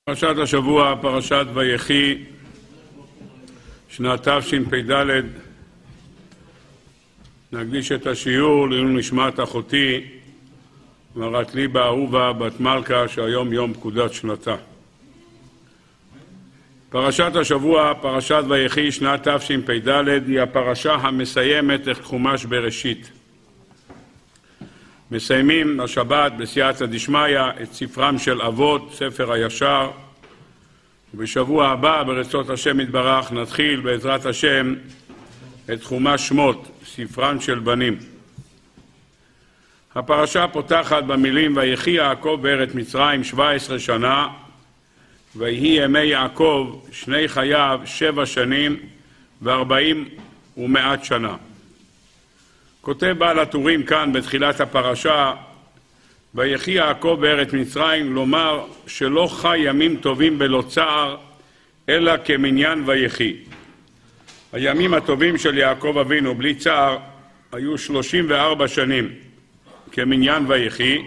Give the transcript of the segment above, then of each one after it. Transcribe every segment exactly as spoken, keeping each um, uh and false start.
פרשת השבוע, פרשת ויחי, שנת תשפ"ד. נקדיש את השיעור לעילוי נשמת אחותי מרת ליבה אהובה בת מלכה, שהיום יום פקודת שנתה. פרשת השבוע, פרשת ויחי, שנת תשפ"ד, היא הפרשה המסיימת את חומש בראשית. מסיימים השבת בסייעתא דשמיא את ספרם של אבות, ספר הישר, ובשבוע הבא ברצות השם יתברך נתחיל בעזרת השם את חומש שמות, ספרם של בנים. הפרשה פותחת במילים ויחי יעקב בארץ מצרים שבע עשרה שנה, ויהי ימי יעקב שני חייו שבע שנים וארבעים ומעט שנה. כותב בעל הטורים כאן בתחילת הפרשה, ויחי יעקב בארץ מצרים, לומר שלא חי ימים טובים בלא צער, אלא כמניין ויחי. הימים הטובים של יעקב אבינו בלי צער היו שלושים וארבע שנים כמניין ויחי,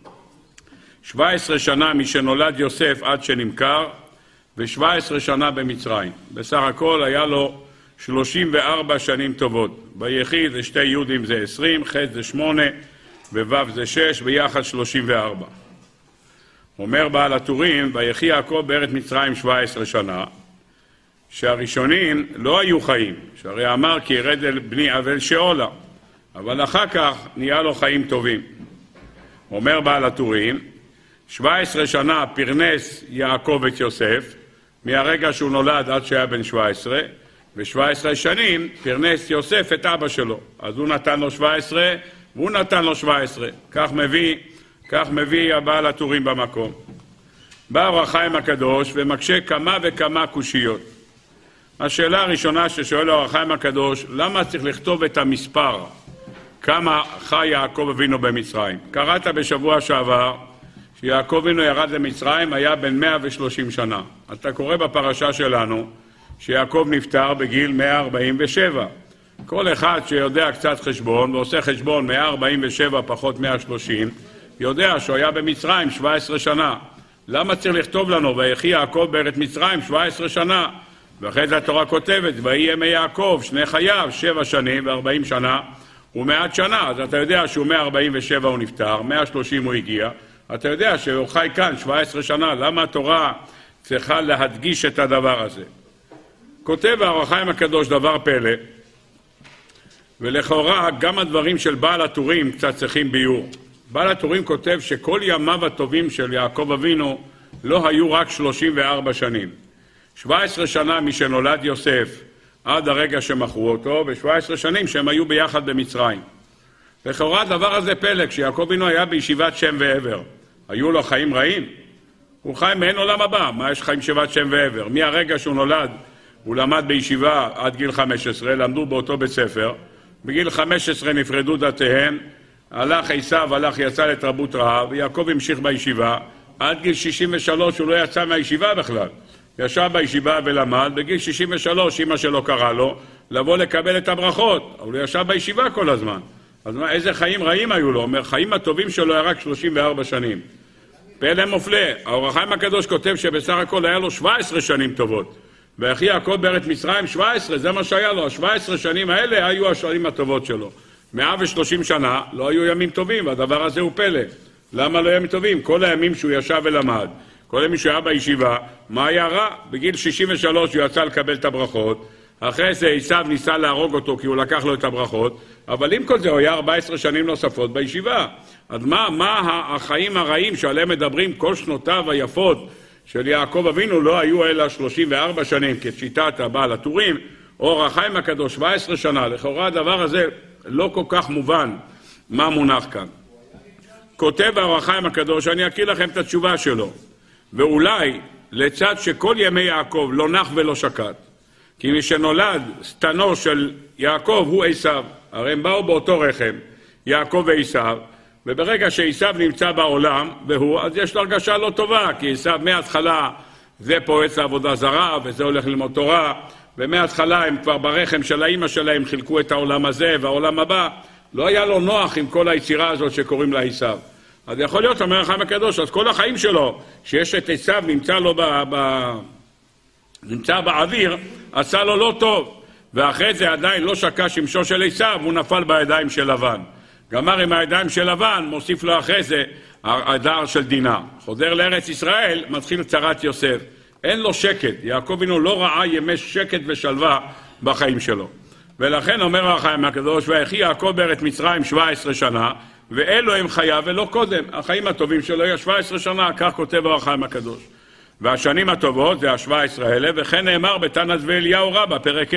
שבע עשרה שנה משנולד יוסף עד שנמכר, ו-שבע עשרה שנה במצרים. בסך הכל היה לו שלושים וארבע שנים טובות. ויחי זה שתי יהודים זה עשרים, ח' זה שמונה, וו' זה שש, ביחד שלושים וארבע. אומר בעל הטורים, ויחי יעקב בארץ מצרים שבע עשרה שנה, שהראשונים לא היו חיים, שהרי אמר כי ירד אל בני אבל שאולה, אבל אחר כך נהיה לו חיים טובים. אומר בעל הטורים, שבע עשרה שנה פרנס יעקב את יוסף, מהרגע שהוא נולד עד שהיה בן שבע עשרה, ו-שבע עשרה שנים פרנס יוסף את אבא שלו. אז הוא נתן לו שבע עשרה, והוא נתן לו שבע עשרה. כך מביא, כך מביא הבעל הטורים במקום. בא אור החיים הקדוש ומקשה כמה וכמה קושיות. השאלה הראשונה ששואל אור החיים הקדוש, למה צריך לכתוב את המספר? כמה חי יעקב אבינו במצרים? קראת בשבוע שעבר שיעקב אבינו ירד למצרים, היה בן מאה ושלושים שנה. אתה קורא בפרשה שלנו שיעקב נפטר בגיל מאה ארבעים ושבע. כל אחד שיודע קצת חשבון ועושה חשבון מאה ארבעים ושבע פחות מאה ושלושים, יודע שהוא היה במצרים שבע עשרה שנה. למה צריך לכתוב לנו ויחי יעקב בארץ מצרים שבע עשרה שנה? ואחרי זה התורה כותבת ויהי ימי יעקב שני חייו שבע שנים וארבעים שנה ומעט שנה. אז אתה יודע שהוא מאה ארבעים ושבע הוא נפטר, מאה ושלושים הוא הגיע, אתה יודע שהוא חי כאן שבע עשרה שנה. למה התורה צריכה להדגיש את הדבר הזה? כותב האור החיים הקדוש דבר פלא, ולכאורה גם הדברים של בעל הטורים קצת צריכים ביור. בעל הטורים כותב שכל ימיו הטובים של יעקב אבינו לא היו רק שלושים וארבע שנים. שבע עשרה שנה משנולד יוסף עד הרגע שמכרו אותו, ו-שבע עשרה שנים שהם היו ביחד במצרים. לכאורה הדבר הזה פלא, כשיעקב אבינו היה בישיבת שם ועבר, היו לו חיים רעים? הוא חי מעין עולם הבא. מה יש חיים שיבת שם ועבר? מהרגע שהוא נולד הוא למד בישיבה עד גיל חמש עשרה, למדו באותו בית ספר, בגיל חמש עשרה נפרדו דתיהם, הלך עשיו, הלך יצא לתרבות רעה, ויעקב המשיך בישיבה, עד גיל שישים ושלוש הוא לא יצא מהישיבה בכלל, ישב בישיבה ולמד, בגיל שישים ושלוש אמא שלו קרא לו לבוא לקבל את הברכות, אבל הוא ישב בישיבה כל הזמן. אז מה, איזה חיים רעים היו לו? אומר, חיים הטובים שלו היה רק שלושים וארבע שנים. פלא מופלא. האור החיים הקדוש כותב שבסך הכל היה לו שבע עשרה שנים טובות. ויחי יעקב בארץ מצרים שבע עשרה, זה מה שהיה לו. ה-שבע עשרה שנים האלה היו השנים הטובות שלו. מאה ושלושים שנה לא היו ימים טובים, והדבר הזה הוא פלא. למה לא ימים טובים? כל הימים שהוא ישב ולמד, כל הימים שהוא היה בישיבה, מה היה רע? בגיל שישים ושלוש הוא יצא לקבל את הברכות, אחרי זה עשיו ניסה להרוג אותו כי הוא לקח לו את הברכות, אבל עם כל זה הוא היה ארבע עשרה שנים נוספות בישיבה. אז מה, מה החיים הרעים שעליהם מדברים כל שנותיו היפות של יעקב אבינו לא היו אלא שלושים וארבע שנים כשיטת הבעל הטורים, אור החיים הקדוש שבע עשרה שנה. לכאורה הדבר הזה לא כל כך מובן מה מונח כאן. כותב האור החיים הקדוש, אני אקריא לכם את התשובה שלו, ואולי לצד שכל ימי יעקב לא נח ולא שקט, כי מי שנולד סתנו של יעקב הוא עשיו, הרי הם באו באותו רחם, יעקב ועשיו, וברגע שעשיו נמצא בעולם והוא, אז יש לו הרגשה לא טובה, כי עשיו מההתחלה זה פועץ לעבודה זרה וזה הולך ללמוד תורה, ומההתחלה הם כבר ברחם של האמא שלהם חילקו את העולם הזה והעולם הבא, לא היה לו נוח עם כל היצירה הזאת שקוראים לה עשיו. אז יכול להיות, אומר החיים הקדוש, אז כל החיים שלו, שיש את עשיו נמצא לו ב, ב, נמצא באוויר, עשה לו לא טוב. ואחרי זה עדיין לא שקע שמשו של עשיו, הוא נפל בידיים של לבן. גמר עם הידיים של לבן, מוסיף לו אחרי זה הדר של דינה. חוזר לארץ ישראל, מתחיל צרת יוסף. אין לו שקט, יעקב אבינו לא ראה ימי שקט ושלווה בחיים שלו. ולכן אומר החיים הקדוש, ויחי יעקב בארץ מצרים שבע עשרה שנה, ואלו הם חייו ולא קודם. החיים הטובים שלו היה שבע עשרה שנה, כך כותב החיים הקדוש. והשנים הטובות זה ה-שבע עשרה האלה, וכן נאמר בתנא ואליהו רבה, פרק ה'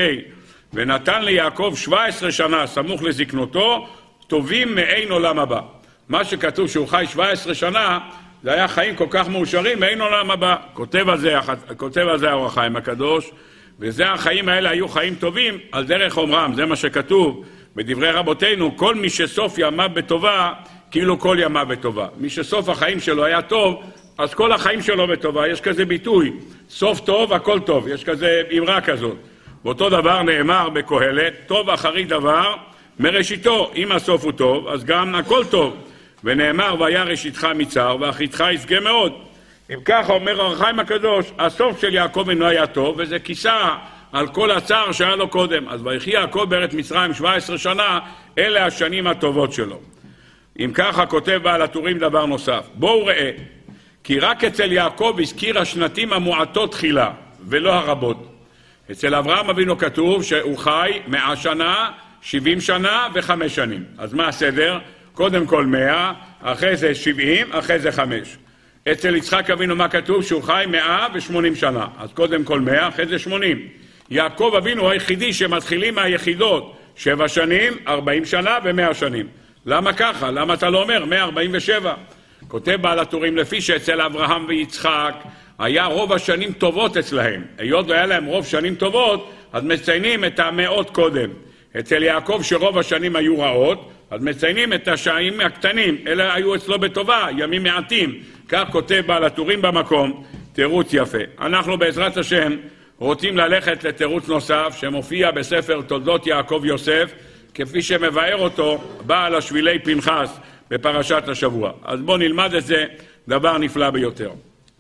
ונתן ליעקב שבע עשרה שנה, סמוך לזקנותו, טובים מעין עולם הבא. מה שכתוב שהוא חי שבע עשרה שנה, זה היה חיים כל כך מאושרים מעין עולם הבא. כותב על זה, כותב על זה האור החיים הקדוש, וזה החיים האלה היו חיים טובים על דרך אומרם, זה מה שכתוב בדברי רבותינו, כל מי שסוף ימיו בטובה, כאילו כל ימיו בטובה. מי שסוף החיים שלו היה טוב, אז כל החיים שלו בטובה. יש כזה ביטוי, סוף טוב, הכל טוב. יש כזה אמרה כזאת. ואותו דבר נאמר בקהלת, טוב אחרי דבר מראשיתו. אם הסוף הוא טוב, אז גם הכל טוב. ונאמר, והיה ראשיתך מצער, ואחריתך ישגה מאוד. אם ככה אומר אור החיים הקדוש, הסוף של יעקב אינו היה טוב, וזה כיסה על כל הצער שהיה לו קודם. אז ויחי יעקב בארץ מצרים שבע עשרה שנה, אלה השנים הטובות שלו. אם ככה כותב בעל הטורים דבר נוסף. בואו ראה, כי רק אצל יעקב הזכיר השנתים המועטות תחילה, ולא הרבות. אצל אברהם אבינו כתוב שהוא חי מאה שנה, שבעים שנה וחמש שנים. אז מה הסדר? קודם כל מאה, אחרי זה שבעים, אחרי זה חמש. אצל יצחק אבינו מה כתוב? שהוא חי מאה ושמונים שנה. אז קודם כל מאה, אחרי זה שמונים. יעקב אבינו הוא היחידי שמתחילים מהיחידות, שבע שנים, ארבעים שנה ומאה שנים. למה ככה? למה אתה לא אומר מאה ארבעים ושבע? כותב בעל הטורים לפי שאצל אברהם ויצחק היה רוב השנים טובות אצלהם. היות והיה להם רוב שנים טובות, אז מציינים את המאות קודם. אצל יעקב שרוב השנים היו רעות, אז מציינים את השנים הקטנים. אלה היו אצלו בטובה, ימים מעטים. כך כותב בעל הטורים במקום, תירוץ יפה. אנחנו בעזרת השם רוצים ללכת לתירוץ נוסף שמופיע בספר תולדות יעקב יוסף, כפי שמבאר אותו בעל השבילי פנחס בפרשת השבוע. אז בואו נלמד את זה, דבר נפלא ביותר.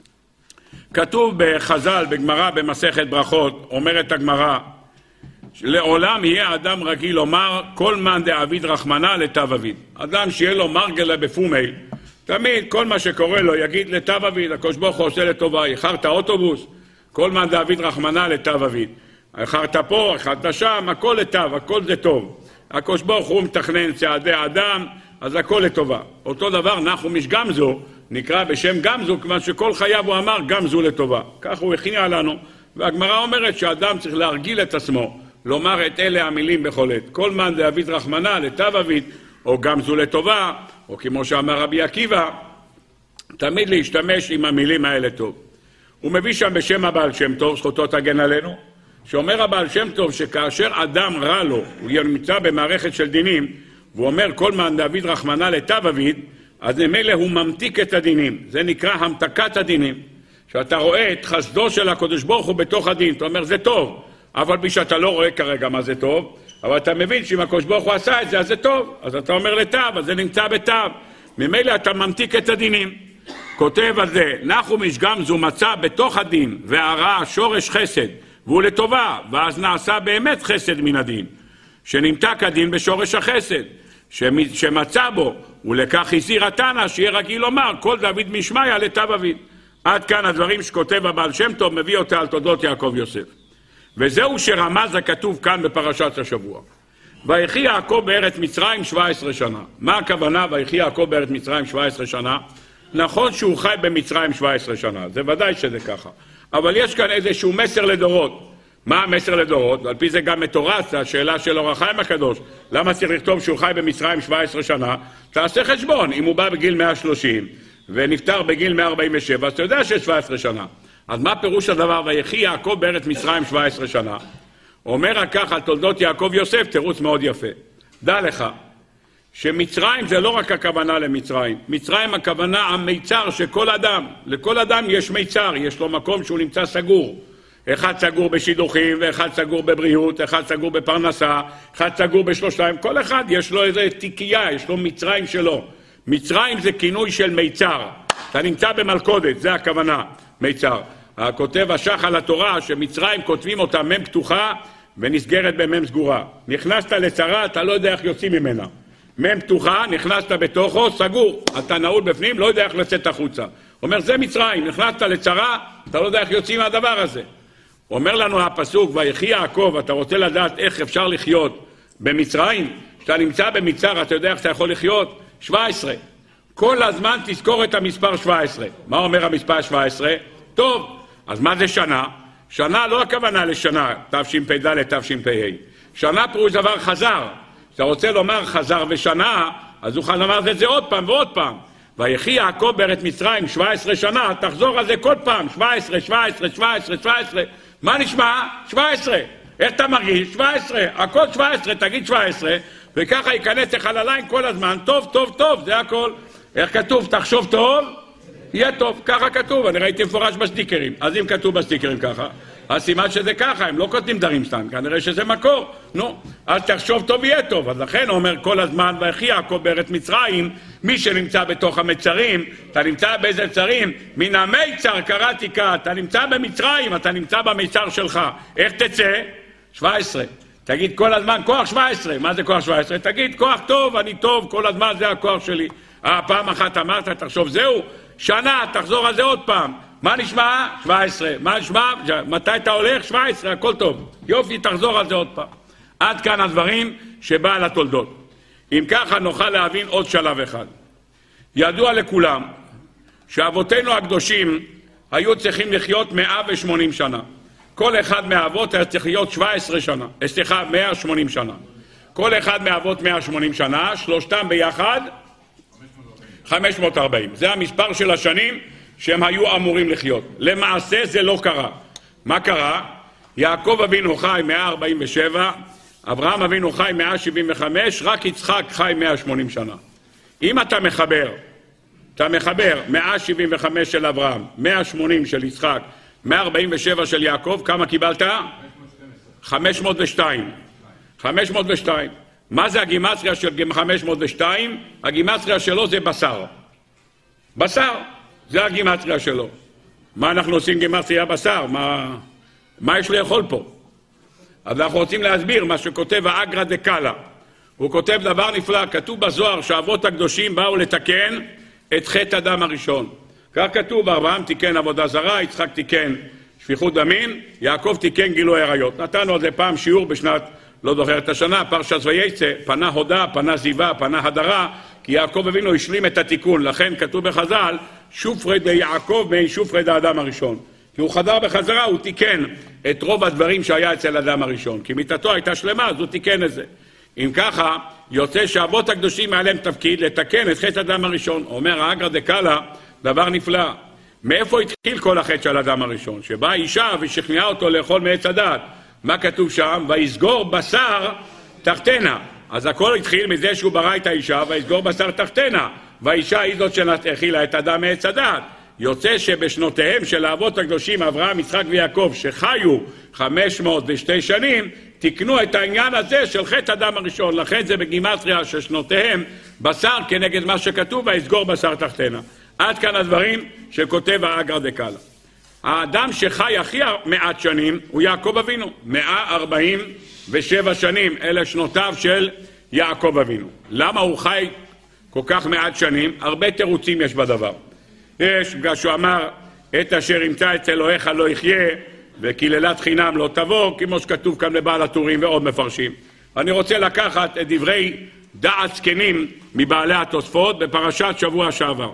כתוב בחז"ל, בגמרא במסכת ברכות, אומרת הגמרא, לעולם יהיה אדם רגיל לומר כל מאן דעביד רחמנא לטב אביד. אדם שיהיה לו מרגלה בפומי, תמיד כל מה שקורה לו יגיד לטב אביד, הקדוש ברוך הוא עושה לטובה, איחרת אוטובוס, כל מאן דעביד רחמנא לטב אביד. איחרת פה, איחרת שם, הכל לטב, הכל זה טוב. הקדוש ברוך הוא מתכנן צעדי האדם, אז הכל לטובה. אותו דבר נחומיש גמזו, נקרא בשם גמזו, כיוון שכל חייו הוא אמר גמזו לטובה. כך הוא הכניע לנו. והגמרא אומרת שאדם צריך להרגיל את עצמו, לומר את אלה המילים בכל עת. כל מאן דעביד רחמנא לטב אביד, או גמזו לטובה, או כמו שאמר רבי עקיבא, תמיד להשתמש עם המילים האלה טוב. הוא מביא שם בשם הבעל שם טוב, זכותו תגן עלינו, שאומר הבעל שם טוב שכאשר אדם רע לו, הוא נמצא במערכת של דינים, והוא אומר כל מאן דעביד רחמנא לטב אביד, אז ממילא הוא ממתיק את הדינים. זה נקרא המתקת הדינים. שאתה רואה את חסדו של הקדוש ברוך הוא בתוך הדין, אתה אומר זה טוב, אבל בי שאתה לא רואה כרגע מה זה טוב, אבל אתה מבין שאם הקדוש ברוך הוא עשה את זה, אז זה טוב. אז אתה אומר לטב, אז זה נמצא בטב. ממילא אתה ממתיק את הדינים. כותב על זה, נחומיש גמזו מצא בתוך הדין והרע שורש חסד, והוא לטובה, ואז נעשה באמת חסד מן הדין. שנמתק הדין בשורש החסד, שמצא בו, ולכך הזהיר התנא שיהיה רגיל לומר, כל דוד משמיא לטב אביד. עד כאן הדברים שכותב הבעל שם טוב, מביא אותה על תולדות יעקב יוסף. וזהו שרמז הכתוב כאן בפרשת השבוע. ויחי יעקב בארץ מצרים שבע עשרה שנה. מה הכוונה ויחי יעקב בארץ מצרים שבע עשרה שנה? נכון שהוא חי במצרים שבע עשרה שנה, זה ודאי שזה ככה. אבל יש כאן איזשהו מסר לדורות. מה המסר לדורות? על פי זה גם מתורץ, השאלה של אור החיים הקדוש. למה צריך לכתוב שהוא חי במצרים שבע עשרה שנה? תעשה חשבון, אם הוא בא בגיל מאה ושלושים ונפטר בגיל מאה ארבעים ושבע, אז אתה יודע שיש שבע עשרה שנה. אז מה פירוש הדבר? ויחי יעקב בארץ מצרים שבע עשרה שנה. אומר כך על תולדות יעקב יוסף, תירוץ מאוד יפה. דע לך, שמצרים זה לא רק הכוונה למצרים. מצרים הכוונה המיצר שכל אדם, לכל אדם יש מיצר, יש לו מקום שהוא נמצא סגור. אחד סגור בשידוכים, ואחד סגור בבריאות, אחד סגור בפרנסה, אחד סגור בשלושתיים. כל אחד יש לו איזה תיקייה, יש לו מצרים שלו. מצרים זה כינוי של מיצר. אתה נמצא במלכודת, זה הכוונה, מיצר. הכותב השח על התורה שמצרים כותבים אותה מם פתוחה ונסגרת במם סגורה. נכנסת לצרה, אתה לא יודע איך יוצאים ממנה. מם פתוחה, נכנסת בתוכו, סגור. אתה נעול בפנים, לא יודע איך לצאת החוצה. אומר, זה מצרים, נכנסת לצרה, אתה לא יודע איך יוצאים מהדבר הזה. אומר לנו הפסוק, ויחי יעקב, אתה רוצה לדעת איך אפשר לחיות במצרים? כשאתה נמצא במצר, אתה יודע איך אתה יכול לחיות? שבע עשרה. כל הזמן תזכור את המספר שבע עשרה. מה אומר המספר שבע עשרה? טוב, אז מה זה שנה? שנה לא הכוונה לשנה, תשפ"ד, תשפ"ה. שנה פירוש דבר חזר. כשאתה רוצה לומר חזר ושנה, אז הוא חזר את זה עוד פעם ועוד פעם. ויחי יעקב בארץ מצרים שבע עשרה שנה, תחזור על זה כל פעם, שבע עשרה, שבע עשרה, שבע עשרה, שבע עשרה. מה נשמע? שבע עשרה. איך אתה מרגיש? שבע עשרה. הכל שבע עשרה, תגיד שבע עשרה, וככה ייכנס לך לליין כל הזמן, טוב, טוב, טוב, זה הכל. איך כתוב? תחשוב טוב, יהיה טוב. ככה כתוב, אני ראיתי מפורש בסטיקרים. אז אם כתוב בסטיקרים ככה, אז סימן שזה ככה, הם לא כותבים דברים סתם, כנראה שזה מקור. נו, אז תחשוב טוב יהיה טוב. אז לכן אומר כל הזמן, ויחי יעקב בארץ מצרים, מי שנמצא בתוך המצרים, אתה נמצא באיזה צרים, מן המיצר קראתי כה, אתה נמצא במצרים, אתה נמצא במיצר שלך. איך תצא? שבע עשרה. תגיד כל הזמן כוח שבע עשרה. מה זה כוח שבע עשרה? תגיד כוח טוב, אני טוב, כל הזמן זה הכוח שלי. אה, פעם אחת אמרת, תחשוב זהו, שנה, תחזור על זה עוד פעם. מה נשמע? שבע עשרה. מה נשמע? מתי אתה הולך? שבע עשרה, הכל טוב. יופי, תחזור על זה עוד פעם. עד כאן הדברים שבא על התולדות. אם ככה נוכל להבין עוד שלב אחד. ידוע לכולם שאבותינו הקדושים היו צריכים לחיות מאה ושמונים שנה. כל אחד מהאבות היה צריך להיות שבע עשרה שנה. סליחה, מאה ושמונים שנה. כל אחד מהאבות מאה ושמונים שנה, שלושתם ביחד חמש מאות וארבעים. זה המספר של השנים שהם היו אמורים לחיות. למעשה זה לא קרה. מה קרה? יעקב אבינו חי מאה ארבעים ושבע, אברהם אבינו חי מאה שבעים וחמש, רק יצחק חי מאה ושמונים שנה. אם אתה מחבר, אתה מחבר מאה שבעים וחמש של אברהם, מאה ושמונים של יצחק, מאה ארבעים ושבע של יעקב, כמה קיבלת? חמש מאות ושתיים. חמש מאות ושתיים. מה זה הגימטריה של חמש מאות ושתיים? הגימטריה שלו זה בשר. בשר, זה הגימטריה שלו. מה אנחנו עושים גימטריה בשר? מה, מה יש לאכול פה? אז אנחנו רוצים להסביר מה שכותב האגרא דקאלה. הוא כותב דבר נפלא, כתוב בזוהר שהאבות הקדושים באו לתקן את חטא אדם הראשון. כך כתוב, אברהם תיקן עבודה זרה, יצחק תיקן שפיכות דמים, יעקב תיקן גילוי עריות. נתנו על זה פעם שיעור בשנת, לא זוכר את השנה, פרשת וייצא, פנה הודה, פנה זיווה, פנה הדרה, כי יעקב אבינו השלים את התיקון. לכן כתוב בחז"ל, שופרי דיעקב מעין שופרי דאדם הראשון. כי הוא חזר בחזרה, הוא תיקן את רוב הדברים שהיה אצל אדם הראשון. כי מיתתו הייתה שלמה, אז הוא תיקן את זה. אם ככה, יוצא שהאבות הקדושים היה להם תפקיד לתקן את חטא אדם הראשון. אומר האגרא דקאלה, דבר נפלא. מאיפה התחיל כל החטא של אדם הראשון? שבאה אישה ושכנעה אותו לאכול מעץ הדעת. מה כתוב שם? ויסגור בשר תחתנה. אז הכל התחיל מזה שהוא ברא את האישה, ויסגור בשר תחתנה. והאישה היא זאת שהאכילה את אדם מעץ הדעת. יוצא שבשנותיהם של האבות הקדושים אברהם, יצחק ויעקב, שחיו חמש מאות ושתי שנים, תקנו את העניין הזה של חטא אדם הראשון. לכן זה בגימטריה של שנותיהם בשר כנגד מה שכתוב, ויסגור בשר תחתנה. עד כאן הדברים שכותב האגרא דקאלה. האדם שחי הכי מעט שנים הוא יעקב אבינו. מאה ארבעים ושבע שנים, אלה שנותיו של יעקב אבינו. למה הוא חי כל כך מעט שנים? הרבה תירוצים יש בדבר. יש, בגלל שהוא אמר, את אשר ימצא את אלוהיך לא יחיה, וקללת חינם לא תבוא, כמו שכתוב כאן לבעל הטורים ועוד מפרשים. אני רוצה לקחת את דברי דעת זקנים מבעלי התוספות בפרשת שבוע שעבר.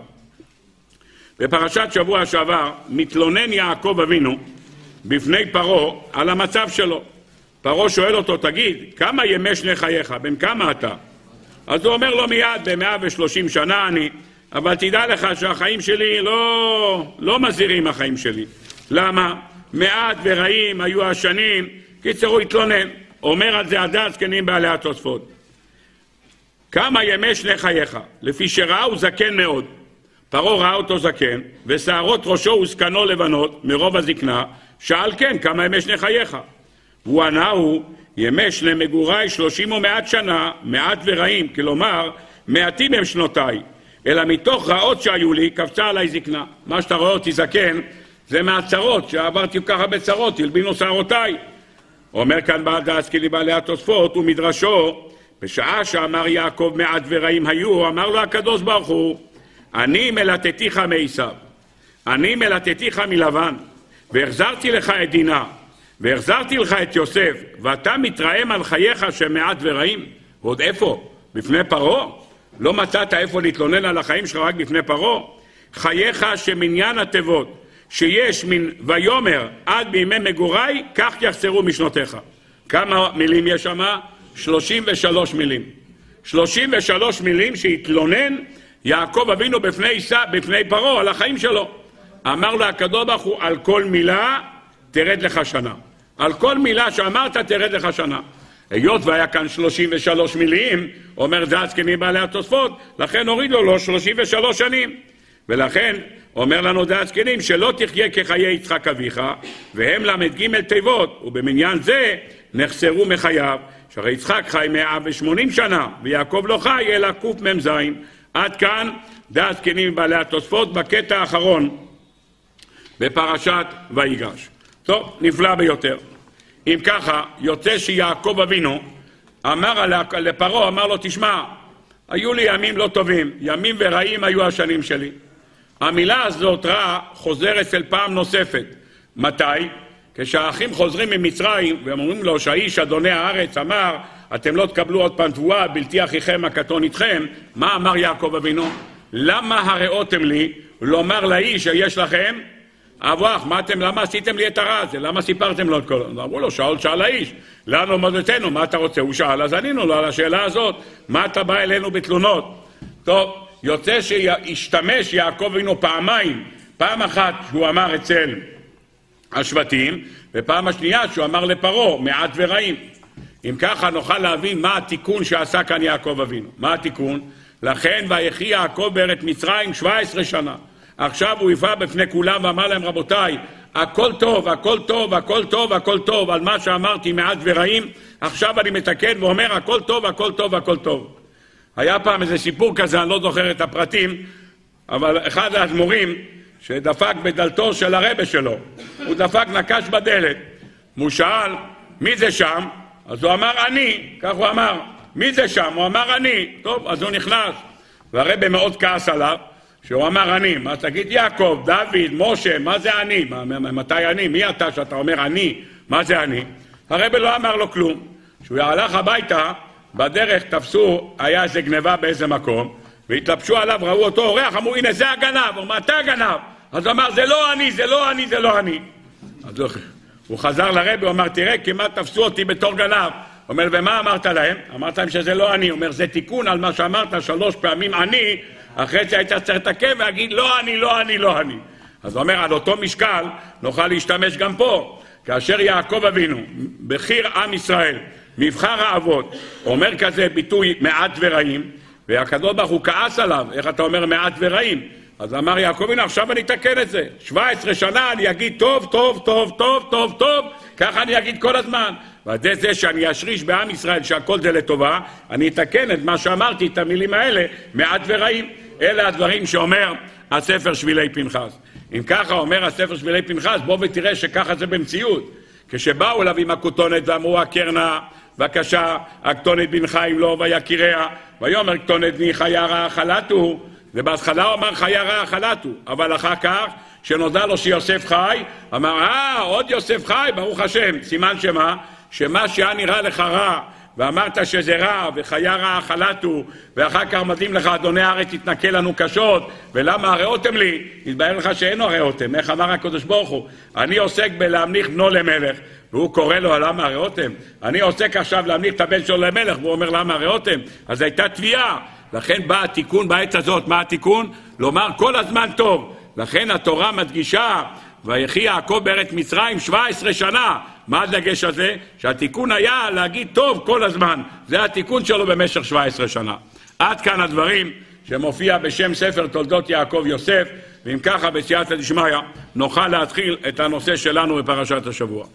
בפרשת שבוע שעבר מתלונן יעקב אבינו בפני פרעה על המצב שלו. פרעה שואל אותו, תגיד, כמה ימי שני חייך? בן כמה אתה? אז הוא אומר לו מיד, ב-מאה ושלושים שנה אני, אבל תדע לך שהחיים שלי לא, לא מזהירים החיים שלי. למה? מעט ורעים היו השנים, קיצר הוא התלונן. אומר על זה הדעת זקנים בעלי התוספות. כמה ימי שני חייך? לפי שראה הוא זקן מאוד. פרעה ראה אותו זקן, ושערות ראשו וזקנו לבנות מרוב הזקנה, שאל כן, כמה ימי שני חייך? והוא ענה הוא, ימי שני מגוריי שלושים ומעט שנה, מעט ורעים, כלומר, מעטים הם שנותיי. אלא מתוך רעות שהיו לי, קפצה עליי זקנה. מה שאתה רואה אותי זקן, זה מהצרות, שעברתי ככה בצרות, הלבינו שערותיי. אומר כאן בעל דעת כי לבעלי התוספות ומדרשו, בשעה שאמר יעקב מעט ורעים היו, אמר לו הקדוש ברוך הוא, אני מלטתיך מעשיו, אני מלטתיך מלבן, והחזרתי לך את דינה, והחזרתי לך את יוסף, ואתה מתרעם על חייך שמעט ורעים. ועוד איפה? בפני פרעה? לא מצאת איפה להתלונן על החיים שלך רק בפני פרעה? חייך שמניין התיבות שיש מן ויומר עד בימי מגוריי, כך יחסרו משנותיך. כמה מילים יש שם? שלושים ושלוש מילים. שלושים ושלוש מילים שהתלונן יעקב אבינו בפני עשיו, בפני פרעה על החיים שלו. אמר לו הקדוש ברוך הוא, על כל מילה תרד לך שנה. על כל מילה שאמרת תרד לך שנה. היות והיה כאן שלושים ושלוש מילים, אומר דעת זקנים בעלי התוספות, לכן הורידו לו שלושים ושלוש שנים. ולכן אומר לנו דעת זקנים שלא תחיה כחיי יצחק אביך, והם למד ג' תיבות, ובמניין זה נחסרו מחייו, שהרי יצחק חי מאה ושמונים שנה, ויעקב לא חי אלא קוף ממזין. עד כאן דעת זקנים בעלי התוספות בקטע האחרון בפרשת ויגש. טוב, נפלא ביותר. אם ככה, יוצא שיעקב אבינו אמר לפרעה, אמר לו, תשמע, היו לי ימים לא טובים, ימים ורעים היו השנים שלי. המילה הזאת רע חוזרת אצל פעם נוספת. מתי? כשהאחים חוזרים ממצרים והם אומרים לו שהאיש אדוני הארץ אמר, אתם לא תקבלו עוד פעם תבואה, בלתי אחיכם הקטון איתכם. מה אמר יעקב אבינו? למה הראותם לי לומר לאיש שיש לכם אבוח? מה אתם, למה עשיתם לי את הרע הזה? למה סיפרתם לו את כל... אמרו לו, שאול שאל האיש, לנו מודתנו, מה אתה רוצה? הוא שאל, אז ענינו לו על השאלה הזאת, מה אתה בא אלינו בתלונות? טוב, יוצא שהשתמש יעקב אבינו פעמיים, פעם אחת שהוא אמר אצל השבטים, ופעם השנייה שהוא אמר לפרעה, מעט ורעים. אם ככה נוכל להבין מה התיקון שעשה כאן יעקב אבינו. מה התיקון? לכן ויחי יעקב בארץ מצרים שבע עשרה שנה. עכשיו הוא יפה בפני כולם ואמר להם, רבותיי, הכל טוב, הכל טוב, הכל טוב, הכל טוב, על מה שאמרתי מעט ורעים, עכשיו אני מתקן ואומר, הכל טוב, הכל טוב, הכל טוב. היה פעם איזה סיפור כזה, אני לא זוכר את הפרטים, אבל אחד האדמו"רים שדפק בדלתו של הרבא שלו, הוא דפק נקש בדלת, הוא שאל, מי זה שם? אז הוא אמר, אני, כך הוא אמר, מי זה שם? הוא אמר, אני. טוב, אז הוא נכנס, והרבא מאוד כעס עליו, שהוא אמר אני. מה תגיד, יעקב, דוד, משה, מה זה אני? מתי אני? מי אתה שאתה אומר אני? מה זה אני? הרבא לא אמר לו כלום. כשהוא הלך הביתה, בדרך תפסו, היה איזה גניבה באיזה מקום, והתלבשו עליו, ראו אותו אורח, אמרו, הנה זה הגנב, הוא אמר, אתה הגנב. אז הוא אמר, זה לא אני, זה לא אני, זה לא אני. אז הוא חזר לרבא, הוא אמר, תראה, כמעט תפסו אותי בתור גנב. הוא אומר, ומה אמרת להם? אמרת להם שזה לא אני. הוא אומר, זה תיקון על מה שאמרת שלוש פעמים אני, אחרי זה היית צריך לתקן והגיד, לא אני, לא אני, לא אני. אז הוא אומר, על אותו משקל נוכל להשתמש גם פה. כאשר יעקב אבינו, בחיר עם ישראל, מבחר האבות, אומר כזה ביטוי מעט ורעים, והקדוש ברוך הוא כעס עליו, איך אתה אומר מעט ורעים? אז אמר יעקב אבינו, עכשיו אני אתקן את זה. שבע עשרה שנה אני אגיד טוב, טוב, טוב, טוב, טוב, טוב, ככה אני אגיד כל הזמן. ועד זה שאני אשריש בעם ישראל שהכל זה לטובה, אני אתקן את מה שאמרתי, את המילים האלה, מעט ורעים. אלה הדברים שאומר הספר שבילי פנחס. אם ככה אומר הספר שבילי פנחס, בוא ותראה שככה זה במציאות. כשבאו אליו עם הכותונת ואמרו הקרנה, בבקשה, הכתונת בן חיים לו ויקיריה, ויאמר כתונת בני חיה רעה חלתו, ובהתחלה הוא אמר חיה רעה חלתו, אבל אחר כך, שנודע לו שיוסף חי, אמר, אה, עוד יוסף חי, ברוך השם, סימן שמה, שמה שהיה נראה לך רע, ואמרת שזה רע, וחיה רעה חלתו, ואחר כך מדהים לך, אדוני הארץ תתנקה לנו קשות, ולמה הראותם לי? התבהר לך שאינו הראותם. איך אמר הקדוש ברוך הוא? אני עוסק בלהמליך בנו למלך, והוא קורא לו, למה הראותם? אני עוסק עכשיו להמליך את הבן שלו למלך, והוא אומר, למה הראותם? אז הייתה תביעה. לכן בא התיקון בעת הזאת. מה התיקון? לומר כל הזמן טוב. לכן התורה מדגישה, ויחי יעקב בארץ מצרים שבע עשרה שנה. מה הדגש הזה? שהתיקון היה להגיד טוב כל הזמן. זה התיקון שלו במשך שבע עשרה שנה. עד כאן הדברים שמופיע בשם ספר תולדות יעקב יוסף, ואם ככה בסייעתא דשמיא נוכל להתחיל את הנושא שלנו בפרשת השבוע.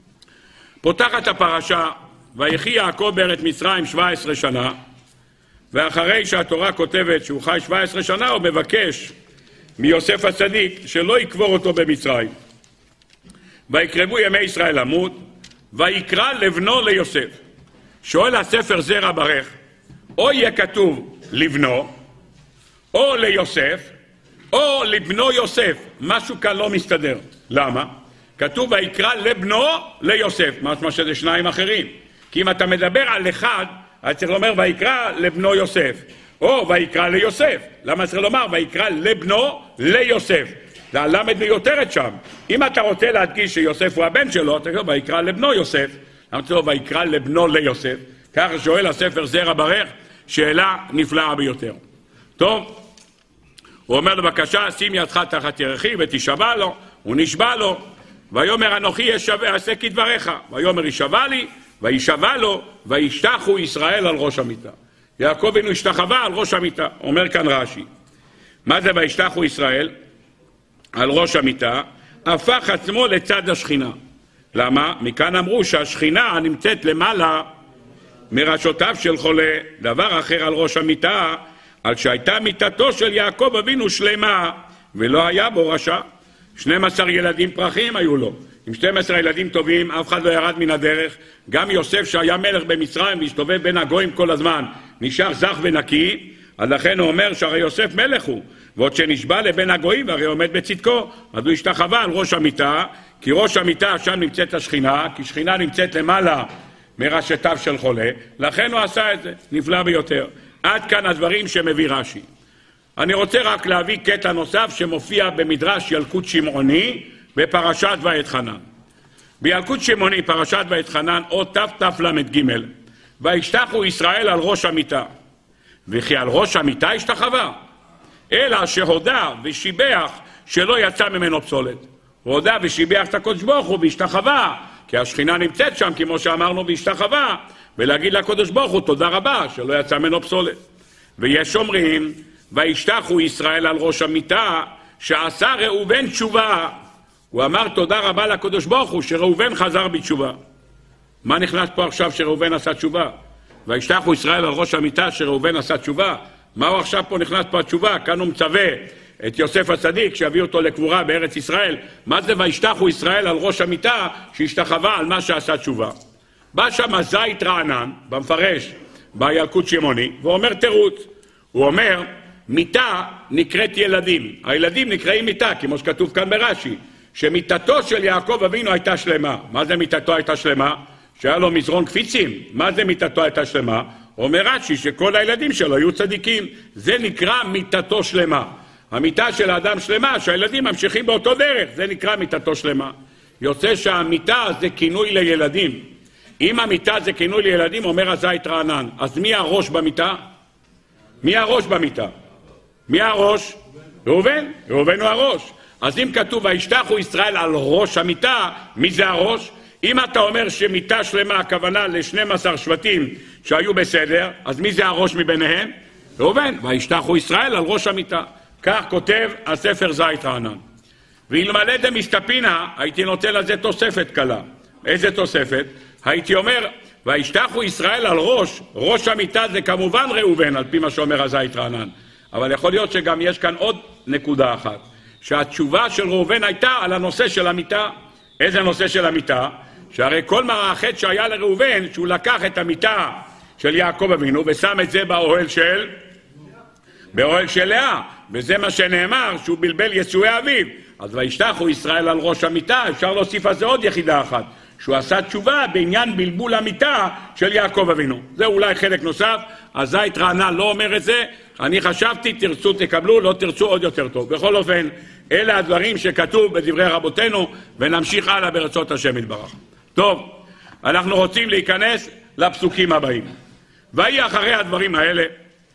פותחת הפרשה, ויחי יעקב בארץ מצרים שבע עשרה שנה, ואחרי שהתורה כותבת שהוא חי שבע עשרה שנה, הוא מבקש מיוסף הצדיק שלא יקבור אותו במצרים. ויקרבו ימי ישראל למות, ויקרא לבנו ליוסף. שואל הספר זרע ברך, או יהיה כתוב לבנו, או ליוסף, או לבנו יוסף. משהו כאן לא מסתדר. למה? כתוב ויקרא לבנו ליוסף, משמע שזה שניים אחרים. כי אם אתה מדבר על אחד, אז צריך לומר ויקרא לבנו יוסף, או ויקרא ליוסף. למה צריך לומר ויקרא לבנו ליוסף? זה הלמד מיותרת שם. אם אתה רוצה להדגיש שיוסף הוא הבן שלו, אתה אומר ויקרא לבנו יוסף. למה צריך לומר ויקרא לבנו ליוסף? ככה שואל הספר זרע ברך, שאלה נפלאה ביותר. טוב, הוא אומר לו בבקשה, שים ידך תחת ירכי ותשבע לו, הוא נשבע לו, ויאמר אנוכי ישבע עשה כדבריך, ויאמר ישבע לי, וישבע לו, וישתחו ישראל על ראש המיטה. יעקב אבינו השתחווה על ראש המיטה. אומר כאן רש"י, מה זה וישתחו ישראל על ראש המיטה? הפך עצמו לצד השכינה. למה? מכאן אמרו שהשכינה נמצאת למעלה מראשותיו של חולה. דבר אחר על ראש המיטה, על שהייתה מיטתו של יעקב אבינו שלמה ולא היה בו רשע. שנים עשר ילדים פרחים היו לו, עם שנים עשר ילדים טובים, אף אחד לא ירד מן הדרך. גם יוסף שהיה מלך במצרים והסתובב בין הגויים כל הזמן, נשאר זך ונקי. אז לכן הוא אומר שהרי יוסף מלך הוא, ועוד שנשבע לבין הגויים והרי עומד בצדקו, אז הוא השתחווה על ראש המיטה, כי ראש המיטה שם נמצאת השכינה, כי שכינה נמצאת למעלה מראשתיו של חולה, לכן הוא עשה את זה. נפלא ביותר. עד כאן הדברים שמביא רש"י. אני רוצה רק להביא קטע נוסף שמופיע במדרש ילקוט שמעוני בפרשת ואתחנן. בילקוט שמעוני פרשת ואתחנן או תתל"ג, וישתחו ישראל על ראש המיטה, וכי על ראש המיטה השתחווה, אלא שהודה ושיבח שלא יצא ממנו פסולת. הוא הודה ושיבח את הקדוש ברוך הוא והשתחווה, כי השכינה נמצאת שם כמו שאמרנו והשתחווה, ולהגיד לקדוש ברוך הוא תודה רבה שלא יצא ממנו פסולת. ויש אומרים וישתחו ישראל על ראש המיטה שעשה ראובן תשובה. הוא אמר תודה רבה לקדוש ברוך הוא שראובן חזר בתשובה. מה נכנס פה עכשיו שראובן עשה תשובה? וישתחו ישראל על ראש המיטה שראובן עשה תשובה. מה הוא עכשיו פה נכנס פה התשובה? כאן הוא מצווה את יוסף הצדיק שיביא אותו לקבורה בארץ ישראל. מה זה וישתחו ישראל על ראש המיטה? שהשתחווה על מה שעשה תשובה. בא שם זית רענן במפרש בילקוט שמעוני ואומר תירוץ. הוא אומר מיטה נקראת ילדים, הילדים נקראים מיטה, כמו שכתוב כאן ברש"י, שמיטתו של יעקב אבינו הייתה שלמה. מה זה מיטתו הייתה שלמה? שהיה לו מזרון קפיצים. מה זה מיטתו הייתה שלמה? אומר רש"י שכל הילדים שלו היו צדיקים. זה נקרא מיטתו שלמה. המיטה של האדם שלמה, שהילדים ממשיכים באותו דרך, זה נקרא מיטתו שלמה. יוצא שהמיטה זה כינוי לילדים. אם המיטה זה כינוי לילדים, אומר הזית רענן, אז מי הראש במיטה? מי הראש במיטה? מי הראש? ראובן. ראובן הוא הראש. אז אם כתוב וישתחו ישראל על ראש המיטה, מי זה הראש? אם אתה אומר שמיטה שלמה הכוונה ל-שנים עשר שבטים שהיו בסדר, אז מי זה הראש מביניהם? ראובן. וישתחו ישראל על ראש המיטה. כך כותב הספר זית רענן. ואלמלא דמסתפינא הייתי נותן לזה תוספת קלה. איזה תוספת? הייתי אומר וישתחו ישראל על ראש, ראש המיטה זה כמובן ראובן על פי מה שאומר הזית רענן. אבל יכול להיות שגם יש כאן עוד נקודה אחת, שהתשובה של ראובן הייתה על הנושא של המיטה. איזה נושא של המיטה? שהרי כל מערכת שהיה לראובן, שהוא לקח את המיטה של יעקב אבינו ושם את זה באוהל של באוהל של לאה, וזה מה שנאמר שהוא בלבל יסועי אביו. אז וישתחו ישראל על ראש המיטה, אפשר להוסיף על זה עוד יחידה אחת, שהוא עשה תשובה בעניין בלבול המיטה של יעקב אבינו. זה אולי חלק נוסף, הזית רענן לא אומר את זה, אני חשבתי תרצו תקבלו, לא תרצו עוד יותר טוב. בכל אופן, אלה הדברים שכתוב בדברי רבותינו, ונמשיך הלאה ברצות השם יתברך. טוב, אנחנו רוצים להיכנס לפסוקים הבאים. ויהי אחרי הדברים האלה,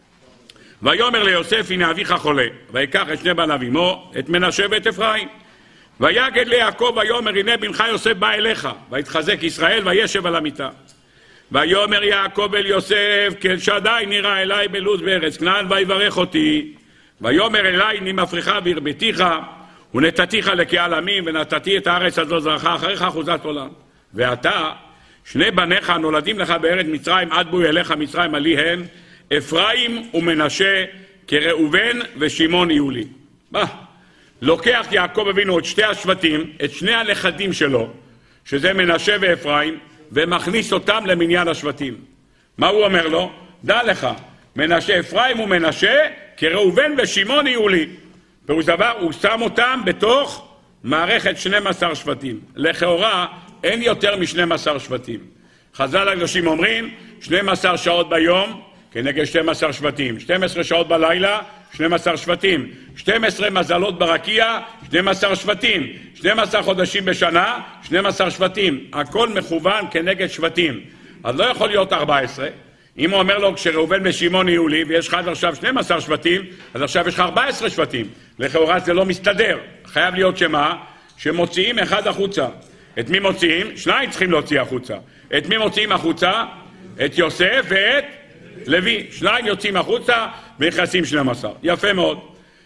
ויאמר ליוסף הנה אביך חולה, ויקח את שני בניו עמו, את מנשה ואת אפרים. ויגד ליעקב ויאמר הנה בנך יוסף בא אליך, ויתחזק ישראל וישב על המיטה. ויאמר יעקב אל יוסף כי אל שדי נראה אליי בלוז בארץ כנען ויברך אותי. ויאמר אליי אני מפריך והרביתיך ונתתיך לקהל עמים ונתתי את הארץ הזאת זרחה אחריך אחוזת עולם. ואתה שני בניך נולדים לך בארץ מצרים עד בואי אליך מצרים עלי הם, אפרים ומנשה כראובן ושמעון יהיו לי. מה? לוקח יעקב אבינו את שתי השבטים, את שני הנכדים שלו, שזה מנשה ואפרים, ומכניס אותם למניין השבטים. מה הוא אומר לו? דע לך, מנשה, אפרים ומנשה כראובן ושמעון יהיו לי. פירוש דבר, הוא שם אותם בתוך מערכת שנים עשר שבטים. לכאורה אין יותר מ-שנים עשר שבטים. חז"ל הקדושים אומרים שתים עשרה שעות ביום כנגד שתים עשרה שבטים, שתים עשרה שעות בלילה שנים עשר שבטים, שתים עשרה מזלות ברקיע שנים עשר שבטים, שנים עשר חודשים בשנה שנים עשר שבטים. הכל מכוון כנגד שבטים. אז לא יכול להיות ארבע עשרה. אם הוא אומר לו כשראובן ושמעון יהיו לי ויש לך עכשיו שנים עשר שבטים, אז עכשיו יש לך ארבע עשרה שבטים. לכאורה זה לא מסתדר. חייב להיות שמה? שמוציאים אחד החוצה. את מי מוציאים? שניים צריכים להוציא החוצה. את מי מוציאים החוצה? את יוסף ואת לוי. שניים יוצאים החוצה ונכנסים שנים עשר. יפה מאוד.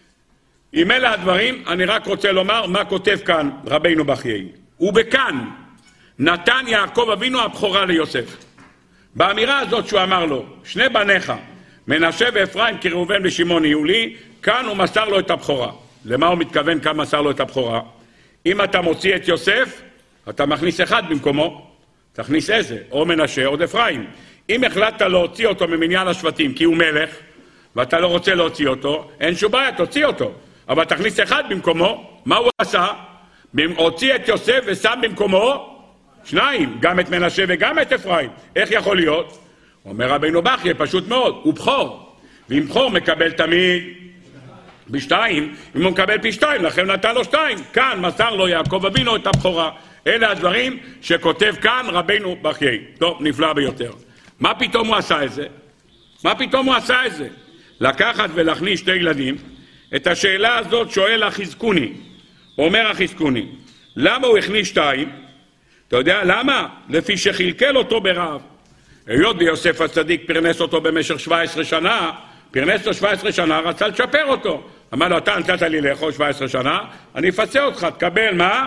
עם אלה הדברים, אני רק רוצה לומר מה כותב כאן רבינו בחיי. ובכאן נתן יעקב אבינו הבכורה ליוסף. באמירה הזאת שהוא אמר לו, שני בניך, מנשה ואפרים כראובן ושמעון יהיו לי, כאן הוא מסר לו את הבכורה. למה הוא מתכוון כאן מסר לו את הבכורה? אם אתה מוציא את יוסף, אתה מכניס אחד במקומו. תכניס איזה? או מנשה או אפרים. אם החלטת להוציא אותו ממניין השבטים כי הוא מלך, ואתה לא רוצה להוציא אותו, אין שום בעיה, תוציא אותו. אבל תכניס אחד במקומו. מה הוא עשה? הוציא את יוסף ושם במקומו שניים, גם את מנשה וגם את אפרים. איך יכול להיות? אומר רבינו בחיי, פשוט מאוד, הוא בכור. ואם בכור מקבל תמיד בשתיים, אם הוא מקבל פי שתיים, לכן נתן לו שתיים. כאן מסר לו יעקב אבינו את הבכורה. אלה הדברים שכותב כאן רבינו בחיי. טוב, נפלא ביותר. מה פתאום הוא עשה את זה? מה פתאום הוא עשה את זה? לקחת ולהכניס שתי ילדים. את השאלה הזאת שואל החזקוני. אומר החזקוני, למה הוא הכניס שתיים? אתה יודע למה? לפי שחלקל אותו ברעב. היות ביוסף הצדיק פרנס אותו במשך שבע עשרה שנה, פרנס אותו שבע עשרה שנה, רצה לשפר אותו. אמר לו, אתה נתת לי לאכול שבע עשרה שנה, אני אפצה אותך, תקבל מה?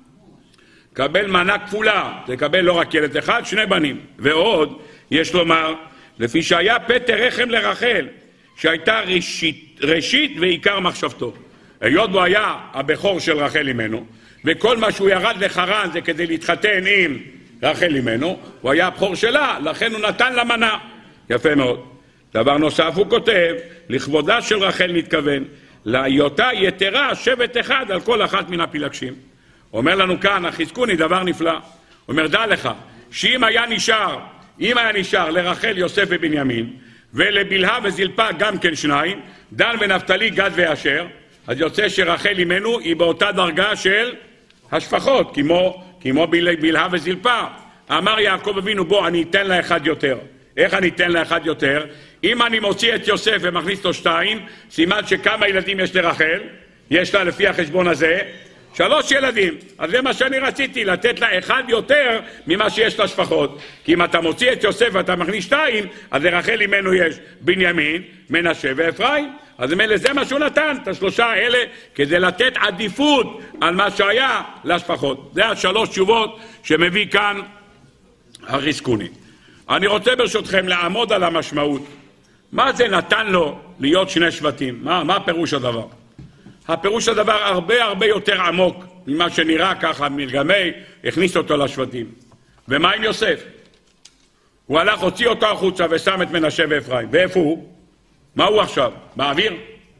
קבל מנה כפולה, תקבל לא רק ילד אחד, שני בנים. ועוד, יש לומר, לפי שהיה פטר רחם לרחל, שהייתה ראשית, ראשית ועיקר מחשבתו. היות בו היה הבכור של רחל ממנו, וכל מה שהוא ירד לחרן זה כדי להתחתן עם רחל ממנו, הוא היה הבכור שלה, לכן הוא נתן לה מנה. יפה מאוד. דבר נוסף הוא כותב, לכבודה של רחל מתכוון, להיותה יתרה שבט אחד על כל אחת מן הפילגשים. אומר לנו כאן, החזקוני, דבר נפלא. אומר, דע לך, שאם היה נשאר, אם היה נשאר לרחל יוסף ובנימין, ולבלהה וזלפה גם כן שניים, דן ונפתלי גד ואשר, אז יוצא שרחל אימנו היא באותה דרגה של השפחות, כמו, כמו בלהה וזלפה. אמר יעקב אבינו, בוא, אני אתן לה אחד יותר. איך אני אתן לה אחד יותר? אם אני מוציא את יוסף ומכניס לו שתיים, סימן שכמה ילדים יש לרחל? יש לה לפי החשבון הזה שלוש ילדים. אז זה מה שאני רציתי, לתת לה אחד יותר ממה שיש לשפחות. כי אם אתה מוציא את יוסף ואתה מכניס שתיים, אז לרחל אימנו יש בנימין, מנשה ואפרים. אז זה מה שהוא נתן, את השלושה האלה, כדי לתת עדיפות על מה שהיה לשפחות. זה השלוש תשובות שמביא כאן החזקוני. אני רוצה ברשותכם לעמוד על המשמעות. מה זה נתן לו להיות שני שבטים? מה, מה פירוש הדבר? הפירוש הדבר הרבה הרבה יותר עמוק ממה שנראה ככה, מלגמי הכניס אותו לשבטים. ומה עם יוסף? הוא הלך, הוציא אותו החוצה ושם את מנשה ואפרים. ואיפה הוא? מה הוא עכשיו? באוויר?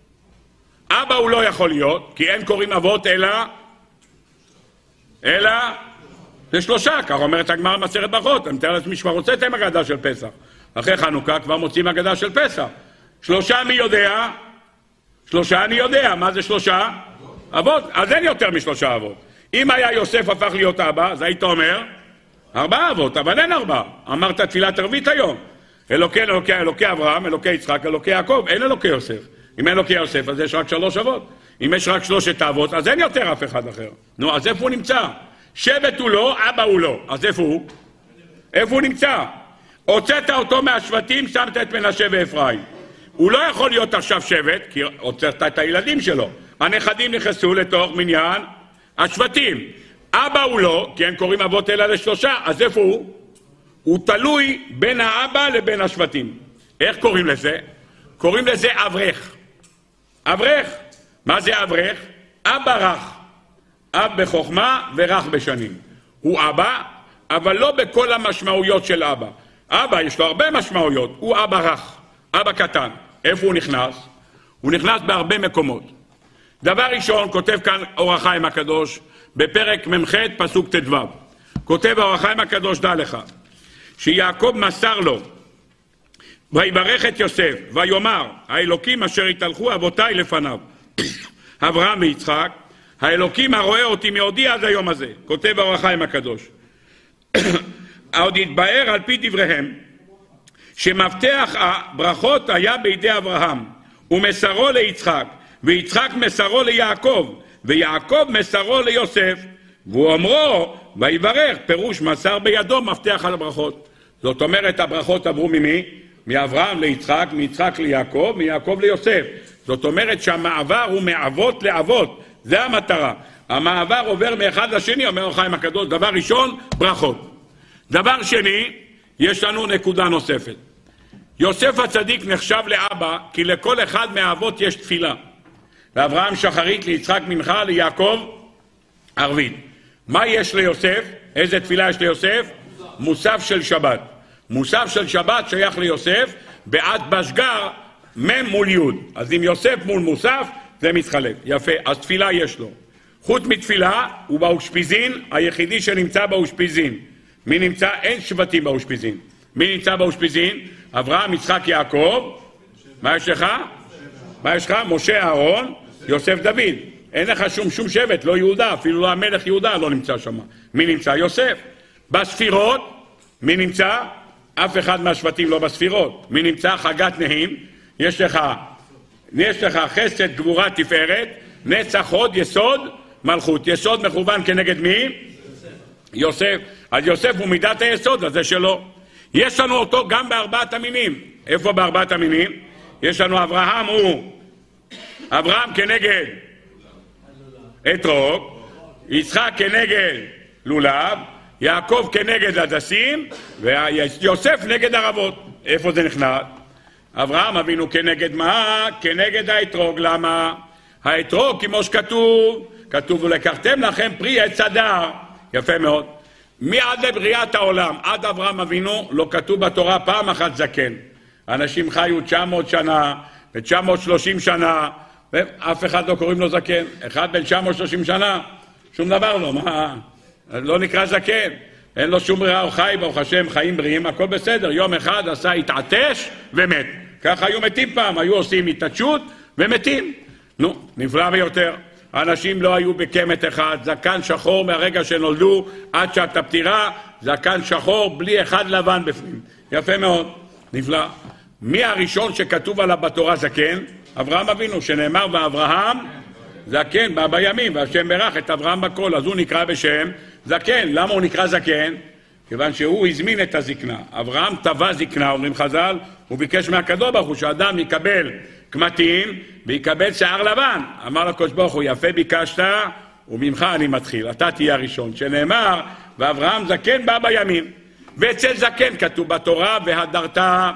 אבא הוא לא יכול להיות, כי אין קוראים אבות אלא אלא זה שלושה, כך אומרת הגמרא מסכת ברכות. אני מתאר לעצמי שכבר הוצאתם הגדה של פסח. אחרי חנוכה כבר מוצאים הגדה של פסח. שלושה מי יודע? שלושה אני יודע. מה זה שלושה? אבות. אז אין יותר משלושה אבות. אם היה יוסף הפך להיות אבא, אז היית אומר ארבעה אבות, אבל אין ארבעה. אמרת תפילת ערבית היום. אלוקי, אלוקי, אלוקי אברהם, אלוקי יצחק, אלוקי יעקב. אין אלוקי יוסף. אם אין אלוקי יוסף, אז יש רק שלוש אבות. אם יש רק שלושת האבות, אז אין יותר אף אחד אחר. נו, אז איפה הוא נמצא? שבט הוא לא, אבא הוא לא. אז איפה הוא? איפה הוא נמצא? הוצאת אותו מהשבטים, שמת את מנשה ואפרים. הוא לא יכול להיות עכשיו שבט, כי הוצאת את הילדים שלו. הנכדים נכנסו לתוך מניין השבטים. אבא הוא לא, כי הם קוראים אבות אלא לשלושה, אז איפה הוא? הוא תלוי בין האבא לבין השבטים. איך קוראים לזה? קוראים לזה אברך. אברך. מה זה אברך? אבא רך. אב בחוכמה ורך בשנים. הוא אבא, אבל לא בכל המשמעויות של אבא. אבא יש לו הרבה משמעויות, הוא אבא רך, אבא קטן. איפה הוא נכנס? הוא נכנס בהרבה מקומות. דבר ראשון, כותב כאן אור החיים הקדוש, בפרק ממ"ח פסוק ט"ו. כותב אור החיים הקדוש, דע לך, שיעקב מסר לו, ויברך את יוסף, ויאמר, האלוקים אשר התהלכו אבותיי לפניו, אברהם ויצחק, האלוקים הרואה אותי מעודי עד היום הזה. כותב אור החיים הקדוש. עוד התבאר על פי דבריהם, שמפתח הברכות היה בידי אברהם, ומסרו ליצחק, ויצחק מסרו ליעקב, ויעקב מסרו ליוסף, והוא אומרו, ויברך, פירוש מסר בידו מפתח על הברכות. זאת אומרת, הברכות עברו ממי? מאברהם ליצחק, מיצחק ליעקב, מיעקב ליוסף. זאת אומרת שהמעבר הוא מאבות לאבות, זה המטרה. המעבר עובר מאחד לשני, אומר החיים הקדוש, דבר ראשון, ברכות. דבר שני, יש לנו נקודה נוספת. יוסף הצדיק נחשב לאבא, כי לכל אחד מהאבות יש תפילה. לאברהם שחרית, ליצחק מנחה, ליעקב ערבית. מה יש ליוסף? איזה תפילה יש ליוסף? מוסף של שבת. מוסף של שבת שייך ליוסף, בעד בשגר מם מול יוד. אז אם יוסף מול מוסף, זה מתחלק. יפה, אז תפילה יש לו. חוץ מתפילה, הוא באושפיזין, היחידי שנמצא באושפיזין. מי נמצא? אין שבטים באושפיזין. מי נמצא באושפיזין? אברהם, יצחק, יעקב. מה יש לך? מה יש לך? משה, אהרון, יוסף, דוד. אין לך שום שום שבט, לא יהודה, אפילו לא המלך יהודה לא נמצא שם. מי נמצא? יוסף. בספירות, מי נמצא? אף אחד מהשבטים לא בספירות. מי נמצא? חגת נהים. יש לך, יש לך חסד, גבורה, תפארת, נצח, הוד, יסוד, מלכות. יסוד מכוון כנגד מי? יוסף. אז יוסף הוא מידת היסוד, אז זה שלו. יש לנו אותו גם בארבעת המינים. איפה בארבעת המינים? יש לנו אברהם הוא, אברהם כנגד אתרוג, יצחק כנגד לולב, יעקב כנגד הדסים, ויוסף נגד ערבות. איפה זה נכנס? אברהם אבינו כנגד מה? כנגד האתרוג. למה? האתרוג כמו שכתוב, כתוב ולקחתם לכם פרי עץ הדר. יפה מאוד. מעד לבריאת העולם, עד אברהם אבינו, לא כתוב בתורה פעם אחת זקן. אנשים חיו תשע מאות שנה, ו-תשע מאות ושלושים שנה, ואף אחד לא קוראים לו זקן. אחד בין תשע מאות ושלושים שנה, שום דבר לא, מה? לא נקרא זקן. אין לו שום בריאה, הוא חי, ברוך השם, חיים בריאים, הכל בסדר. יום אחד עשה התעטש ומת. ככה היו מתים פעם, היו עושים התעטשות ומתים. נו, נפלא ביותר. האנשים לא היו בקמת אחד, זקן שחור מהרגע שנולדו עד שאתה פטירה, זקן שחור בלי אחד לבן בפנים. יפה מאוד, נפלא. מי הראשון שכתוב עליו בתורה זקן? אברהם אבינו, שנאמר באברהם זקן, בא בימים, והשם ברך את אברהם בכל, אז הוא נקרא בשם זקן. למה הוא נקרא זקן? כיוון שהוא הזמין את הזקנה. אברהם טבע זקנה, אומרים חז"ל, הוא ביקש מהקדוש ברוך הוא שאדם יקבל קמטים ויקבל שיער לבן. אמר לקדוש ברוך הוא, יפה ביקשת וממך אני מתחיל, אתה תהיה הראשון. שנאמר, ואברהם זקן בא בימים. ואצל זקן כתוב בתורה, והדרת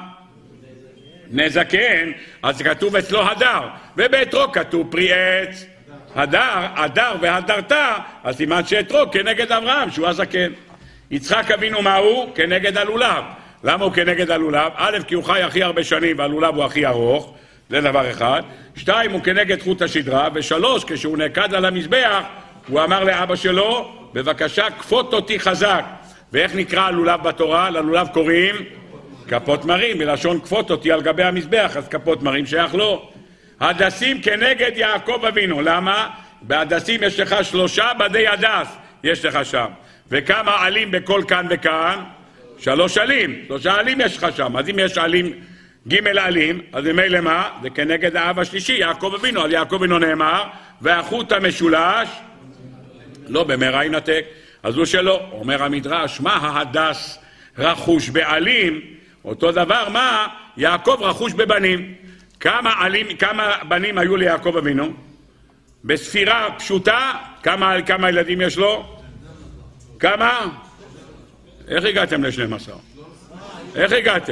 נזקן, אז כתוב אצלו הדר. ובאתרוג כתוב פרי עץ הדר, הדר והדרת, אז סימן שאתרוג כנגד אברהם שהוא הזקן. יצחק אבינו מה הוא? כנגד הלולב. למה הוא כנגד הלולב? א', כי הוא חי הכי הרבה שנים והלולב הוא הכי ארוך, זה דבר אחד. שתיים, הוא כנגד חוט השדרה. ושלוש, כשהוא נעקד על המזבח, הוא אמר לאבא שלו, בבקשה כפות אותי חזק. ואיך נקרא הלולב בתורה? ללולב קוראים כפות מרים, בלשון כפות אותי על גבי המזבח, אז כפות מרים שייך לו. הדסים כנגד יעקב אבינו. למה? בהדסים יש לך שלושה בדי הדס, יש לך שם. וכמה עלים בכל כאן וכאן? שלוש עלים. שלושה עלים יש לך שם. אז אם יש עלים, ג' עלים, אז ממילא מה? זה כנגד האב השלישי, יעקב אבינו. על יעקב אבינו נאמר, והחוט המשולש, לא במהרה ינתק. אז הוא שלא. אומר המדרש, מה ההדס רכוש בעלים? אותו דבר, מה? יעקב רכוש בבנים. כמה עלים, כמה בנים היו ליעקב אבינו? בספירה פשוטה, כמה, כמה ילדים יש לו? כמה? איך הגעתם ל-שנים עשר? איך הגעתם?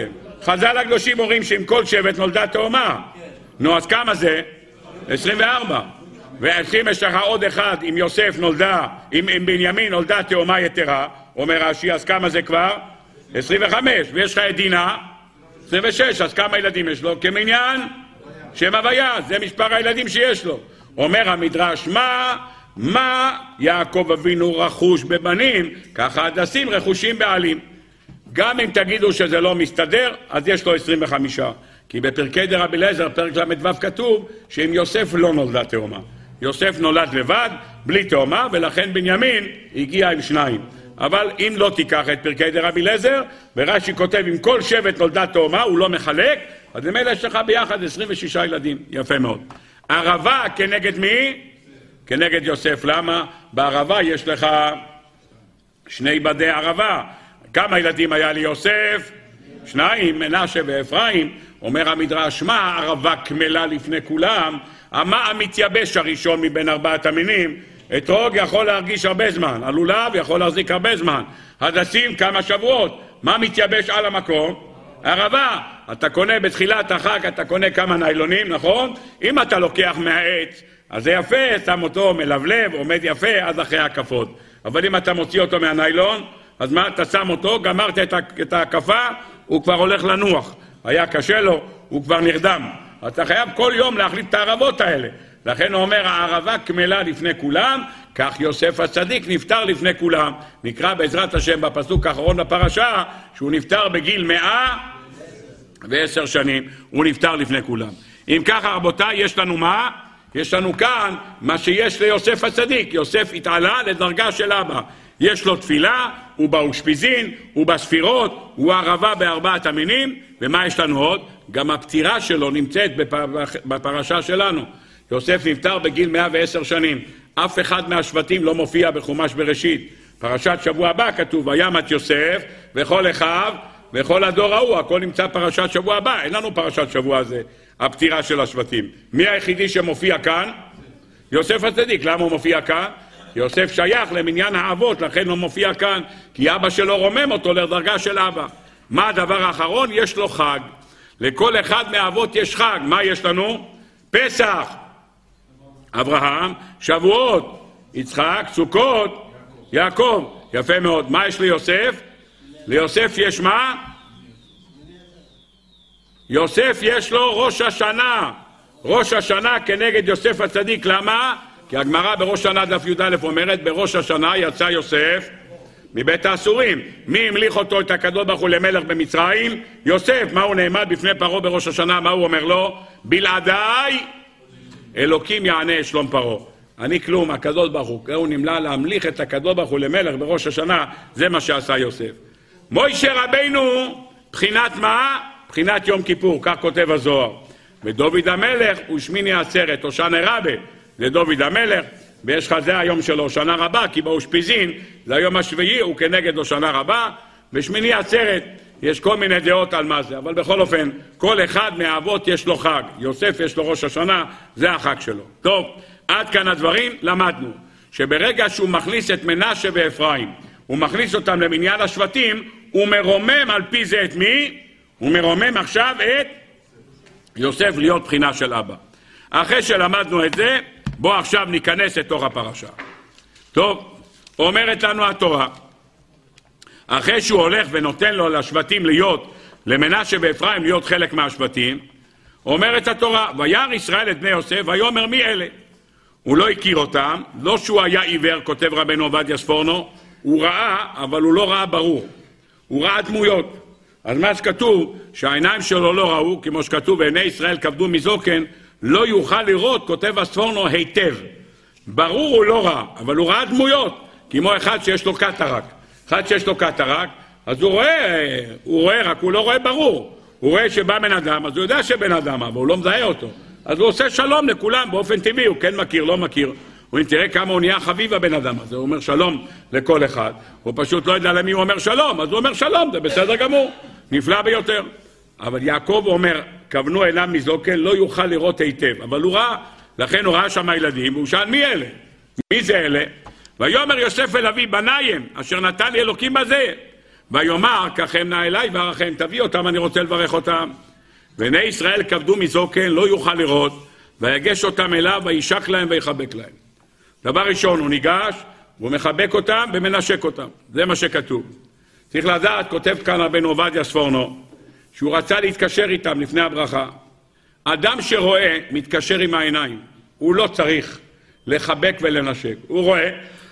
חז"ל הקדושים אומרים שעם כל שבט נולדה תאומה. נו, אז כמה זה? עשרים וארבע. ועשרים יש לך עוד אחד, עם יוסף נולדה, עם, עם בנימין נולדה תאומה יתרה, אומר רש"י, אז כמה זה כבר? עשרים וחמש. ויש לך את דינה, עשרים ושש, אז כמה ילדים יש לו? כמניין שם הוויה, זה מספר הילדים שיש לו. אומר המדרש, מה, מה יעקב אבינו רכוש בבנים, ככה הדסים רכושים בעלים. גם אם תגידו שזה לא מסתדר, אז יש לו עשרים וחמש. כי בפרקי דרבי אליעזר, פרק למדו כתוב, שעם יוסף לא נולדה תאומה. יוסף נולד לבד, בלי תאומה, ולכן בנימין הגיע עם שניים. אבל אם לא תיקח את פרקי דרבי אליעזר, ורש"י כותב, אם כל שבט נולדה תאומה, הוא לא מחלק, אז למילא יש לך ביחד עשרים ושישה ילדים. יפה מאוד. ערבה כנגד מי? כנגד יוסף. למה? בערבה יש לך שני בדי ערבה. כמה ילדים היה לי יוסף? שניים, מנשה ואפרים. אומר המדרש, מה הערבה כמלה לפני כולם? מה המתייבש הראשון מבין ארבעת המינים? אתרוג יכול להרגיש הרבה זמן, הלולב יכול להחזיק הרבה זמן, הדסים כמה שבועות. מה מתייבש על המקום? ערבה. אתה קונה בתחילת החג, אתה קונה כמה ניילונים, נכון? אם אתה לוקח מהעץ, אז זה יפה, שם אותו מלבלב, עומד יפה עד אחרי הקפות. אבל אם אתה מוציא אותו מהניילון, אז מה, אתה שם אותו, גמרת את ההקפה, הוא כבר הולך לנוח. היה קשה לו, הוא כבר נרדם. אתה חייב כל יום להחליט את הערבות האלה. לכן הוא אומר, הערבה כמלה לפני כולם, כך יוסף הצדיק נפטר לפני כולם. נקרא בעזרת השם בפסוק האחרון בפרשה, שהוא נפטר בגיל מאה ועשר שנים, הוא נפטר לפני כולם. אם ככה רבותיי, יש לנו מה? יש לנו כאן מה שיש ליוסף הצדיק. יוסף התעלה לדרגה של אבא. יש לו תפילה, הוא באושפיזין, הוא בספירות, הוא ערבה בארבעת המינים, ומה יש לנו עוד? גם הפטירה שלו נמצאת בפרשה שלנו. יוסף נפטר בגיל מאה ועשר שנים. אף אחד מהשבטים לא מופיע בחומש בראשית. פרשת שבוע הבא כתוב, וימת יוסף וכל אחיו וכל הדור ההוא, הכל נמצא פרשת שבוע הבא. אין לנו פרשת שבוע הזה, הפטירה של השבטים. מי היחידי שמופיע כאן? יוסף הצדיק. למה הוא מופיע כאן? יוסף שייך למניין האבות, לכן הוא מופיע כאן, כי אבא שלו רומם אותו לדרגה של אבא. מה הדבר האחרון? יש לו חג. לכל אחד מהאבות יש חג. מה יש לנו? פסח, אברהם, שבועות, יצחק, סוכות, יעקב. יפה מאוד. מה יש ליוסף? ליוסף יש מה? יוסף יש לו ראש השנה. ראש השנה כנגד יוסף הצדיק. למה? כי הגמרא בראש שנה דף י"א אומרת, בראש השנה יצא יוסף מבית האסורים. מי המליך אותו את הקדוש ברוך הוא למלך במצרים? יוסף. מה הוא נעמד בפני פרעה בראש השנה? מה הוא אומר לו? בלעדיי אלוקים יענה שלום פרעה. אני כלום, הקדוש ברוך הוא. הוא נמלא להמליך את הקדוש ברוך הוא למלך בראש השנה. זה מה שעשה יוסף. מוישה רבינו, בחינת מה? בחינת יום כיפור, כך כותב הזוהר. ודוד המלך הוא שמיני עצרת, הושענא רבה. זה דוד המלך, ויש לך זה היום של הושענא רבה, כי באושפיזין זה היום השביעי, הוא כנגד הושענא רבה, ושמיני עצרת, יש כל מיני דעות על מה זה, אבל בכל אופן, כל אחד מהאבות יש לו חג. יוסף יש לו ראש השנה, זה החג שלו. טוב, עד כאן הדברים, למדנו, שברגע שהוא מכניס את מנשה ואפרים, הוא מכניס אותם למניין השבטים, הוא מרומם על פי זה את מי? הוא מרומם עכשיו את יוסף להיות בחינה של אבא. אחרי שלמדנו את זה, בוא עכשיו ניכנס לתוך הפרשה. טוב, אומרת לנו התורה, אחרי שהוא הולך ונותן לו לשבטים להיות, למנשה ואפרים להיות חלק מהשבטים, אומרת התורה, וירא ישראל את בני יוסף, ויאמר מי אלה? הוא לא הכיר אותם, לא שהוא היה עיוור, כותב רבנו עובדיה ספורנו, הוא ראה, אבל הוא לא ראה ברור. הוא ראה דמויות. אז מה שכתוב, שהעיניים שלו לא ראו, כמו שכתוב, ועיני ישראל כבדו מזוקן, לא יוכל לראות, כותב הספורנו, היטב. ברור הוא לא ראה, אבל הוא ראה דמויות, כמו אחד שיש לו קטרק. אחד שיש לו קטרק, אז הוא רואה, הוא רואה, רק הוא לא רואה ברור. הוא רואה שבא בן אדם, אז הוא יודע שבן אדם, אבל הוא לא מזהה אותו. אז הוא עושה שלום לכולם באופן טבעי, הוא כן מכיר, לא מכיר. הוא תראה כמה הוא נהיה חביב הבן אדם הזה, הוא אומר שלום לכל אחד. הוא פשוט לא יודע למי הוא אומר שלום, אז הוא אומר שלום, זה בסדר גמור, נפלא ביותר. אבל יעקב אומר, כוונו אליו מזוקן, לא יוכל לראות היטב. אבל הוא ראה, לכן הוא ראה שם הילדים, והוא שאל מי אלה? מי זה אלה? ויאמר יוסף אל אבי בנייהם, אשר נתן לי אלוקים בזה. ויאמר, קחם נא אליי וערכם, תביא אותם, אני רוצה לברך אותם. ועיני ישראל כבדו מזוקן, לא יוכל לראות, ויגש אותם אליו, וישק להם ויחבק להם. דבר ראשון, הוא ניגש, והוא מחבק אותם ומנשק אותם. זה מה שכתוב. צריך לדעת, כותב כאן רבנו עובדיה ספורנו, שהוא רצה להתקשר איתם לפני הברכה. אדם שרואה, מתקשר עם העיניים. הוא לא צריך לחבק ולנשק. הוא רואה,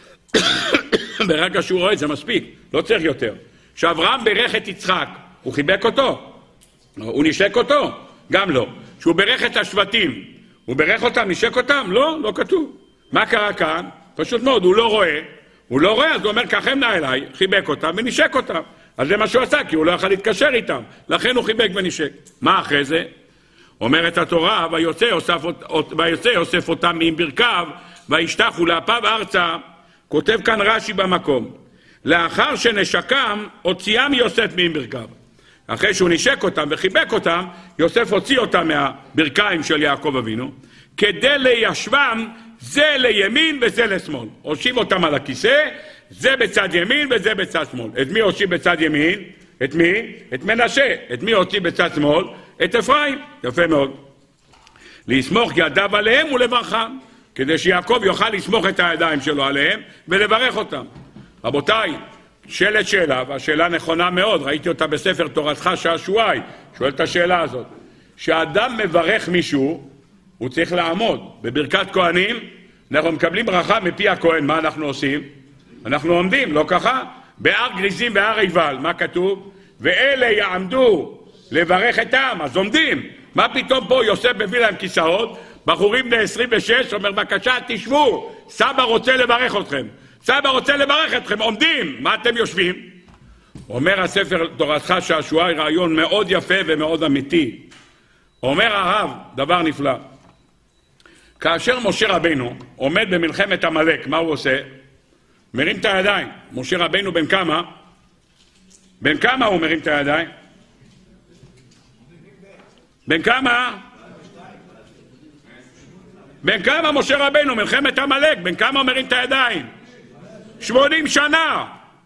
ברגע שהוא רואה, זה מספיק, לא צריך יותר. שאברהם ברך את יצחק, הוא חיבק אותו? הוא נשק אותו? גם לא. שהוא ברך את השבטים, הוא ברך אותם, נשק אותם? לא, לא כתוב. מה קרה כאן? פשוט מאוד, הוא לא רואה. הוא לא רואה, אז הוא אומר, קחם נא אליי, חיבק אותם ונשק אותם. אז זה מה שהוא עשה, כי הוא לא יכול להתקשר איתם. לכן הוא חיבק ונשק. מה אחרי זה? אומרת התורה, ויוצא יוסף, ויוצא יוסף אותם עם ברכיו, וישתחו לאפיו ארצה. כותב כאן רש"י במקום. לאחר שנשקם, הוציאם יוסף עם ברכיו. אחרי שהוא נשק אותם וחיבק אותם, יוסף הוציא אותם מהברכיים של יעקב אבינו, כדי ליישבם זה לימין וזה לשמאל. הושיב אותם על הכיסא, זה בצד ימין וזה בצד שמאל. את מי הושיב בצד ימין? את מי? את מנשה. את מי הושיב בצד שמאל? את אפרים. יפה מאוד. לסמוך ידיו עליהם ולברכם, כדי שיעקב יוכל לסמוך את הידיים שלו עליהם ולברך אותם. רבותיי, שאלת שאלה, והשאלה נכונה מאוד, ראיתי אותה בספר תורתך שעשועי, שואל את השאלה הזאת. כשאדם מברך מישהו, הוא צריך לעמוד. בברכת כהנים, אנחנו מקבלים ברכה מפי הכהן, מה אנחנו עושים? אנחנו עומדים, לא ככה? בהר גריזים והר עיבל, מה כתוב? ואלה יעמדו לברך את העם, אז עומדים. מה פתאום פה יוסף מביא להם כיסאות, בחורים בני עשרים ושש, אומר בבקשה תשבו, סבא רוצה לברך אתכם. סבא רוצה לברך אתכם, עומדים, מה אתם יושבים? אומר הספר תורתך שעשועי רעיון מאוד יפה ומאוד אמיתי. אומר הרב, דבר נפלא. כאשר משה רבנו עומד במלחמת עמלק, מה הוא עושה? מרים את הידיים. משה רבנו בן כמה? בן כמה הוא מרים את הידיים? בן כמה? בן כמה משה רבנו, מלחמת עמלק, בן כמה הוא מרים את הידיים? שמונים שנה.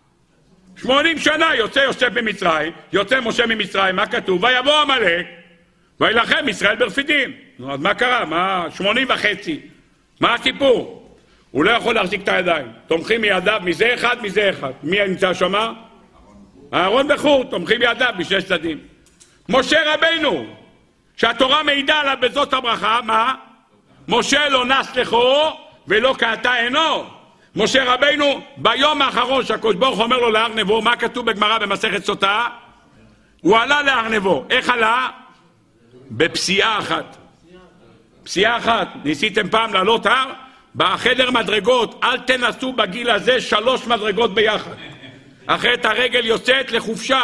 שמונים שנה יוצא יוסף ממצרים, יוצא משה ממצרים, מה כתוב? ויבוא עמלק, וילחם ישראל ברפידים. נו, אז מה קרה? מה? שמונים וחצי. מה הסיפור? הוא לא יכול להחזיק את הידיים. תומכים מידיו, מזה אחד, מזה אחד. מי נמצא שמה? אהרון וחור, תומכים מידיו בשני צדדים. משה רבנו, שהתורה מעידה עליו בזאת הברכה, מה? משה לא נס לכו ולא קעתה עינו. משה רבנו, ביום האחרון שהקדוש ברוך הוא אומר לו להר נבו, מה כתוב בגמרא במסכת סוטה? הוא עלה להר נבו. איך עלה? בפסיעה אחת. פסיעה אחת. ניסיתם פעם לעלות הר? בחדר מדרגות, אל תנסו בגיל הזה שלוש מדרגות ביחד. אחרת הרגל יוצאת לחופשה.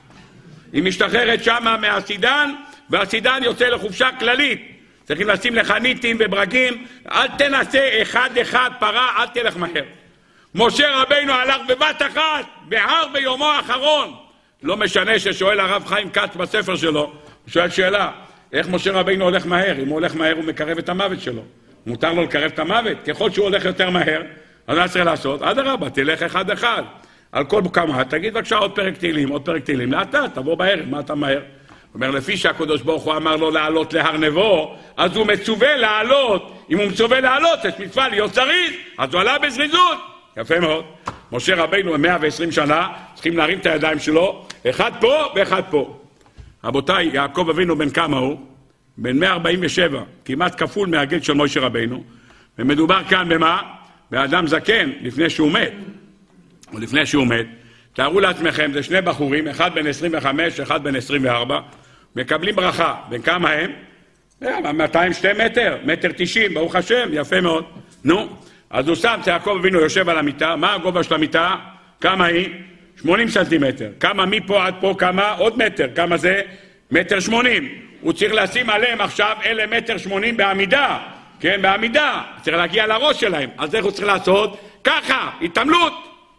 היא משתחררת שמה מהסידן, והסידן יוצא לחופשה כללית. צריכים לשים לחניתים וברגים, אל תנסה אחד אחד פרה, אל תלך מהר. משה רבינו הלך בבת אחת, בהר ביומו האחרון. לא משנה ששואל הרב חיים כץ בספר שלו, הוא שואל שאלה, איך משה רבינו הולך מהר? אם הוא הולך מהר הוא מקרב את המוות שלו. מותר לו לקרב את המוות, ככל שהוא הולך יותר מהר, אז מה צריך לעשות? עד הרבה, תלך אחד אחד. על כל כמה, תגיד בבקשה עוד פרק תהילים, עוד פרק תהילים, לאט, תבוא בערב, מה אתה מהר? אומר, לפי שהקדוש ברוך הוא אמר לו לעלות להר נבו, אז הוא מצווה לעלות. אם הוא מצווה לעלות, יש מצווה להיות זריז, אז הוא עלה בזריזות. יפה מאוד. משה רבינו מאה ועשרים שנה, צריכים להרים את הידיים שלו, אחד פה ואחד פה. רבותיי, יעקב אבינו בן כמה הוא? בן מאה ארבעים ושבע, כמעט כפול מהגיל של משה רבינו. ומדובר כאן במה? באדם זקן, לפני שהוא מת. או לפני שהוא מת. תארו לעצמכם, זה שני בחורים, אחד בן עשרים וחמש, אחד בן עשרים וארבע, מקבלים ברכה. בין כמה הם? מאתיים ושתיים מטר, מטר תשעים, ברוך השם, יפה מאוד. נו, אז הוא שם, יעקב אבינו יושב על המיטה, מה הגובה של המיטה? כמה היא? שמונים סנטימטר. כמה מפה עד פה, כמה? עוד מטר. כמה זה? מטר שמונים. הוא צריך לשים עליהם עכשיו, אלה מטר שמונים בעמידה. כן, בעמידה. צריך להגיע לראש שלהם. אז איך הוא צריך לעשות? ככה, התעמלות.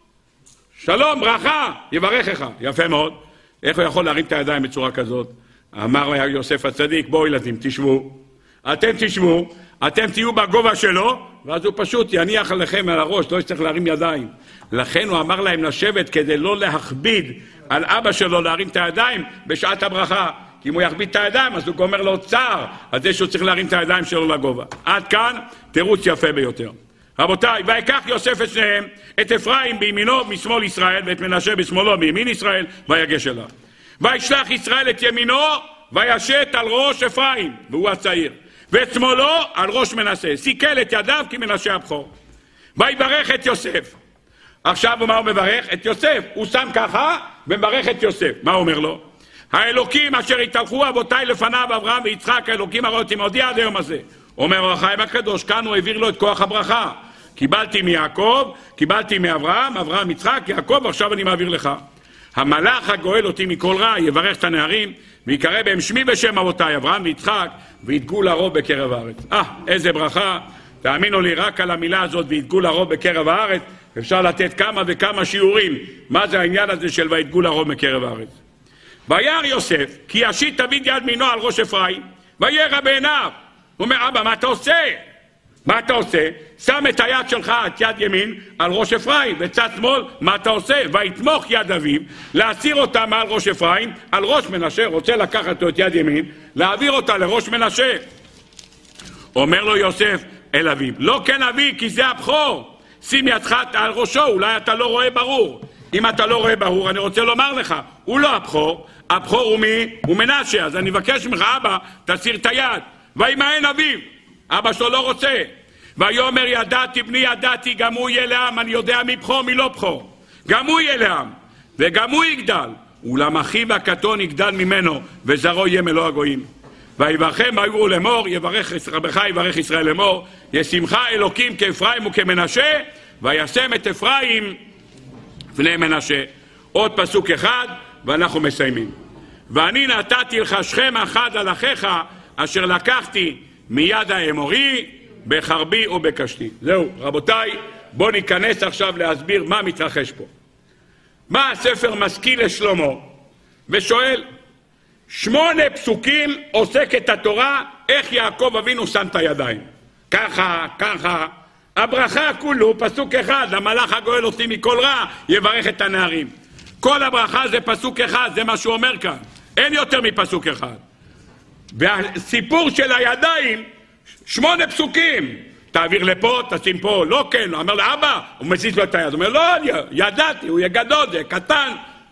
שלום, ברכה, יברכך. יפה מאוד. איך הוא יכול להרים את הידיים בצורה כזאת? אמר יוסף הצדיק, בואו ילדים, תשבו. אתם תשבו, אתם תהיו בגובה שלו, ואז הוא פשוט יניח עליכם על הראש, לא יצטרך להרים ידיים. לכן הוא אמר להם לשבת כדי לא להכביד על אבא שלו להרים את הידיים בשעת הברכה. כי אם הוא יכביד את הידיים, אז הוא גומר לו צער, אז זה שהוא צריך להרים את הידיים שלו לגובה. עד כאן תירוץ יפה ביותר. רבותיי, ויקח יוסף את שניהם, את אפרים בימינו משמאל ישראל, ואת מנשה בשמאלו בימין ישראל, ויגש אליו. וישלח ישראל את ימינו, וישת על ראש אפרים, והוא הצעיר. ואת שמאלו על ראש מנשה. סיכל את ידיו כי מנשה הבכור. ויברך את יוסף. עכשיו מה הוא מברך? את יוסף. הוא שם ככה ומברך את יוסף. מה הוא אומר לו? האלוקים אשר התהלכו אבותיי לפניו אברהם ויצחק, האלוקים הראו אותי מעודי עד היום הזה. אומר החיים הקדוש, כאן הוא העביר לו את כוח הברכה. קיבלתי מיעקב, קיבלתי מאברהם, אברהם יצחק, יעקב, עכשיו אני מעביר לך. המלאך הגואל אותי מכל רע, יברך את הנערים, ויקרא בהם שמי בשם אבותיי, אברהם ויצחק, ויתגו לרוב בקרב הארץ. אה, איזה ברכה. תאמינו לי, רק על המילה הזאת, ויתגו לרוב בקרב הארץ, אפשר לתת כמה וכמה שיעורים. מה זה העניין הזה של ויתגו לרוב בקרב הארץ? וירא יוסף, כי ישית תמיד יד מינו על ראש אפרים, וירא בעיניו. הוא אומר, אבא, מה אתה עושה? מה אתה עושה? שם את היד שלך, את יד ימין, על ראש אפרים, וצד שמאל, מה אתה עושה? ויתמוך יד אביו, להסיר אותה מעל ראש אפרים, על ראש מנשה, רוצה לקחת לו את יד ימין, להעביר אותה לראש מנשה. אומר לו יוסף אל אביו, לא כן אבי, כי זה הבכור, שים ידך על ראשו, אולי אתה לא רואה ברור. אם אתה לא רואה ברור, אני רוצה לומר לך, הוא לא הבכור, הבכור הוא מי? הוא מנשה, אז אני מבקש ממך, אבא, תסיר את היד. וימאן אביו, אבא שלו לא רוצה. ויאמר ידעתי בני ידעתי, גם הוא יהיה לעם, אני יודע מי בכור מי לא בכור. גם הוא יהיה לעם, וגם הוא יגדל, אולם אחיו הקטון יגדל ממנו, וזרעו יהיה מלוא הגויים. ויברכם היו לאמור, יברך רבך יברך ישראל לאמור, ישמך אלוקים כאפרים וכמנשה, וישם את אפרים בני מנשה. עוד פסוק אחד, ואנחנו מסיימים. ואני נתתי לך שכם אחד על אחיך, אשר לקחתי מיד האמורי, בחרבי ובקשתי. זהו, רבותיי, בואו ניכנס עכשיו להסביר מה מתרחש פה. מה הספר משכיל לשלמה, ושואל, שמונה פסוקים עוסקת התורה, איך יעקב אבינו שם את הידיים. ככה, ככה, הברכה כולו, פסוק אחד, המלאך הגואל אותי מכל רע, יברך את הנערים. כל הברכה זה פסוק אחד, זה מה שהוא אומר כאן. אין יותר מפסוק אחד. והסיפור של הידיים, שמונה פסוקים. תעביר לפה, תשים פה, לא כן. הוא אומר לו, אבא, הוא מזיז לו את היד. הוא אומר, לא, ידעתי, הוא יהיה גדול, זה קטן.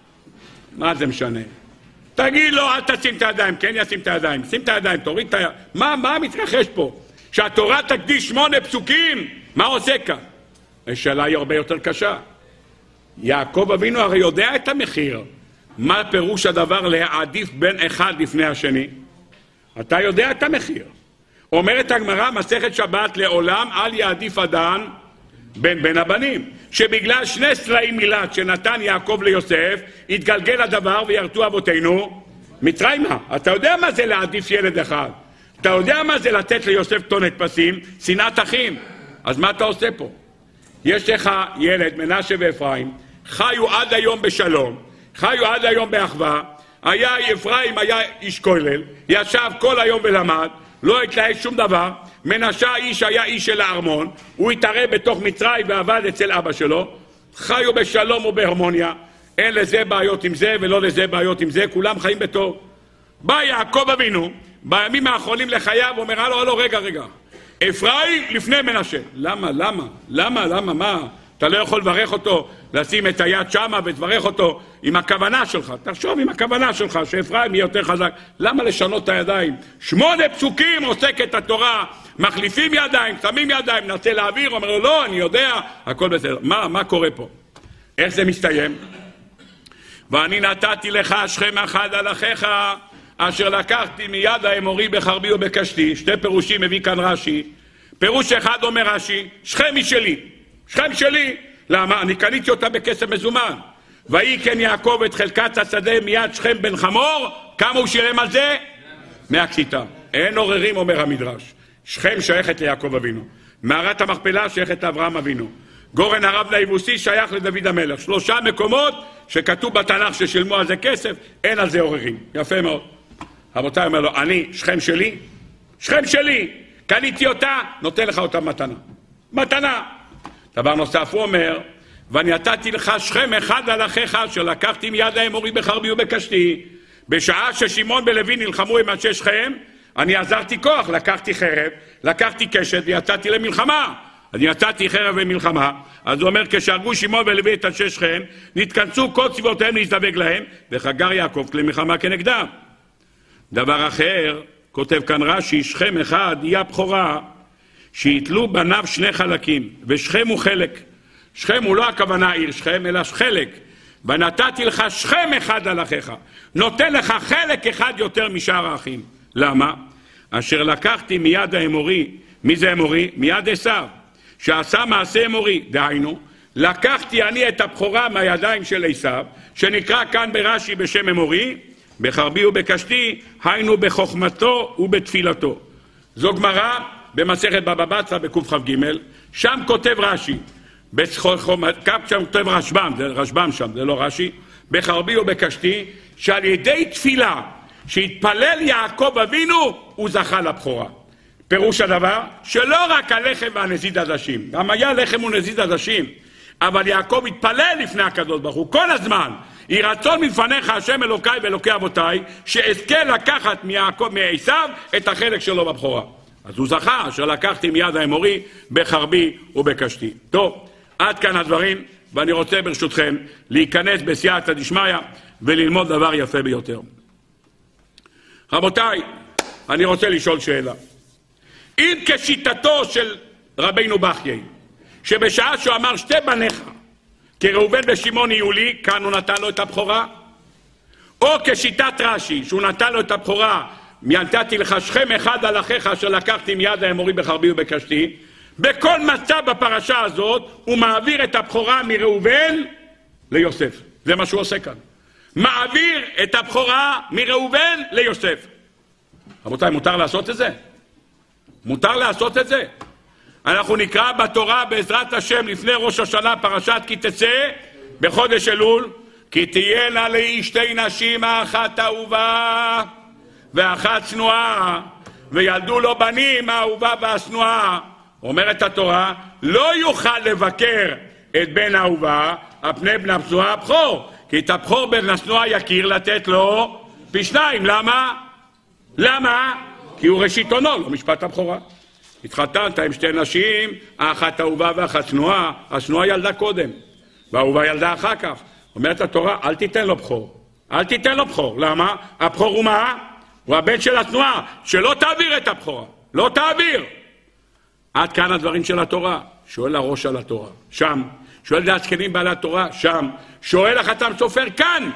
מה זה משנה? תגיד לו, אל תשים את הידיים. כן, ישים את הידיים. שים את הידיים, תוריד את היד. מה, מה מתרחש פה? שהתורה תקדיש שמונה פסוקים, מה עושה כאן? השאלה היא הרבה יותר קשה. יעקב אבינו הרי יודע את המחיר. מה פירוש הדבר להעדיף בין אחד לפני השני? אתה יודע את המחיר. אומרת הגמרא, מסכת שבת, לעולם אל יעדיף אדם בין בין הבנים. שבגלל שני סלעים מילת שנתן יעקב ליוסף, התגלגל הדבר וירתו אבותינו מצרימה. אתה יודע מה זה להעדיף ילד אחד? אתה יודע מה זה לתת ליוסף טון הדפסים? שנאת אחים. אז מה אתה עושה פה? יש לך ילד, מנשה ואפרים, חיו עד היום בשלום, חיו עד היום באחווה, היה אפרים, היה איש כולל, ישב כל היום ולמד, לא התלהג שום דבר. מנשה איש היה איש של הארמון, הוא התערב בתוך מצרים ועבד אצל אבא שלו, חיו בשלום ובהרמוניה, אין לזה בעיות עם זה ולא לזה בעיות עם זה, כולם חיים בטוב. בא יעקב אבינו, בימים האחרונים לחייו, אומר לו, הלו, רגע, רגע, אפרים לפני מנשה. למה, למה, למה, למה, מה? אתה לא יכול לברך אותו, לשים את היד שמה ותברך אותו עם הכוונה שלך. תחשוב עם הכוונה שלך, שאפרים יהיה יותר חזק. למה לשנות את הידיים? שמונה פסוקים עוסקת התורה, מחליפים ידיים, שמים ידיים, ננסה להעביר, אומר לו, לא, אני יודע, הכל בסדר. מה, מה קורה פה? איך זה מסתיים? ואני נתתי לך שכם אחד על אחיך, אשר לקחתי מיד האמורי בחרבי ובקשתי. שתי פירושים מביא כאן רש"י. פירוש אחד אומר רש"י, שכם היא שלי. שכם שלי. למה? אני קניתי אותה בכסף מזומן. ויהי כן יעקב את חלקת השדה מיד שכם בן חמור. כמה הוא שילם על זה? מהקשיטה. אין עוררים, אומר המדרש. שכם שייכת ליעקב אבינו. מערת המכפלה שייכת לאברהם אבינו. גורן הרב ליבוסי שייך לדוד המלך. שלושה מקומות שכתוב בתנ"ך ששילמו על זה כסף, אין על זה עוררים. יפה מאוד. רבותיי, אומר לו, אני, שכם שלי? שכם שלי. קניתי אותה, נותן לך אותה מתנה. מתנה. דבר נוסף הוא אומר, ואני נתתי לך שכם אחד על אחיך, שלקחתי מיד האמורי בחרבי ובקשתי. בשעה ששמעון ולוי נלחמו עם אנשי שכם, אני עזרתי כוח, לקחתי חרב, לקחתי קשת ויצאתי למלחמה. אני יצאתי חרב ומלחמה. אז הוא אומר, כשהרגו שמעון ולוי את אנשי שכם, נתכנסו כל צבאותיהם להזדווג להם, וחגר יעקב כלי מלחמה כנגדם. דבר אחר, כותב כאן רש"י, שכם אחד היא הבכורה, שיתלו בניו שני חלקים, ושכם הוא חלק. שכם הוא לא הכוונה עיר שכם, אלא חלק. ונתתי לך שכם אחד על אחיך. נותן לך חלק אחד יותר משאר האחים. למה? אשר לקחתי מיד האמורי. מי זה אמורי? מיד עשיו. שעשה מעשה אמורי. דהיינו, לקחתי אני את הבכורה מהידיים של עשיו, שנקרא כאן ברש"י בשם אמורי, בחרבי ובקשתי, היינו בחוכמתו ובתפילתו. זו גמרא במסכת בבא בתרא בקכ"ג, שם כותב רש"י, שם כותב רשב"ם, זה רשב"ם שם, זה לא רש"י, בחרבי ובקשתי, שעל ידי תפילה שהתפלל יעקב אבינו, הוא זכה לבכורה. פירוש הדבר, שלא רק הלחם והנזיד עדשים, גם היה לחם ונזיד עדשים, אבל יעקב התפלל לפני הקדוש ברוך הוא כל הזמן, יהי רצון מלפניך השם אלוקיי ואלוקי אבותיי, שאזכה לקחת מיעקב מעשיו את החלק שלו בבכורה. אז הוא זכה שלקחתי מיד האמורי בחרבי ובקשתי. טוב, עד כאן הדברים, ואני רוצה ברשותכם להיכנס בסייעתא דשמיא וללמוד דבר יפה ביותר. רבותיי, אני רוצה לשאול שאלה. אם כשיטתו של רבינו בחיי, שבשעה שהוא אמר שתי בניך, כראובן ושמעון יהיו לי, כאן הוא נתן לו את הבכורה, או כשיטת רש"י, שהוא נתן לו את הבכורה, נתתי לך שכם אחד על אחיך שלקחתי מיד האמורי בחרבי ובקשתי, בכל מצב בפרשה הזאת הוא מעביר את הבכורה מראובן ליוסף. זה מה שהוא עושה כאן. מעביר את הבכורה מראובן ליוסף. רבותיי, מותר לעשות את זה? מותר לעשות את זה? אנחנו נקרא בתורה בעזרת השם לפני ראש השנה פרשת כי תצא בחודש אלול, כי תהיינה לי שתי נשים, האחת אהובה ואחת שנואה, וילדו לו בנים האהובה והשנואה. אומרת התורה, לא יוכל לבקר את בן האהובה על פני בן השנואה הבכור, כי את הבכור בן השנואה יכיר לתת לו פי שניים. למה? למה? כי הוא ראשית עונו, לא משפט הבכורה. התחתנת עם שתי נשים, האחת אהובה ואחת שנואה, השנואה ילדה קודם, והאהובה ילדה אחר כך. אומרת התורה, אל תיתן לו בכור. אל תיתן לו בכור. למה? הבכור הוא מה? הוא הבן של התנועה, שלא תעביר את הבכורה. לא תעביר. עד כאן הדברים של התורה. שואל הראש על התורה. שם. שואל את הזקנים בעלי התורה. שם. שואל החתם סופר כאן.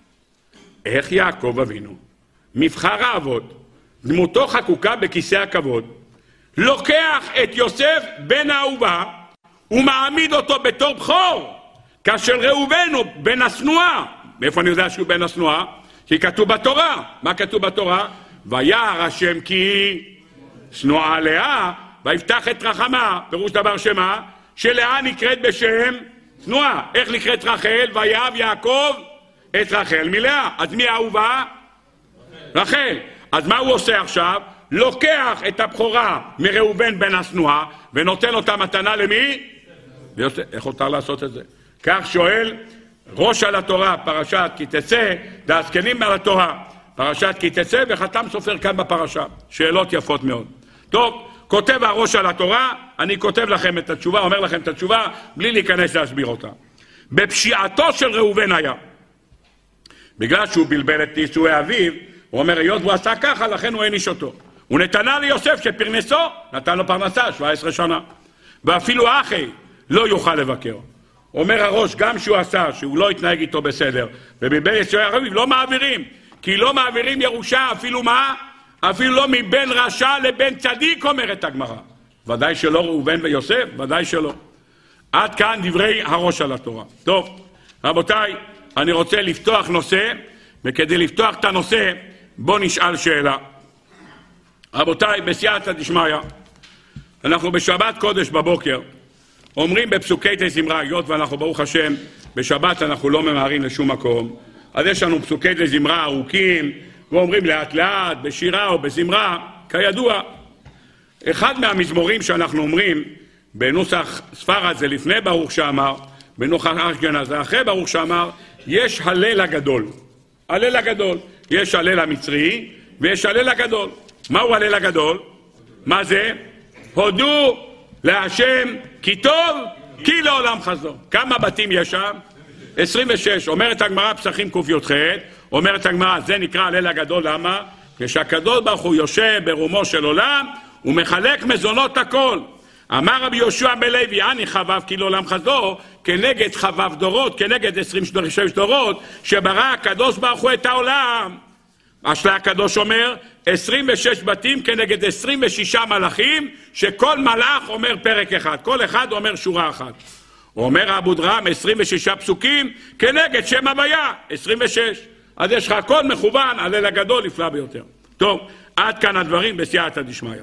איך יעקב אבינו, מבחר האבות, דמותו חקוקה בכיסא הכבוד, לוקח את יוסף בן האהובה ומעמיד אותו בתור בכור, כאשר ראובן הוא בן השנואה. מאיפה אני יודע שהוא בן השנואה? כי כתוב בתורה. מה כתוב בתורה? וירא השם כי שנואה לאה ויפתח את רחמה. פירוש דבר שמה? שלאה נקראת בשם שנואה. איך נקראת רחל? ויאהב יעקב את רחל מלאה. אז מי האהובה? רחל. רחל. אז מה הוא עושה עכשיו? לוקח את הבכורה מראובן בן השנואה ונותן אותה מתנה למי? איךותר לעשות את זה? כך שואל ראש על התורה, פרשת כי תצא, והזקנים על התורה, פרשת כי תצא, וחתם סופר כאן בפרשה. שאלות יפות מאוד. טוב, כותב הראש על התורה, אני כותב לכם את התשובה, אומר לכם את התשובה, בלי להיכנס להסביר אותה. בפשיעתו של ראובן היה, בגלל שהוא בלבל את נישואי אביו, הוא אומר, היות והוא עשה ככה, לכן הוא העניש אותו. הוא נתנה ליוסף שפרנסו, נתן לו פרנסה, שבע עשרה שנה. ואפילו אחי לא יוכל לבקר. אומר הראש, גם שהוא עשה, שהוא לא התנהג איתו בסדר, ובבין נישואי אביו לא מעבירים, כי לא מעבירים ירושה, אפילו מה? אפילו לא מבין רשע לבין צדיק, אומרת הגמרא. ודאי שלא ראובן ויוסף, ודאי שלא. עד כאן דברי הראש על התורה. טוב, רבותיי, אני רוצה לפתוח נושא, וכדי לפתוח את הנושא, בוא נשאל שאלה. רבותיי, בסייעתא דשמיא, אנחנו בשבת קודש בבוקר, אומרים בפסוקי תזמרה, היות ואנחנו ברוך השם, בשבת אנחנו לא ממהרים לשום מקום, אז יש לנו פסוקי תזמרה ארוכים, ואומרים לאט לאט, בשירה או בזמרה, כידוע. אחד מהמזמורים שאנחנו אומרים בנוסח ספרד זה לפני ברוך שאמר, בנוסח אשכנז זה אחרי ברוך שאמר, יש הלל הגדול. הלל הגדול. יש הלל המצרי ויש הלל הגדול. מהו הלל הגדול? מה זה? הודו להשם כי טוב כי לעולם חסדו. כמה בתים יש שם? עשרים ושש. אומרת הגמרא פסחים קי"ח, אומרת הגמרא זה נקרא הלל הגדול. למה? כשהקדוש ברוך הוא יושב ברומו של עולם ומחלק מזונות הכל. אמר רבי יהושע בן לוי אני חבב כי לעולם חסדו, כנגד חבב דורות, כנגד עשרים ושש דורות שברא הקדוש ברוך הוא את העולם. השלה הקדוש אומר עשרים ושש בתים כנגד עשרים ושישה מלאכים, שכל מלאך אומר פרק אחד, כל אחד אומר שורה אחת. אומר אבו דרם עשרים ושישה פסוקים כנגד שם הוויה, עשרים ושש. אז יש לך הכל מכוון, הלל הגדול נפלא ביותר. טוב, עד כאן הדברים בסייעתא דשמיא.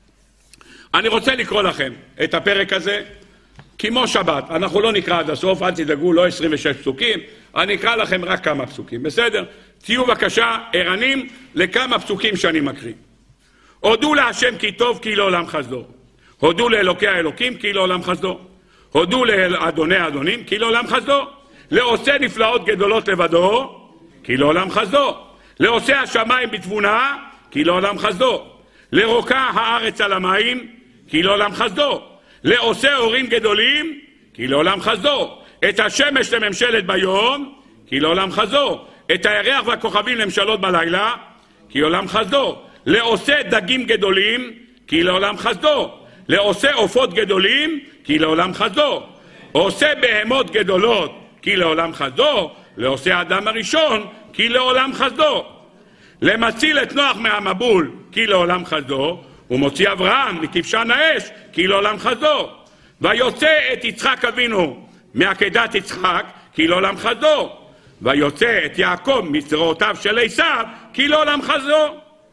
אני רוצה לקרוא לכם את הפרק הזה כמו שבת. אנחנו לא נקרא עד הסוף, אל תדאגו, לא עשרים ושש פסוקים, אני אקרא לכם רק כמה פסוקים, בסדר? תהיו בבקשה ערנים לכמה פסוקים שאני מקריא. הודו להשם כי טוב כי לעולם חסדו. הודו לאלוקי האלוקים כי לעולם חסדו. הודו לאדוני האדונים כי לעולם חסדו. לעושה נפלאות גדולות לבדו כי לעולם חסדו. לעושה השמיים בתבונה כי לעולם חסדו. לרוקה הארץ על המים כי לעולם חסדו. לעושה אורים גדולים כי לעולם חסדו. את השמש לממשלת ביום כי לעולם חסדו. את הירח והכוכבים למשלות בלילה כי לעולם חסדו. לעושה דגים גדולים כי לעולם חסדו. לעושה עופות גדולים כי לעולם חסדו. עושה בהמות גדולות כי לעולם חסדו. לעושה אדם הראשון כי לעולם חסדו. למציל את נוח מהמבול כי לעולם חסדו. ומוציא אברהם מכבשן האש כי לעולם חסדו. ויוצא את יצחק אבינו מעקדת יצחק כי לעולם חסדו. ויוצא את יעקב מזרועותיו של עשיו כי לעולם חסדו.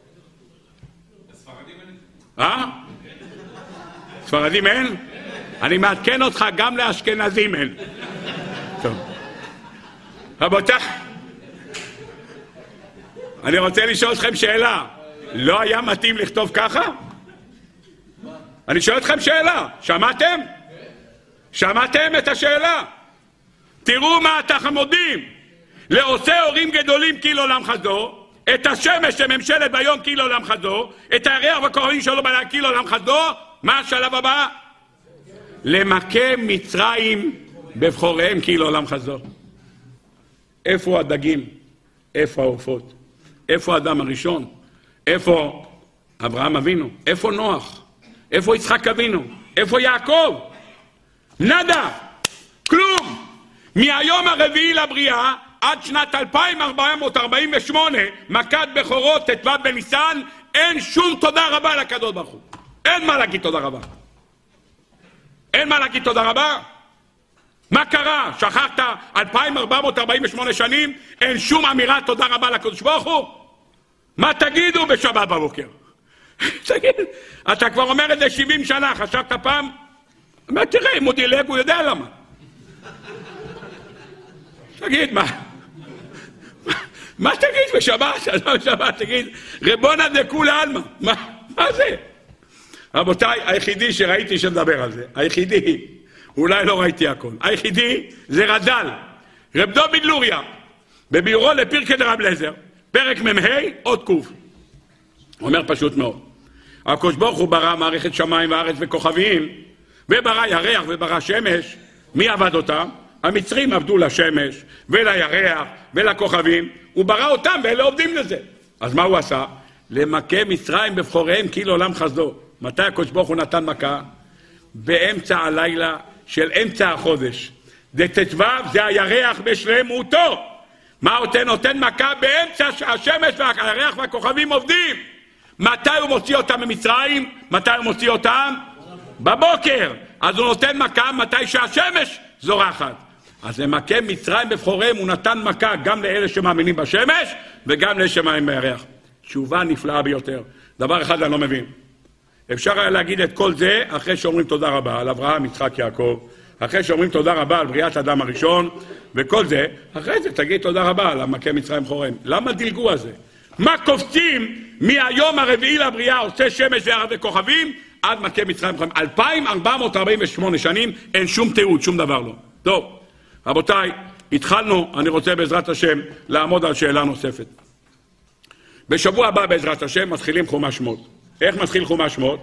ספרדים אין? אה? ספרדים אין? אני מעדכן אותך, גם לאשכנזים אין. טוב. רבותיי, אני רוצה לשאול אתכם שאלה. לא היה מתאים לכתוב ככה? אני שואל אתכם שאלה. שמעתם? שמעתם את השאלה? תראו מה אתם מודים. לעושה אורים גדולים כי לעולם חסדו. את השמש לממשלת ביום כי לעולם חסדו. את הירח והכוכבים שלו בלילה כי לעולם חסדו. מה השלב הבא? למכה מצרים בבחוריהם כי לעולם חסדו. איפה הדגים? איפה העופות? איפה האדם הראשון? איפה אברהם אבינו? איפה נוח? איפה יצחק אבינו? איפה יעקב? נדה, כלום. מהיום הרביעי לבריאה עד שנת אלפיים ארבע מאות ארבעים ושמונה, מכת בכורות ט"ו בניסן, אין שום תודה רבה לקדוש ברוך הוא. אין מה להגיד תודה רבה. אין מה להגיד תודה רבה. מה קרה? שכחת אלפיים ארבע מאות ארבעים ושמונה שנים, אין שום אמירה תודה רבה לקדוש ברוך הוא? מה תגידו בשבת בבוקר? תגיד, אתה כבר אומר את זה שבעים שנה, חשבת פעם? מה תראה, אם הוא דילג הוא יודע למה. תגיד, מה? מה תגיד בשבת? בשבת תגיד, רבונה דכולי עלמא. מה? מה זה? רבותיי, היחידי שראיתי שמדבר על זה, היחידי, אולי לא ראיתי הכל, היחידי זה רד"ל, רב דוד לוריה, בביאורו לפרקי דרב אליעזר, פרק מ"ה עוד קוף. אומר פשוט מאוד, הקדוש ברוך הוא ברא מערכת שמיים וארץ וכוכבים, וברא ירח וברא שמש. מי עבד אותם? המצרים עבדו לשמש ולירח ולכוכבים, הוא ברא אותם ואלה עובדים לזה. אז מה הוא עשה? למכה מצרים בבחוריהם כי לעולם חסדו. מתי הקדוש ברוך הוא נתן מכה? באמצע הלילה של אמצע החודש. דט"ו זה הירח בשלמותו. מה הוא נותן מכה? באמצע שהשמש והירח והכוכבים עובדים. מתי הוא מוציא אותם ממצרים? מתי הוא מוציא אותם? בבוקר. אז הוא נותן מכה מתי שהשמש זורחת. אז למכה מצרים בבחוריהם הוא נתן מכה גם לאלה שמאמינים בשמש וגם לאלה שמאמינים בירח. תשובה נפלאה ביותר. דבר אחד אני לא מבין. אפשר היה להגיד את כל זה אחרי שאומרים תודה רבה על אברהם, יצחק, יעקב, אחרי שאומרים תודה רבה על בריאת אדם הראשון וכל זה, אחרי זה תגיד תודה רבה על המכה מצרים בבחוריהם. למה דילגו על זה? מה קופצים מהיום הרביעי לבריאה עושה שמש וירח וכוכבים עד מכה מצרים, אלפיים ארבע מאות ארבעים ושמונה שנים, אין שום תיעוד, שום דבר לא. טוב, רבותיי, התחלנו, אני רוצה בעזרת השם לעמוד על שאלה נוספת. בשבוע הבא בעזרת השם מתחילים חומש שמות. איך מתחיל חומש שמות?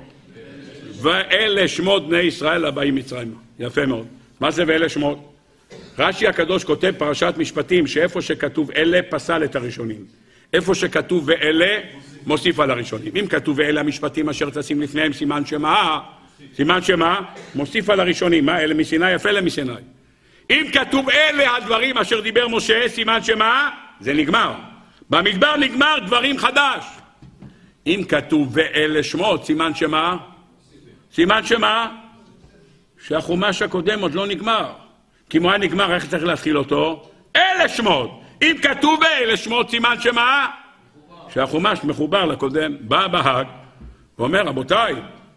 ואלה שמות בני ישראל הבאים מצרימה. יפה מאוד. מה זה ואלה שמות? רש"י הקדוש כותב פרשת משפטים שאיפה שכתוב אלה פסל את הראשונים. איפה שכתוב ואלה מוסיף על הראשונים. אם כתוב ואלה המשפטים אשר תשים לפניהם סימן שמה, סימן שמה, מוסיף על הראשונים. מה? אלה מסיני, יפה אלה מסיני. אם כתוב אלה הדברים אשר דיבר משה, סימן שמה, זה נגמר. במדבר נגמר דברים חדש. אם כתוב ואלה שמות, סימן שמה, סימן שמה, שהחומש הקודם עוד לא נגמר. כי אם הוא היה נגמר, איך צריך להתחיל אותו? אלה שמות. אם כתוב ואלה שמות, סימן שמה, שהחומש מחובר לקודם. בא בהג ואומר, רבותיי,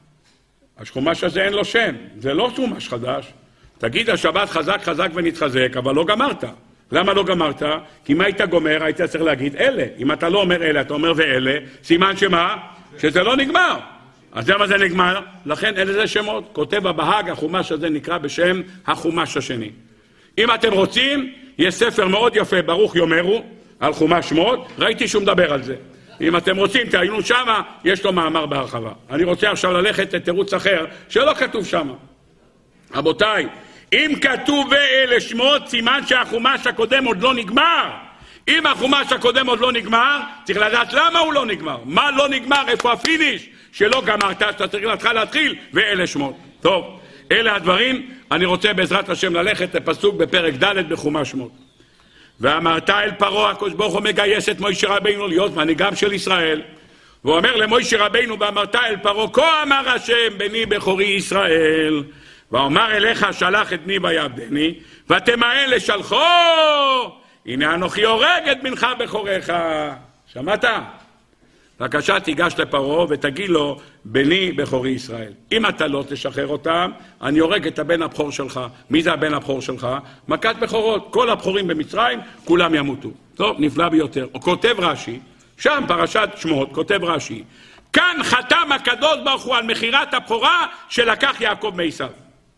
החומש הזה אין לו שם, זה לא חומש חדש. תגיד השבת חזק חזק ונתחזק, אבל לא גמרת. למה לא גמרת? כי אם היית גומר, היית צריך להגיד אלה. אם אתה לא אומר אלה, אתה אומר ואלה, סימן שמה? שזה לא נגמר. אז למה זה נגמר? לכן אלה זה שמות. כותב הבהג, החומש הזה נקרא בשם החומש השני. אם אתם רוצים, יש ספר מאוד יפה, ברוך יאמרו, על חומש שמות, ראיתי שהוא מדבר על זה. אם אתם רוצים, תעיינו שמה, יש לו מאמר בהרחבה. אני רוצה עכשיו ללכת לתירוץ אחר, שלא כתוב שמה. רבותיי, אם כתוב ואלה שמות, סימן שהחומש הקודם עוד לא נגמר. אם החומש הקודם עוד לא נגמר, צריך לדעת למה הוא לא נגמר. מה לא נגמר, איפה הפיניש שלא גמרת, שאתה צריך להתחיל להתחיל, ואלה שמות. טוב, אלה הדברים, אני רוצה בעזרת השם ללכת לפסוק בפרק ד' בחומש שמות. ואמרת אל פרעה, הקדוש ברוך הוא מגייס את מוישה רבינו להיות מנהיגם של ישראל. והוא אומר למוישה רבינו, ואמרת אל פרעה, כה אמר השם בני בכורי ישראל. ואומר אליך שלח את בני ויעבדני, ותמאן לשלחו, הנה אנוכי הורג את בנך בכורך. שמעת? בבקשה תיגש לפרעה ותגיד לו, בני בכורי ישראל. אם אתה לא תשחרר אותם, אני הורג את הבן הבכור שלך. מי זה הבן הבכור שלך? מכת בכורות. כל הבכורים במצרים, כולם ימותו. טוב, נפלא ביותר. הוא כותב רש"י, שם פרשת שמות, כותב רש"י, כאן חתם הקדוש ברוך הוא על מחירת הבכורה שלקח יעקב מעשיו.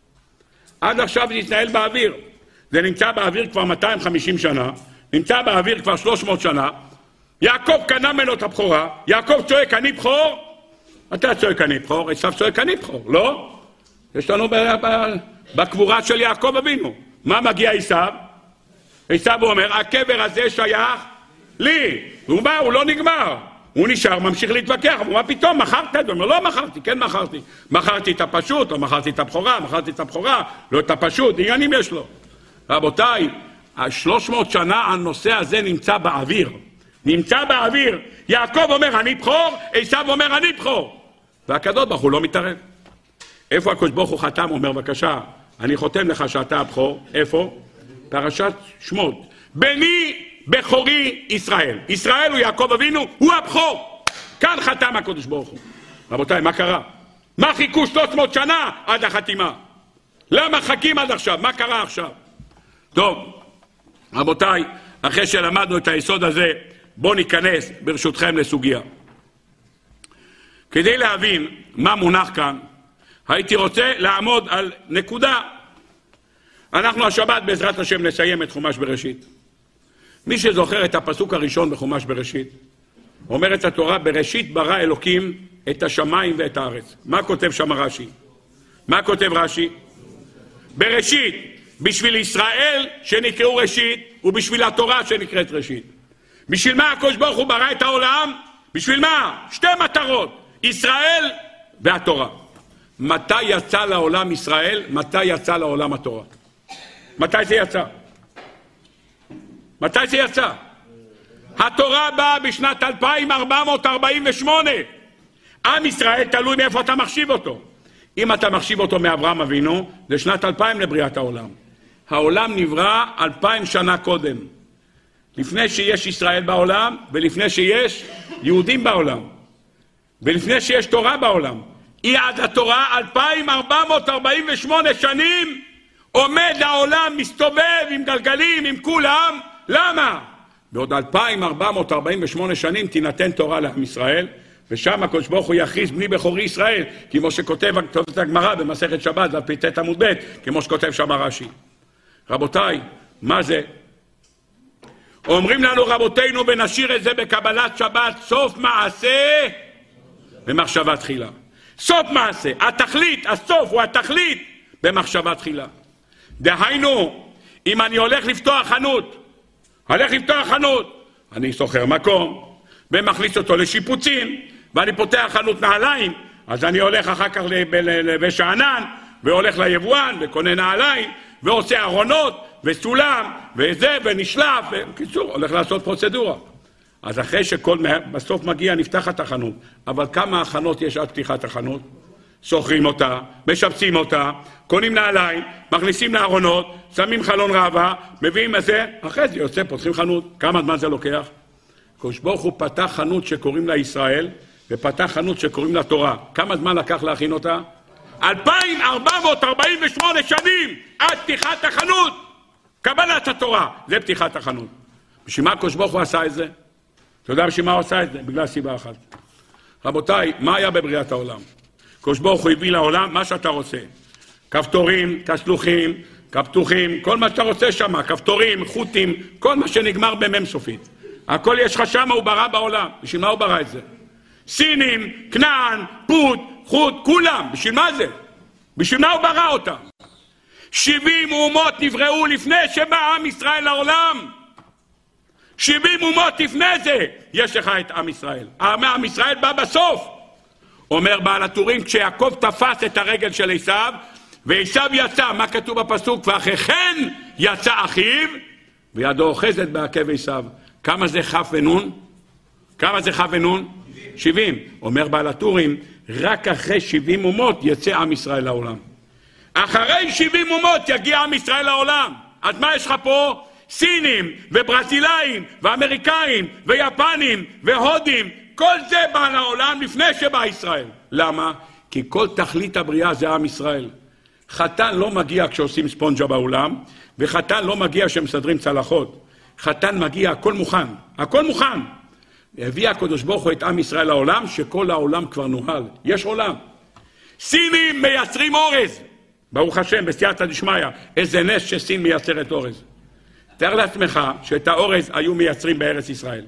עד עכשיו זה התנהל באוויר. זה נמצא באוויר כבר מאתיים וחמישים שנה, נמצא באוויר כבר שלוש מאות שנה. יעקב קנה ממנו את הבכורה, יעקב צועק אני בכור, אתה צועק אני בכור, עשיו צועק אני בכור, לא? יש לנו בקבורה של יעקב אבינו. מה מגיע עשיו? עשיו הוא אומר, הקבר הזה שייך לי. הוא בא, הוא לא נגמר. הוא נשאר, ממשיך להתווכח, הוא אומר, פתאום מכרת? הוא אומר, לא מכרתי, כן מכרתי. מכרתי את הפשוט, לא מכרתי את הבכורה, מכרתי את הבכורה, לא את הפשוט, עניינים יש לו. רבותיי, שלוש מאות שנה הנושא הזה נמצא באוויר. נמצא באוויר. יעקב אומר, אני בכור, עשיו אומר, אני בכור. והקדוש ברוך הוא לא מתערב. איפה הקדוש ברוך הוא חתם? אומר, בבקשה, אני חותם לך שאתה הבכור. איפה? פרשת שמות. בני בכורי ישראל. ישראל הוא יעקב אבינו, הוא הבכור. כאן חתם הקדוש ברוך הוא. רבותיי, מה קרה? מה חיכו שלוש מאות שנה עד החתימה? למה חכים עד עכשיו? מה קרה עכשיו? טוב, רבותיי, אחרי שלמדנו את היסוד הזה, בואו ניכנס ברשותכם לסוגיה. כדי להבין מה מונח כאן, הייתי רוצה לעמוד על נקודה. אנחנו השבת בעזרת השם נסיים את חומש בראשית. מי שזוכר את הפסוק הראשון בחומש בראשית, אומרת התורה, בראשית ברא אלוקים את השמיים ואת הארץ. מה כותב שם רש"י? מה כותב רש"י? בראשית, בשביל ישראל שנקראו ראשית, ובשביל התורה שנקראת ראשית. בשביל מה הקדוש ברוך הוא ברא את העולם? בשביל מה? שתי מטרות, ישראל והתורה. מתי יצא לעולם ישראל? מתי יצא לעולם התורה? מתי זה יצא? מתי זה יצא? התורה באה בשנת אלפיים ארבע מאות ארבעים ושמונה. עם ישראל תלוי מאיפה אתה מחשיב אותו. אם אתה מחשיב אותו מאברהם אבינו, זה שנת אלפיים לבריאת העולם. העולם נברא אלפיים שנה קודם. לפני שיש ישראל בעולם, ולפני שיש יהודים בעולם. ולפני שיש תורה בעולם. היא עד התורה אלפיים ארבע מאות ארבעים ושמונה שנים עומד העולם, מסתובב עם גלגלים, עם כולם. למה? בעוד אלפיים ארבע מאות ארבעים ושמונה שנים תינתן תורה לעם ישראל, ושם הקדוש ברוך הוא יכריז בני בכורי ישראל, כמו שכותב את הגמרא במסכת שבת, על פ"ט עמוד ב', כמו שכותב שם רש"י. רבותיי, מה זה? אומרים לנו רבותינו, ונשאיר את זה בקבלת שבת, סוף מעשה במחשבה תחילה. סוף מעשה, התכלית, הסוף הוא התכלית במחשבה תחילה. דהיינו, אם אני הולך לפתוח חנות, הולך לפתוח חנות, אני סוחר מקום, ומכניס אותו לשיפוצים, ואני פותח חנות נעליים, אז אני הולך אחר כך לבש הענן, והולך ליבואן, וקונה נעליים, ועושה ארונות, וסולם, וזה, ונשלף, בקיצור, הולך לעשות פרוצדורה. אז אחרי שכל, בסוף מגיע, נפתחת החנות. אבל כמה הכנות יש עד פתיחת החנות? סוחרים אותה, משפצים אותה, קונים נעליים, מכניסים לארונות, שמים חלון ראווה, מביאים את זה, אחרי זה יוצא, פותחים חנות. כמה זמן זה לוקח? הקדוש ברוך הוא פתח חנות שקוראים לה ישראל, ופתח חנות שקוראים לה תורה. כמה זמן לקח להכין אותה? אלפיים ארבע מאות ארבעים ושמונה שנים עד פתיחת החנות. קבלת התורה, זה פתיחת החנות. בשביל מה הקדוש ברוך הוא עשה את זה? אתה יודע בשביל מה הוא עשה את זה? בגלל סיבה אחת. רבותיי, מה היה בבריאת העולם? הקדוש ברוך הוא הביא לעולם מה שאתה רוצה. כפתורים, כשלוחים, כפתוחים, כל מה שאתה רוצה שם, כפתורים, חוטים, כל מה שנגמר במם סופית. הכל יש לך שם, הוא ברא בעולם. בשביל מה הוא ברא את זה? סינים, כנען, פוט, חוט, כולם. בשביל מה זה? בשביל מה הוא ברא אותם? שבעים אומות נבראו לפני שבא עם ישראל לעולם. שבעים אומות לפני זה יש לך את עם ישראל. עם ישראל בא בסוף. אומר בעל הטורים, כשיעקב תפס את הרגל של עשיו, ועשיו יצא, מה כתוב בפסוק? ואחרי כן יצא אחיו, וידו אוחזת בעקב עשיו. כמה זה כף ונון? כמה זה כף ונון? שבעים. אומר בעל הטורים, רק אחרי שבעים אומות יצא עם ישראל לעולם. אחרי שבעים אומות יגיע עם ישראל לעולם. אז מה יש לך פה? סינים וברזילאים ואמריקאים ויפנים והודים, כל זה בא לעולם לפני שבא ישראל. למה? כי כל תכלית הבריאה זה עם ישראל. חתן לא מגיע כשעושים ספונג'ה בעולם, וחתן לא מגיע כשמסדרים צלחות. חתן מגיע, הכל מוכן, הכל מוכן. הביא הקדוש ברוך הוא את עם ישראל לעולם, שכל העולם כבר נוהל. יש עולם. סינים מייצרים אורז. ברוך השם, בסייעתא דשמיא, איזה נס שסין מייצרת אורז. תאר לעצמך שאת האורז היו מייצרים בארץ ישראל.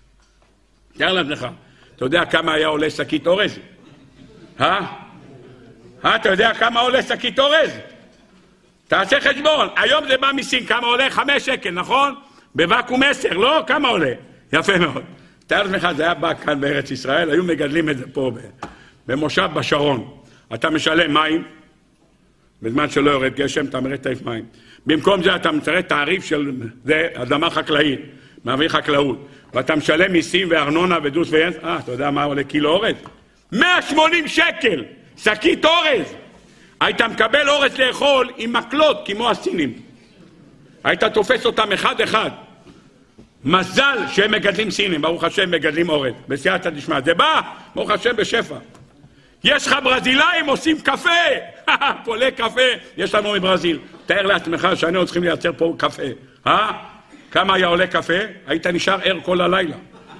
תאר לעצמך. אתה יודע כמה היה עולה שקית אורז? אה? אה, אתה יודע כמה עולה שקית אורז? תעשה חשבון. היום זה בא מסין, כמה עולה? חמש שקל, נכון? בוואקום עשר, לא? כמה עולה? יפה מאוד. תאר לעצמך, זה היה בא כאן בארץ ישראל, היו מגדלים את זה פה במושב בשרון. אתה משלם מים, בזמן שלא יורד גשם, אתה מראה תעיף מים. במקום זה אתה מצרה תעריף של זה, אדמה חקלאית, מעביר חקלאות. ואתה משלם מיסים וארנונה ודוס ויינס, אה, אתה יודע מה עולה קילו אורז? מאה ושמונים שקל, שקית אורז. היית מקבל אורז לאכול עם מקלות, כמו הסינים. היית תופס אותם אחד אחד. מזל שהם מגדלים סינים, ברוך השם מגדלים אורז. בסייעתא דשמיא, זה בא, ברוך השם בשפע. יש לך ברזילאים עושים קפה, פולה קפה, יש לנו מברזיל. תאר לעצמך שאני צריכים לייצר פה קפה. אה? כמה היה עולה קפה? היית נשאר ער כל הלילה.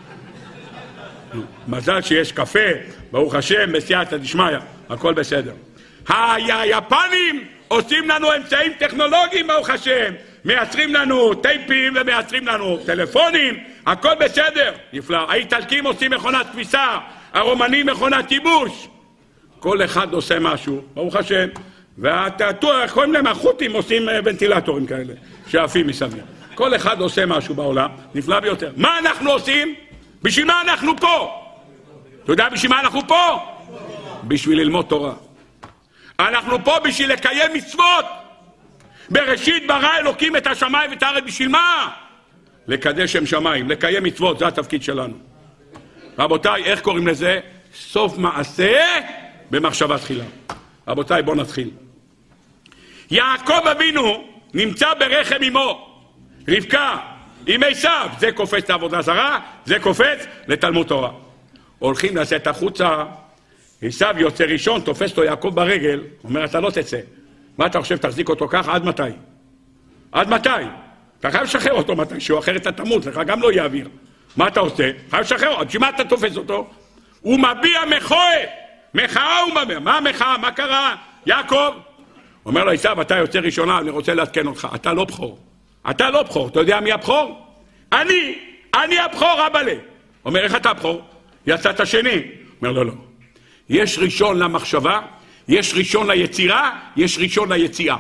מזל שיש קפה, ברוך השם, בסייעתא דשמיא, הכל בסדר. היפנים עושים לנו אמצעים טכנולוגיים, ברוך השם. מייצרים לנו טייפים ומייצרים לנו טלפונים, הכל בסדר. נפלא. האיטלקים עושים מכונת כביסה, הרומנים מכונת ייבוש. כל אחד עושה משהו, ברוך השם, והתעתוע, קוראים להם החות'ים עושים ונטילטורים כאלה, שעפים מסביב. כל אחד עושה משהו בעולם, נפלא ביותר. מה אנחנו עושים? בשביל מה אנחנו פה? אתה יודע בשביל מה אנחנו פה? בשביל ללמוד תורה. אנחנו פה בשביל לקיים מצוות. בראשית ברא אלוקים את השמיים ואת הארץ, בשביל מה? לקדש שם שמיים, לקיים מצוות, זה התפקיד שלנו. רבותיי, איך קוראים לזה? סוף מעשה במחשבה תחילה. רבותיי, בואו נתחיל. יעקב אבינו נמצא ברחם אמו, רבקה, עם עשיו, זה קופץ לעבודה זרה, זה קופץ לתלמוד תורה. הולכים לצאת החוצה, עשיו יוצא ראשון, תופס אותו יעקב ברגל, אומר, אתה לא תצא. מה אתה חושב, תחזיק אותו ככה? עד מתי? עד מתי? אתה חייב לשחרר אותו מתישהו, אחרת אתה תמות, לך גם לא יעביר. מה אתה עושה? חייב לשחרר, עד שמה אתה תופס אותו? הוא מביע מחאה, מחאה הוא מביע. מה המחאה? מה קרה? יעקב אומר לו, עשיו, אתה יוצא ראשונה, אני רוצה להתקן אותך, אתה לא בכור. אתה לא בכור, אתה יודע מי הבכור? אני, אני הבכור, אבאלה. אומר, איך אתה הבכור? יצאת שני. אומר לו, לא. יש ראשון למחשבה, יש ראשון ליצירה, יש ראשון ליציאה.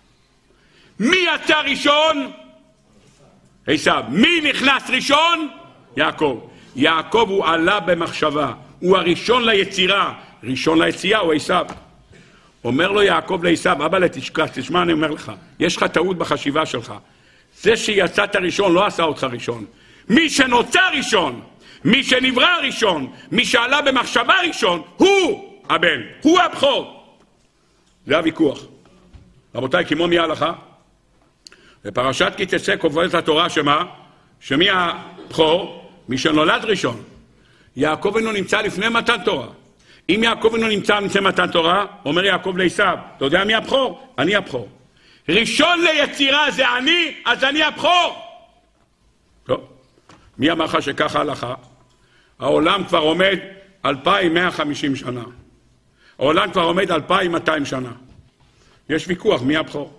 מי יצא ראשון? עשיו. מי נכנס ראשון? יעקב. יעקב הוא עלה במחשבה, הוא הראשון ליצירה, ראשון ליציאה הוא עשיו. אומר לו יעקב לעשיו, אבא לתשכח, תשמע אני אומר לך, יש לך טעות בחשיבה שלך. זה שיצאת ראשון לא עשה אותך ראשון. מי שנוצר ראשון, מי שנברא ראשון, מי שעלה במחשבה ראשון, הוא הבן, הוא הבכור. זה הוויכוח. רבותיי, כמו מי ההלכה? בפרשת כי תצא קובעת התורה שמה? שמי הבכור? מי שנולד ראשון. יעקב אינו נמצא לפני מתן תורה. אם יעקב אינו נמצא לפני מתן תורה, אומר יעקב לעשיו, אתה יודע מי הבכור? אני הבכור. ראשון ליצירה זה אני, אז אני הבכור. לא. מי אמר לך שככה הלכה? העולם כבר עומד אלפיים מאה וחמישים שנה. העולם כבר עומד אלפיים מאתיים שנה. יש ויכוח מי הבכור.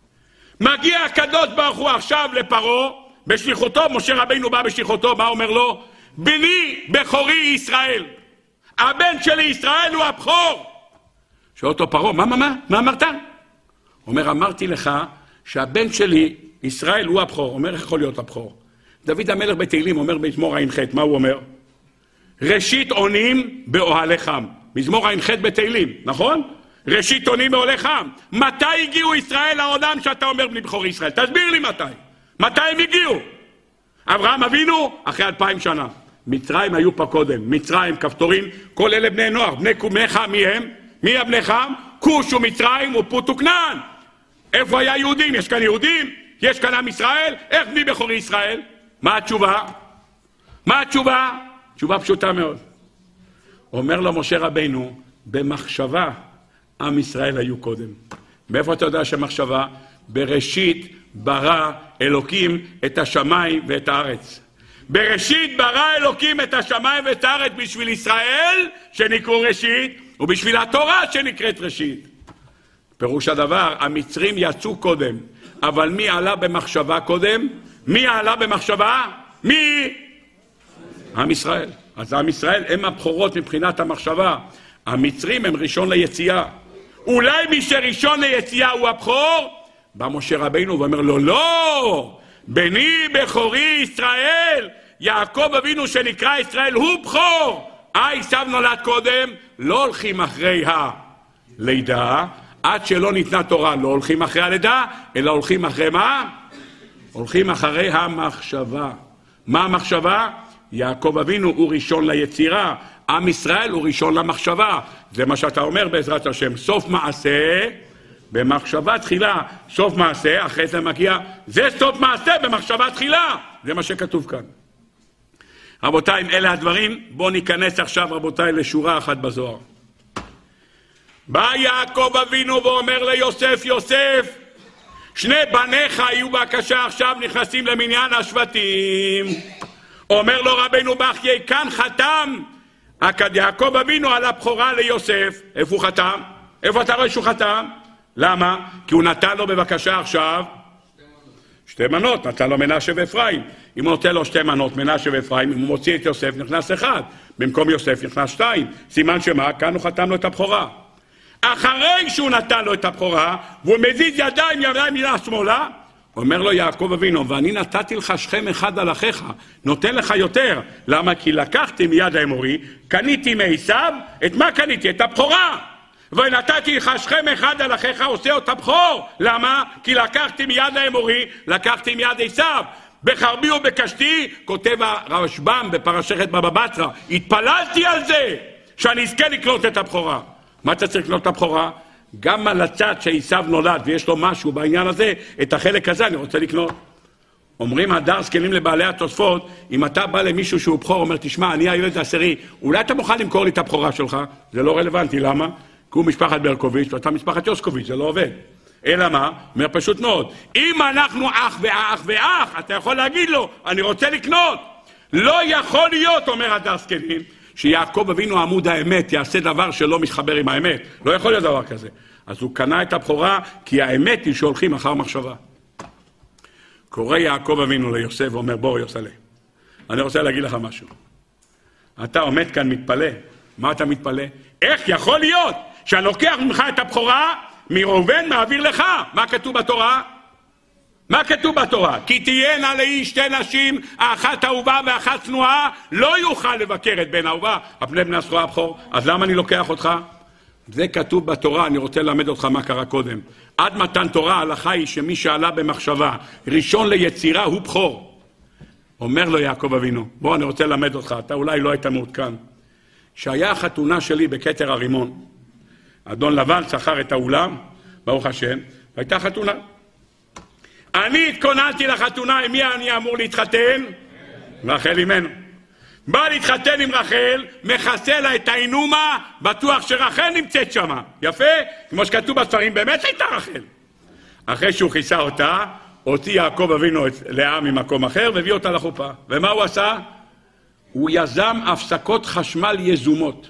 מגיע הקדוש ברוך הוא עכשיו לפרעה, בשליחותו, משה רבינו בא בשליחותו, מה אומר לו? בני בכורי ישראל. הבן שלי ישראל הוא הבכור. שואל אותו פרעה, מה, מה, מה? מה אמרת? אומר, אמרתי לך שהבן שלי ישראל הוא הבכור. אומר, איך יכול להיות הבכור? דוד המלך בתהילים אומר במזמור ע"ח, מה הוא אומר? ראשית עונים באוהלי חם. מזמור ע"ח בתהילים, נכון? ראשית עונים באוהלי חם. מתי הגיעו ישראל לעולם שאתה אומר בני בכור ישראל? תסביר לי מתי. מתי הם הגיעו? אברהם אבינו אחרי אלפיים שנה. מצרים היו פה קודם. מצרים, כפתורים, כל אלה בני נוח. בני בני חם, מי הם? מי הבני חם? כוש ומצרים ופוט וכנען. איפה היה יהודים? יש כאן יהודים? יש כאן עם ישראל? איך בני בכור ישראל? מה התשובה? מה התשובה? תשובה פשוטה מאוד. אומר לו משה רבינו, במחשבה עם ישראל היו קודם. מאיפה אתה יודע שמחשבה? בראשית ברא אלוקים את השמיים ואת הארץ. בראשית ברא אלוקים את השמיים ואת הארץ בשביל ישראל שנקראו ראשית, ובשביל התורה שנקראת ראשית. פירוש הדבר, המצרים יצאו קודם, אבל מי עלה במחשבה קודם? מי עלה במחשבה? מי? עם ישראל. אז עם ישראל הם הבכורות מבחינת המחשבה. המצרים הם ראשון ליציאה. אולי מי שראשון ליציאה הוא הבכור? בא משה רבינו ואומר לו, לא! בני בכורי ישראל, יעקב אבינו שנקרא ישראל הוא בכור. עשיו נולד קודם, לא הולכים אחרי הלידה, עד שלא ניתנה תורה, לא הולכים אחרי הלידה, אלא הולכים אחרי מה? הולכים אחרי המחשבה. מה המחשבה? יעקב אבינו הוא ראשון ליצירה, עם ישראל הוא ראשון למחשבה. זה מה שאתה אומר בעזרת השם, סוף מעשה במחשבה תחילה, סוף מעשה, אחרי זה מגיע, זה סוף מעשה במחשבה תחילה. זה מה שכתוב כאן. רבותיי, אם אלה הדברים, בואו ניכנס עכשיו רבותיי לשורה אחת בזוהר. בא יעקב אבינו ואומר ליוסף, יוסף, שני בניך היו בקשה עכשיו נכנסים למניין השבטים. אומר לו רבינו בחיי, כאן חתם יעקב אבינו על הבכורה ליוסף. איפה הוא חתם? איפה אתה רואה שהוא חתם? למה? כי הוא נתן לו בבקשה עכשיו שתי מנות, נתן לו מנשה ואפרים. אם הוא נותן לו שתי מנות, מנשה ואפרים, אם הוא מוציא את יוסף נכנס אחד, במקום יוסף נכנס שתיים. סימן שמה? כאן הוא חתם לו את הבכורה. אחרי שהוא נתן לו את הבכורה, והוא מזיז ידיים ידיים מילה שמאלה, אומר לו יעקב אבינו, ואני נתתי לך שכם אחד על אחיך, נותן לך יותר. למה? כי לקחתי מיד האמורי, קניתי מעשיו, את מה קניתי? את הבכורה. ונתתי לך שכם אחד על אחיך, עושה אותה בכור. למה? כי לקחתי מיד האמורי, לקחתי מיד עשיו. בחרבי ובקשתי, כותב הרשב"ם בפרשת בבא בתרא, התפללתי על זה, שאני אזכה לקנות את הבכורה. מה אתה צריך לקנות את הבכורה? גם על הצד שעשיו נולד ויש לו משהו בעניין הזה, את החלק הזה אני רוצה לקנות. אומרים הדר זקנים לבעלי התוספות, אם אתה בא למישהו שהוא בכור, אומר תשמע אני הילד העשירי, אולי אתה מוכן למכור לי את הבכורה שלך? זה לא רלוונטי, למה? כי הוא משפחת ברקוביץ' ואתה משפחת יוסקוביץ', זה לא עובד. אלא מה? אומר פשוט מאוד, אם אנחנו אח ואח ואח, אתה יכול להגיד לו אני רוצה לקנות. לא יכול להיות, אומר הדר זקנים, שיעקב אבינו עמוד האמת יעשה דבר שלא מתחבר עם האמת. לא יכול להיות דבר כזה. אז הוא קנה את הבכורה, כי האמת היא שהולכים אחר מחשבה. קורא יעקב אבינו ליוסף ואומר, בוא יוסלה, אני רוצה להגיד לך משהו. אתה עומד כאן מתפלא. מה אתה מתפלא? איך יכול להיות שאני לוקח ממך את הבכורה, מראובן מעביר לך? מה כתוב בתורה? מה כתוב בתורה? כי תהיינה לאיש שתי נשים, האחת אהובה ואחת שנואה, לא יוכל לבקר את בן אהובה, הפני בני הזכורה הבכור. אז למה אני לוקח אותך? זה כתוב בתורה, אני רוצה ללמד אותך מה קרה קודם. עד מתן תורה, ההלכה היא שמי שעלה במחשבה, ראשון ליצירה הוא בכור. אומר לו יעקב אבינו, בוא אני רוצה ללמד אותך, אתה אולי לא היית מעודכן. שהיה החתונה שלי בכתר הרימון, אדון לבן שכר את האולם, ברוך השם, והייתה חתונה. אני התכוננתי לחתונה, עם מי אני אמור להתחתן? רחל אימנו. בא להתחתן עם רחל, מכסה לה את האינומה, בטוח שרחל נמצאת שם. יפה? כמו שכתוב בספרים, באמת הייתה רחל. אחרי שהוא כיסה אותה, הוציא יעקב אבינו את לאה ממקום אחר, והביא אותה לחופה. ומה הוא עשה? הוא יזם הפסקות חשמל יזומות.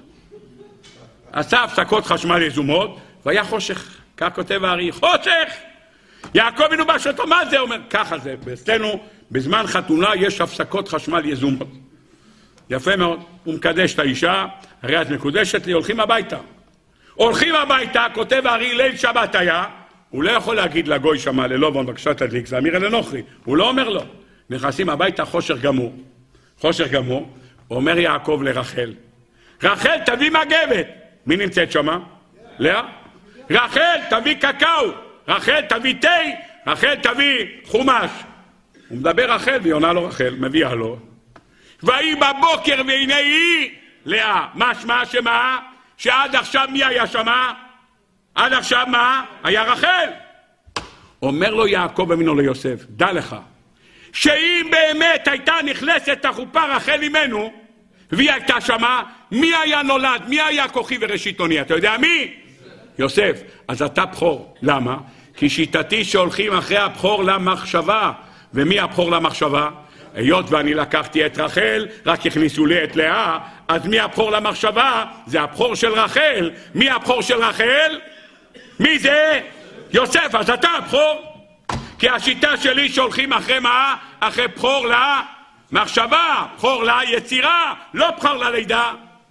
עשה הפסקות חשמל יזומות, והיה חושך. כך כותב הארי, חושך! יעקב אבינו בא שאותו, מה זה? אומר, ככה זה. אצלנו, בזמן חתונה יש הפסקות חשמל יזומות. יפה מאוד. הוא מקדש את האישה, הרי את מקודשת לי, הולכים הביתה. הולכים הביתה, כותב הארי, ליל שבת היה, הוא לא יכול להגיד לגוי שמה, ללובון, בבקשה תדליק, זה אמיר אל הנוכרי. הוא לא אומר לו. נכנסים הביתה, חושך גמור. חושך גמור. אומר יעקב לרחל, רחל תביא מגבת. מי נמצאת שמה? לאה. רחל תביא קקאו. רחל תביא תה. רחל תביא חומש. הוא מדבר רחל והיא עונה לו רחל, מביאה לו. והיא בבוקר והנה היא לאה. מה שמה שמה? שעד עכשיו מי היה שמה? עד עכשיו מה? היה רחל. אומר לו יעקב אבינו ליוסף, דע לך, שאם באמת הייתה נכנסת החופה רחל אימנו, והיא הייתה שמה, מי היה נולד? מי היה כוחי וראשיתוני? אתה יודע מי? יוסף. אז אתה בכור. למה? כי שיטתי שהולכים אחרי הבכור למחשבה. ומי הבכור למחשבה? היות ואני לקחתי את רחל, רק הכניסו לי את לאה, אז מי הבכור למחשבה? זה הבכור של רחל. מי הבכור של רחל? מי זה? יוסף. אז אתה הבכור. כי השיטה שלי שהולכים אחרי מה? אחרי בכור למחשבה, בכור ליצירה, לא בכור ללידה.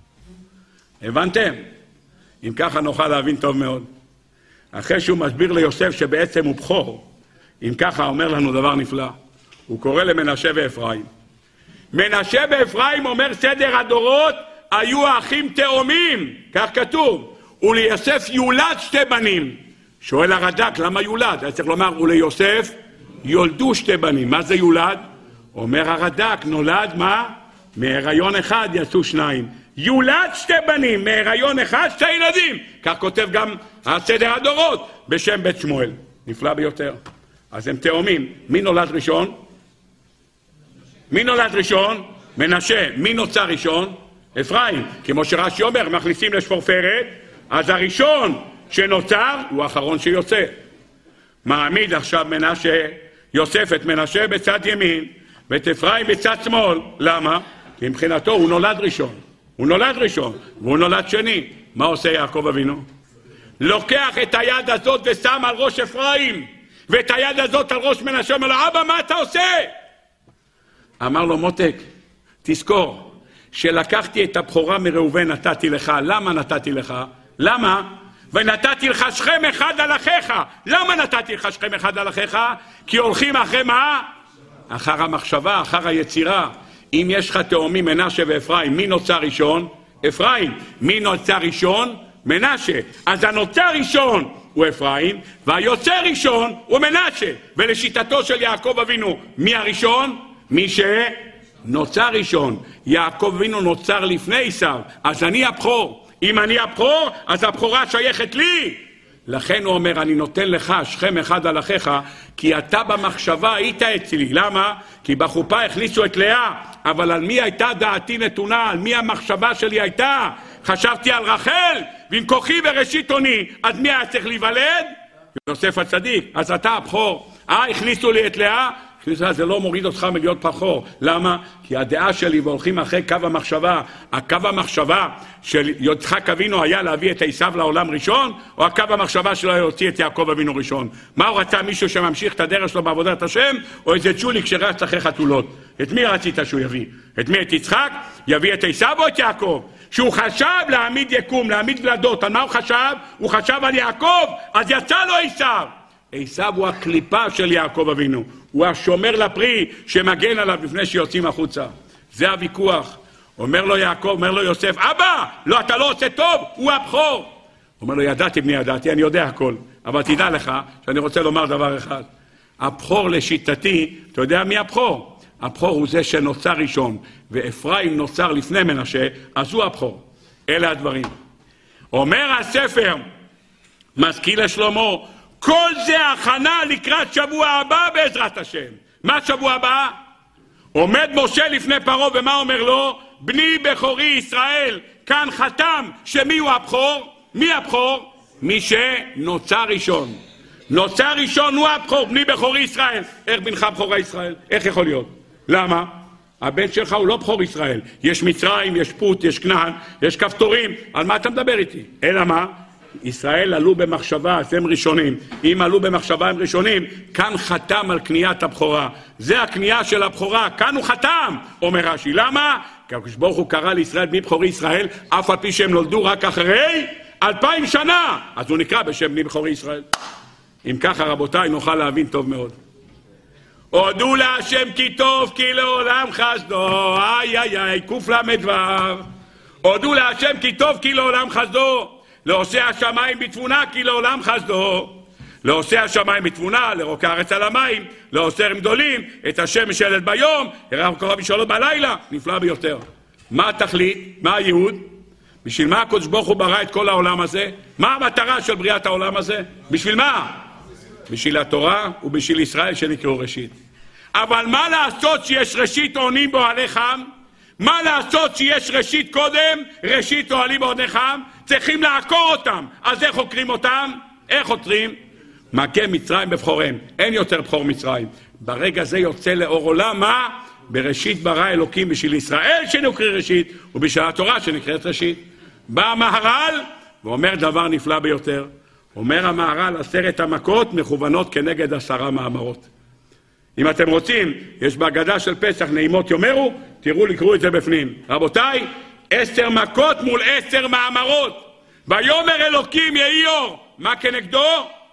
הבנתם? אם ככה נוכל להבין טוב מאוד. אחרי שהוא מסביר ליוסף שבעצם הוא בכור, אם ככה אומר לנו דבר נפלא. הוא קורא למנשה ואפרים. מנשה ואפרים אומר סדר הדורות היו האחים תאומים, כך כתוב. וליוסף יולד שתי בנים. שואל הרד"ק למה יולד? היה צריך לומר וליוסף יולדו שתי בנים. מה זה יולד? אומר הרד"ק נולד מה? מהיריון אחד יצאו שניים. יולד שתי בנים, מהיריון אחד שתי ילדים. כך כותב גם הסדר הדורות בשם בית שמואל. נפלא ביותר. אז הם תאומים. מי נולד ראשון? מי נולד ראשון? מנשה. מי נוצר ראשון? אפרים. כמו שרש"י אומר, מכניסים לשפורפרת, אז הראשון שנוצר הוא האחרון שיוצא. מעמיד עכשיו מנשה, יוסף את מנשה בצד ימין ואת אפרים בצד שמאל. למה? כי מבחינתו הוא נולד ראשון. הוא נולד ראשון והוא נולד שני. מה עושה יעקב אבינו? לוקח את היד הזאת ושם על ראש אפרים ואת היד הזאת על ראש מנשה. אומר לו, אבא, מה אתה עושה? אמר לו, מותק, תזכור שלקחתי את הבכורה מראובן נתתי לך. למה נתתי לך? למה? ונתתי לך שכם אחד על אחיך. למה נתתי לך שכם אחד על אחיך? כי הולכים אחרי מה? אחר המחשבה, אחר היצירה. אם יש לך תאומים מנשה ואפרים, מי נוצר ראשון? אפרים. מי נוצר ראשון? מנשה. אז הנוצר ראשון הוא אפרים, והיוצא ראשון הוא מנשה. ולשיטתו של יעקב אבינו, מי הראשון? מי שנוצר ראשון. יעקב אבינו נוצר לפני עשיו, אז אני הבכור. אם אני הבכור, אז הבכורה שייכת לי. לכן הוא אומר, אני נותן לך שכם אחד על אחיך, כי אתה במחשבה היית אצלי. למה? כי בחופה הכניסו את לאה, אבל על מי הייתה דעתי נתונה? על מי המחשבה שלי הייתה? חשבתי על רחל, ועם כוחי וראשית אוני, אז מי היה צריך להיוולד? יוסף הצדיק. אז אתה הבכור. אה, הכניסו לי את לאה, זה לא מוריד אותך מלהיות בכור. למה? כי הדעה שלי והולכים אחרי קו המחשבה. הקו המחשבה של יצחק אבינו היה להביא את עשיו לעולם ראשון, או הקו המחשבה שלו היה להוציא את יעקב אבינו ראשון? מה הוא רצה? מישהו שממשיך את הדרך שלו בעבודת השם, או איזה צ'וליק שרץ אחרי חתולות? את מי רצית שהוא יביא? את מי? את יצחק? יביא את עשיו או את יעקב? שהוא חשב להעמיד יקום, להעמיד ולדות. על מה הוא חשב? הוא חשב על יעקב, אז יצא לו עשיו. עשיו הוא הקליפה של יעקב אבינו, הוא השומר לפרי שמגן עליו לפני שיוצאים החוצה. זה הוויכוח. אומר לו יעקב, אומר לו יוסף, אבא, לא, אתה לא עושה טוב, הוא הבכור. אומר לו, ידעתי בני ידעתי, אני יודע הכל, אבל תדע לך שאני רוצה לומר דבר אחד. הבכור לשיטתי, אתה יודע מי הבכור? הבכור הוא זה שנוצר ראשון, ואפרים נוצר לפני מנשה, אז הוא הבכור. אלה הדברים. אומר הספר, משכיל לשלמה, כל זה הכנה לקראת שבוע הבא בעזרת השם. מה שבוע הבא? עומד משה לפני פרעה ומה אומר לו? בני בכורי ישראל, כאן חתם שמי הוא הבכור? מי הבכור? מי שנוצר ראשון. נוצר ראשון הוא הבכור, בני בכורי ישראל. איך בנך בכורה ישראל? איך יכול להיות? למה? הבן שלך הוא לא בכור ישראל. יש מצרים, יש פוט, יש כנען, יש כפתורים. על מה אתה מדבר איתי? אלא מה? ישראל עלו במחשבה, אז הם ראשונים. אם עלו במחשבה הם ראשונים, כאן חתם על קניית הבכורה. זה הקנייה של הבכורה, כאן הוא חתם, אומר רש"י. למה? כי הקדוש ברוך הוא קרא לישראל בני בכורי ישראל, אף על פי שהם נולדו רק אחרי אלפיים שנה. אז הוא נקרא בשם בני בכורי ישראל. אם ככה רבותיי נוכל להבין טוב מאוד. הודו להשם כי טוב, כי לעולם חסדו. איי איי איי, קוף למד וו. הודו להשם כי טוב, כי לעולם חסדו. לעושה השמיים בתבונה, כי לעולם חסדו. לעושה השמיים בתבונה, לרוקע הארץ על המים, לעושה הם גדולים, את השם משלת ביום, הרב קורא בשאלות בלילה. נפלא ביותר. מה התכלית? מה הייעוד? בשביל מה הקדוש ברוך הוא ברא את כל העולם הזה? מה המטרה של בריאת העולם הזה? בשביל מה? בשביל התורה ובשביל ישראל שנקראו ראשית. אבל מה לעשות שיש ראשית עונים באוהלי חם? מה לעשות שיש ראשית קודם, ראשית אוהלים באוהלי חם? צריכים לעקור אותם. אז איך חוקרים אותם? איך חוקרים? מכה מצרים בבחוריהם. אין יותר בחור מצרים. ברגע זה יוצא לאור עולם, מה? בראשית ברא אלוקים בשביל ישראל שנקרא ראשית, ובשביל התורה שנקראת ראשית. בא המהר"ל ואומר דבר נפלא ביותר. אומר המהר"ל, עשרת המכות מכוונות כנגד עשרה מאמרות. אם אתם רוצים, יש בהגדה של פסח נעימות יאמרו, תראו לקרוא את זה בפנים. רבותיי, עשר מכות מול עשר מאמרות. ויאמר אלוקים יהי אור. מה כנגדו?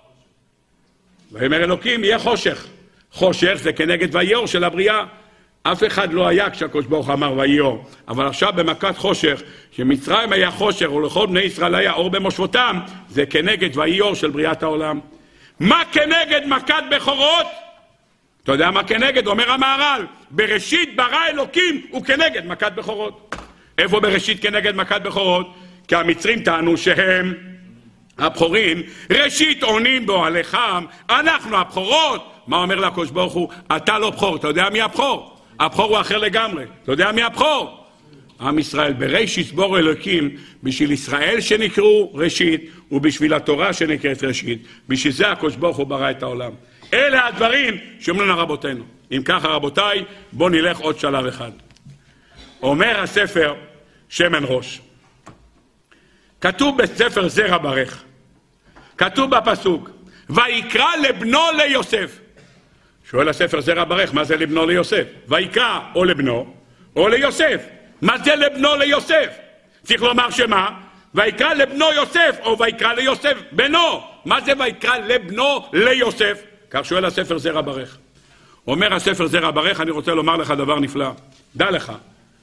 ויאמר אלוקים יהיה חושך. חושך זה כנגד ויהי אור של הבריאה. אף אחד לא היה כשהקדוש ברוך אמר ויהי אור. אבל עכשיו במכת חושך, שמצרים היה חושך ולכל בני ישראל היה אור במושבותם, זה כנגד ויהי אור של בריאת העולם. מה כנגד מכת בכורות? אתה יודע מה כנגד? אומר המהר"ל, בראשית ברא אלוקים הוא כנגד מכת בכורות. איפה בראשית כנגד מכת בכורות? כי המצרים טענו שהם הבכורים, ראשית עונים באוהלי חם, אנחנו הבכורות. מה אומר לה הקדוש ברוך הוא? אתה לא בכור. אתה יודע מי הבכור? הבכור הוא אחר לגמרי. אתה יודע מי הבכור? עם ישראל. בראשית בור אלוקים, בשביל ישראל שנקראו ראשית, ובשביל התורה שנקראת ראשית. בשביל זה הקדוש ברוך הוא ברא את העולם. אלה הדברים שאומרים לרבותינו. אם ככה רבותיי, בואו נלך עוד שלב אחד. אומר הספר שמן ראש. כתוב בספר זרע ברך. כתוב בפסוק, ויקרא לבנו ליוסף. שואל הספר זרע ברך, מה זה לבנו ליוסף? ויקרא או לבנו או ליוסף. מה זה לבנו ליוסף? צריך לומר שמה? ויקרא לבנו יוסף או ויקרא ליוסף בנו. מה זה ויקרא לבנו ליוסף? כך שואל הספר זרע ברך. אומר הספר זרע ברך, אני רוצה לומר לך דבר נפלא. דע לך,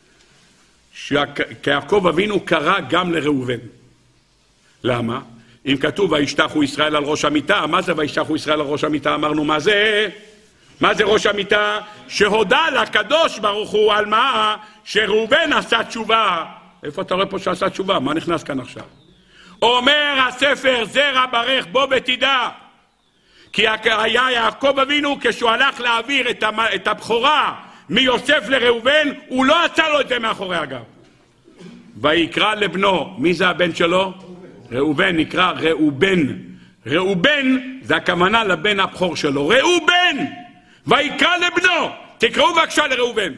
שיעקב אבינו קרא גם לראובן. למה? אם כתוב וישתחו ישראל על ראש המיטה, מה זה וישתחו ישראל על ראש המיטה? אמרנו מה זה? מה זה ראש המיטה? שהודה לקדוש ברוך הוא על מה? שראובן עשה תשובה. איפה אתה רואה פה שעשה תשובה? מה נכנס כאן עכשיו? אומר הספר זרע ברך, בוא ותדע. כי היה יעקב אבינו כשהוא הלך להעביר את הבכורה מיוסף לראובן, הוא לא עשה לו את זה מאחורי הגב. ויקרא לבנו, מי זה הבן שלו? ראובן, נקרא ראובן. ראובן זה הכוונה לבן הבכור שלו, ראובן. ויקרא לבנו, תקראו בבקשה לראובן.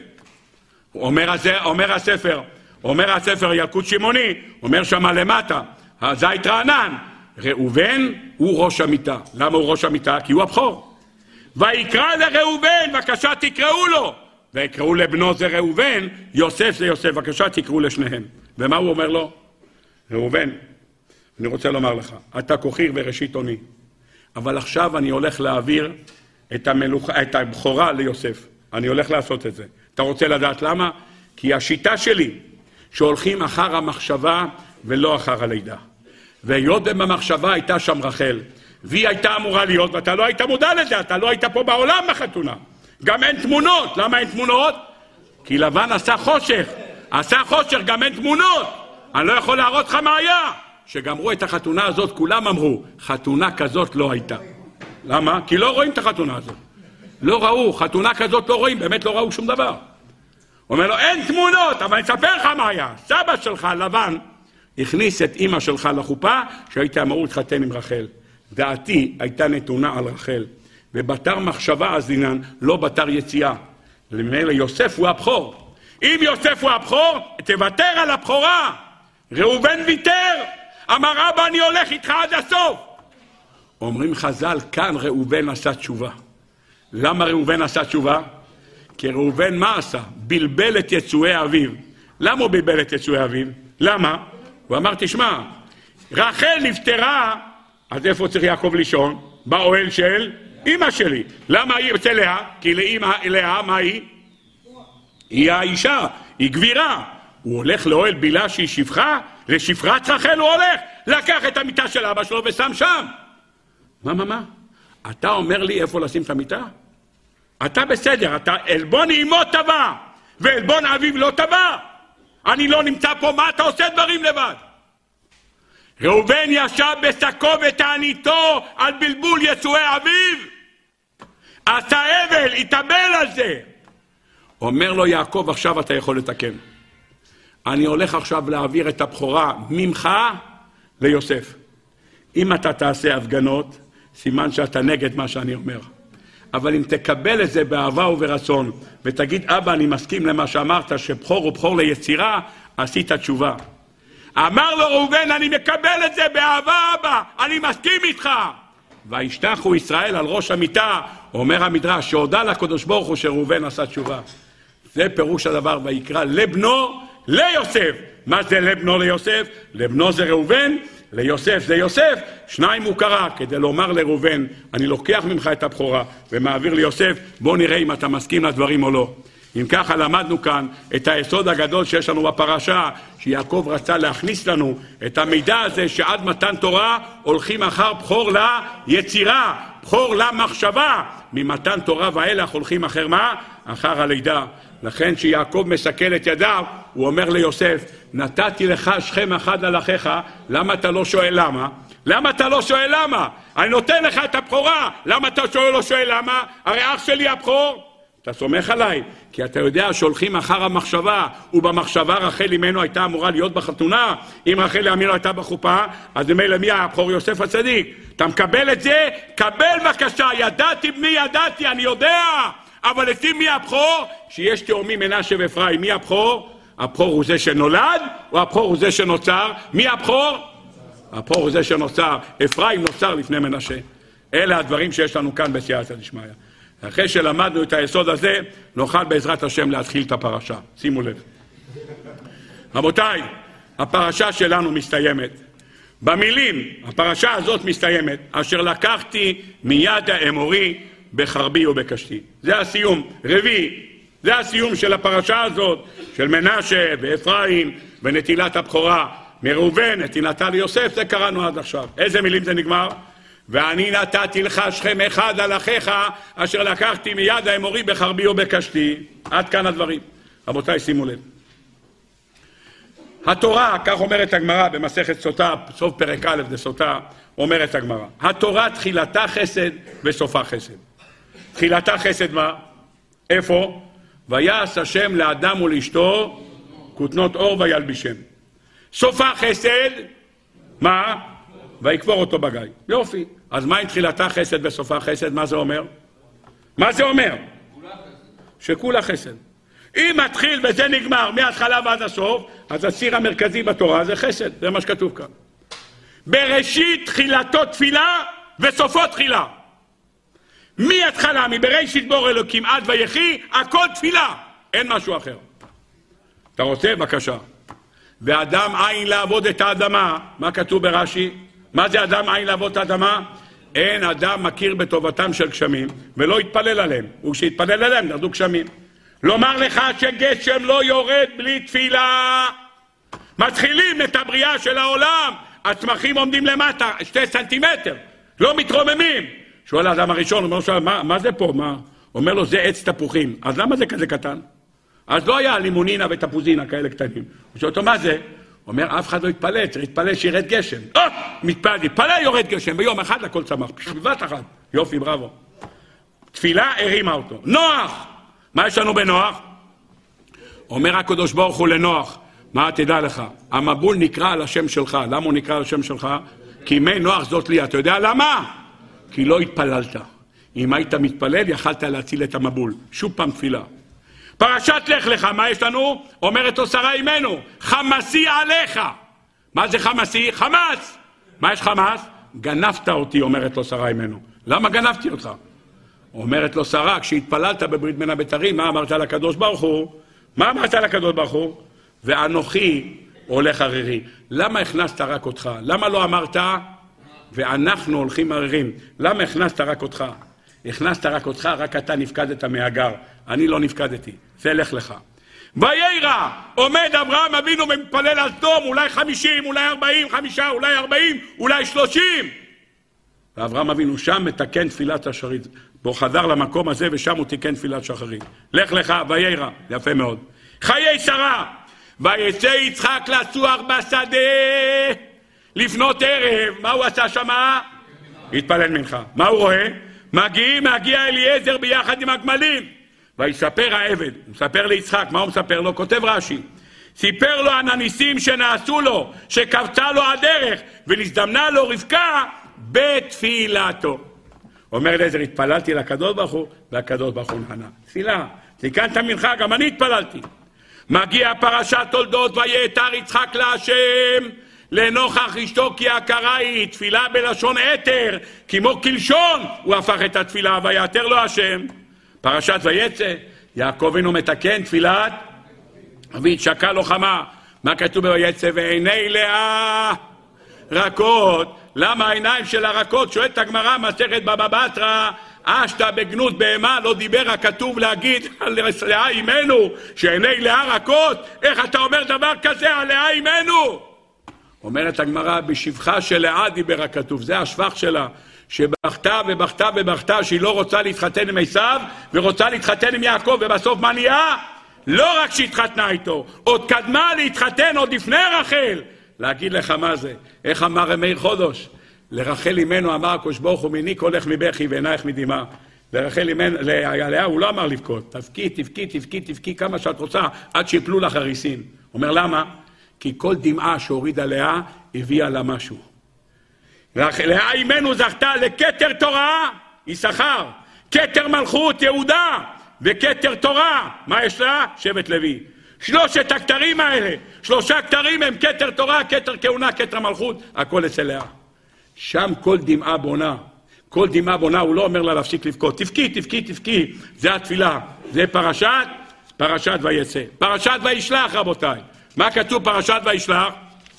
אומר, הזה, אומר הספר, אומר הספר ילקוט שמעוני, אומר שמה למטה, הזית רענן, ראובן הוא ראש המיטה. למה הוא ראש המיטה? כי הוא הבכור. ויקרא לראובן, בבקשה תקראו לו. ויקראו לבנו זה ראובן, יוסף זה יוסף, בבקשה תקראו לשניהם. ומה הוא אומר לו? ראובן, אני רוצה לומר לך, אתה כוחי וראשית עוני, אבל עכשיו אני הולך להעביר את, המלוך... את הבכורה ליוסף. אני הולך לעשות את זה. אתה רוצה לדעת למה? כי השיטה שלי, שהולכים אחר המחשבה ולא אחר הלידה. והיות במחשבה הייתה שם רחל, והיא הייתה אמורה להיות, ואתה לא היית מודע לזה, אתה לא היית פה בעולם בחתונה. גם אין תמונות. למה אין תמונות? כי לבן עשה חושך. עשה חושך, גם אין תמונות. אני לא יכול להראות לך מה היה. שגמרו את החתונה הזאת, כולם אמרו, חתונה כזאת לא הייתה. למה? כי לא רואים את החתונה הזאת. לא ראו, חתונה כזאת לא רואים, באמת לא ראו שום דבר. אומר לו, אין תמונות, אבל אני אספר לך מה היה. סבא שלך, לבן, הכניס את אמא שלך לחופה, שהיית אמור להתחתן עם רחל. דעתי הייתה נתונה על רחל. ובתר מחשבה אז דינן, לא בתר יציאה. למעלה יוסף הוא הבכור. אם יוסף הוא הבכור, תוותר על הבכורה. ראובן ויתר. אמר אבא, אני הולך איתך עד הסוף. אומרים חז"ל, כאן ראובן עשה תשובה. למה ראובן עשה תשובה? כי ראובן מה עשה? בלבל את יצואי אביו. למה הוא בלבל את יצואי אביו? למה? הוא אמר, תשמע, רחל נפטרה, אז איפה צריך יעקב לישון? באוהל של אמא שלי. למה היא אצל לאה? כי לאמא, לאה, מה היא? היא האישה, היא גבירה. הוא הולך לאוהל בילה שהיא שפחה, לשפחת רחל הוא הולך, לקח את המיטה של אבא שלו ושם שם. מה, מה, מה? אתה אומר לי איפה לשים את המיטה? אתה בסדר, אתה אלבון אמו טבע, ואלבון אביו לא טבע. אני לא נמצא פה, מה אתה עושה דברים לבד? ראובן ישב בשקו ותעניתו על בלבול יצואי אביו. עשה אבל, התאבל על זה. אומר לו יעקב, עכשיו אתה יכול לתקן. אני הולך עכשיו להעביר את הבכורה ממך ליוסף. אם אתה תעשה הפגנות, סימן שאתה נגד מה שאני אומר. אבל אם תקבל את זה באהבה וברצון, ותגיד, אבא, אני מסכים למה שאמרת, שבכור הוא בכור ליצירה, עשית תשובה. אמר לו ראובן, אני מקבל את זה באהבה, אבא, אני מסכים איתך. וישתחו ישראל על ראש המיטה, אומר המדרש, שהודע לקדוש ברוך הוא שראובן עשה תשובה. זה פירוש הדבר, ויקרא לבנו ליוסף. מה זה לבנו ליוסף? לבנו זה ראובן, ליוסף זה יוסף. שניים הוא קרא כדי לומר לראובן, אני לוקח ממך את הבכורה ומעביר ליוסף, בוא נראה אם אתה מסכים לדברים או לא. אם ככה למדנו כאן את היסוד הגדול שיש לנו בפרשה, שיעקב רצה להכניס לנו את המידע הזה שעד מתן תורה הולכים אחר בכור ליצירה, בכור למחשבה. ממתן תורה ואילך הולכים אחר מה? אחר הלידה. לכן שיעקב מסכל את ידיו, הוא אומר ליוסף, נתתי לך שכם אחד על אחיך, למה אתה לא שואל למה? למה אתה לא שואל למה? אני נותן לך את הבכורה, למה אתה שואל לא שואל למה? הרי אח שלי הבכור. אתה סומך עליי, כי אתה יודע שהולכים אחר המחשבה, ובמחשבה רחל אמנו הייתה אמורה להיות בחתונה. אם רחל אמנו הייתה בחופה, אז ממילא מי הבכור? יוסף הצדיק. אתה מקבל את זה? קבל בבקשה, ידעתי בני ידעתי, אני יודע. אבל לפי מי הבכור? שיש תאומים מנשה ואפרים. מי הבכור? הבכור הוא זה שנולד, או הבכור הוא זה שנוצר? מי הבכור? הבכור הוא זה שנוצר. אפרים נוצר לפני מנשה. אלה הדברים שיש לנו כאן בסייעתא דשמיא. אחרי שלמדנו את היסוד הזה, נוכל בעזרת השם להתחיל את הפרשה. שימו לב. רבותיי, הפרשה שלנו מסתיימת. במילים, הפרשה הזאת מסתיימת, אשר לקחתי מיד האמורי בחרבי ובקשתי. זה הסיום, רביעי. זה הסיום של הפרשה הזאת, של מנשה ואפרים ונטילת הבכורה. מראובן, נתינתה ליוסף, זה קראנו עד עכשיו. איזה מילים זה נגמר? ואני נתתי לך שכם אחד על אחיך, אשר לקחתי מיד האמורי בחרבי ובקשתי. עד כאן הדברים. רבותיי, שימו לב. התורה, כך אומרת הגמרא במסכת סוטה, סוף פרק א' בסוטה, אומרת הגמרא. התורה תחילתה חסד וסופה חסד. תחילתה חסד מה? איפה? ויעש השם לאדם ולאשתו כותנות אור וילבישם. סופה חסד, מה? ויקבור אותו בגיא. יופי. אז מה עם תחילתה חסד וסופה חסד? מה זה אומר? מה זה אומר? שכולה חסד. אם מתחיל וזה נגמר מההתחלה ועד הסוף, אז הציר המרכזי בתורה זה חסד, זה מה שכתוב כאן. בראשית תחילתו תפילה וסופו תחילה. מההתחלה, מבראשית בור אלוקים עד ויחי, הכל תפילה, אין משהו אחר. אתה רוצה? בבקשה. ואדם עין לעבוד את האדמה, מה כתוב ברש"י? מה זה אדם עין לעבוד את האדמה? אין אדם מכיר בטובתם של גשמים ולא יתפלל עליהם, וכשיתפלל עליהם נרדו גשמים. לומר לך שגשם לא יורד בלי תפילה. מתחילים את הבריאה של העולם, הצמחים עומדים למטה שתי סנטימטר, לא מתרוממים. שואל האדם הראשון, אומר לו, מה, מה זה פה? מה? אומר לו, זה עץ תפוחים. אז למה זה כזה קטן? אז לא היה לימונינה ותפוזינה כאלה קטנים. הוא שואל אותו, מה זה? אומר, אף אחד לא יתפלל, צריך להתפלל שירד גשם. אה, מתפלל, יתפלל יורד גשם, ביום אחד לכל צמח, בבת אחת. יופי, בראבו. תפילה הרימה אותו. נוח! מה יש לנו בנוח? אומר הקדוש ברוך הוא לנוח, מה תדע לך? המבול נקרא על השם שלך. למה הוא נקרא על השם שלך? כי מי נוח זאת לי. אתה יודע למה? כי לא התפללת. אם היית מתפלל, יכלת להציל את המבול. שוב פעם תפילה. פרשת לך לך, מה יש לנו? אומרת לו שרה אימנו, חמסי עליך. מה זה חמסי? חמס. מה יש חמס? גנבת אותי, אומרת לו שרה אימנו. למה גנבתי אותך? אומרת לו שרה, כשהתפללת בברית בין הבתרים, מה אמרת לקדוש ברוך הוא? מה אמרת לקדוש ברוך הוא? ואנוכי הולך ערירי. למה הכנסת רק אותך? למה לא אמרת? ואנחנו הולכים ערירים. למה הכנסת רק אותך? הכנסת רק אותך, רק אתה נפקדת מהגר. אני לא נפקדתי. זה לך לך. ויירא, עומד אברהם אבינו ומתפלל על תום, אולי חמישים, אולי ארבעים, חמישה, אולי ארבעים, אולי שלושים. ואברהם אבינו שם מתקן תפילת השחרית. בו חזר למקום הזה ושם הוא תיקן תפילת שחרית. לך לך, ויירא, יפה מאוד. חיי שרה, ויצא יצחק לצוח בשדה לפנות ערב. מה הוא עשה שמה? התפלל מנחה. מה הוא רואה? מגיע, מגיע אליעזר ביחד עם הגמלים. ויספר העבד, הוא מספר ליצחק, מה הוא מספר לו? כותב רש"י. סיפר לו על הניסים שנעשו לו, שקבצה לו הדרך, ולהזדמנה לו רבקה בתפילתו. אומר אליעזר, התפללתי לקדוש ברוך הוא, והקדוש ברוך הוא נענה. תפילה, תיקנת מנחה, גם אני התפללתי. מגיע פרשת תולדות, ויעתר יצחק להשם, לנוכח אשתו כי הכרה היא, תפילה בלשון עתר, כמו כלשון, הוא הפך את התפילה, ויעתר לו השם. פרשת ויצא, יעקב אינו מתקן תפילת, והתשקע לו חמה. מה כתוב בויצא? ועיני לאה רכות. למה העיניים של הרכות? שואלת הגמרא מסכת בבא בתרא, אשתא בגנות בהמה, לא דיבר הכתוב להגיד על לאה אימנו שעיני לאה רכות? איך אתה אומר דבר כזה על לאה אימנו? אומרת הגמרא, בשבחה של לאה דיבר הכתוב, זה השבח שלה, שבכתה ובכתה ובכתה שהיא לא רוצה להתחתן עם עשיו ורוצה להתחתן עם יעקב, ובסוף מה נהיה? לא רק שהתחתנה איתו, עוד קדמה להתחתן עוד לפני רחל. להגיד לך מה זה, איך אמר מאיר חודש? לרחל אימנו אמר הקדוש ברוך הוא, מני קולך מבכי ועינייך מדמעה. לרחל אימנו, לאה הוא לא אמר לבכות, תבכי, תבכי, תבכי, תבכי כמה שאת רוצה עד שיפלו לך הריסים. אומר למה? כי כל דמעה שהורידה לאה הביאה לה משהו. לאה אימנו זכתה לכתר תורה, יששכר, כתר מלכות יהודה וכתר תורה. מה יש לה? שבט לוי. שלושת הכתרים האלה, שלושה כתרים הם כתר תורה, כתר כהונה, כתר מלכות, הכל אצל לאה. שם כל דמעה בונה, כל דמעה בונה, הוא לא אומר לה להפסיק לבכות, תבכי, תבכי, תבכי, זה התפילה, זה פרשת, פרשת ויצא. פרשת וישלח רבותיי, מה כתוב פרשת וישלח?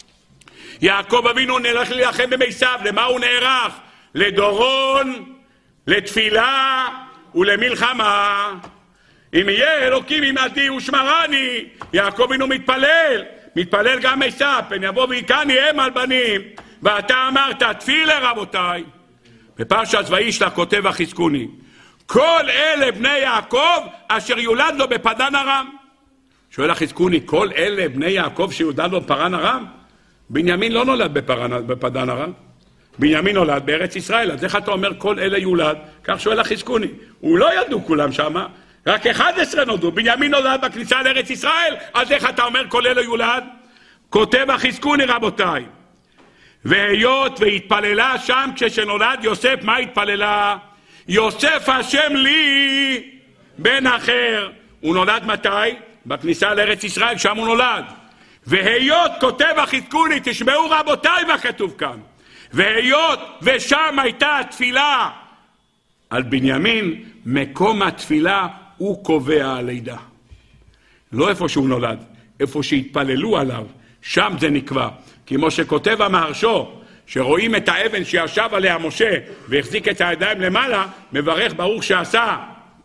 יעקב אבינו נלך להילחם במעשיו, למה הוא נערך? לדורון, לתפילה ולמלחמה. אם יהיה אלוקים עמדי ושמרני, יעקב אבינו מתפלל, מתפלל גם עשיו, פן יבוא ויקני הם על בנים, ואתה אמרת תפילה רבותיי. בפרשת וישלח כותב החזקוני, כל אלה בני יעקב אשר יולד לו בפדן ארם. שואל החזקוני, כל אלה בני יעקב שיולד לו בפרן ארם? בנימין לא נולד בפרן, בפדן ארם, בנימין נולד בארץ ישראל, אז איך אתה אומר כל אלה יולד? כך שואל החזקוני, הוא לא ידעו כולם שמה, רק אחד עשרה נולדו, בנימין נולד בכניסה לארץ ישראל, אז איך אתה אומר כל אלה יולד? כותב החזקוני רבותיי, והיות והתפללה שם כשנולד יוסף, מה התפללה? יוסף השם לי בן אחר. הוא נולד מתי? בכניסה לארץ ישראל, שם הוא נולד. והיות כותב החזקוני, תשמעו רבותיי מה כתוב כאן, והיות ושם הייתה התפילה על בנימין, מקום התפילה הוא קובע הלידה. לא איפה שהוא נולד, איפה שהתפללו עליו, שם זה נקבע. כמו שכותב המהרשו, שרואים את האבן שישב עליה משה והחזיק את הידיים למעלה, מברך ברוך שעשה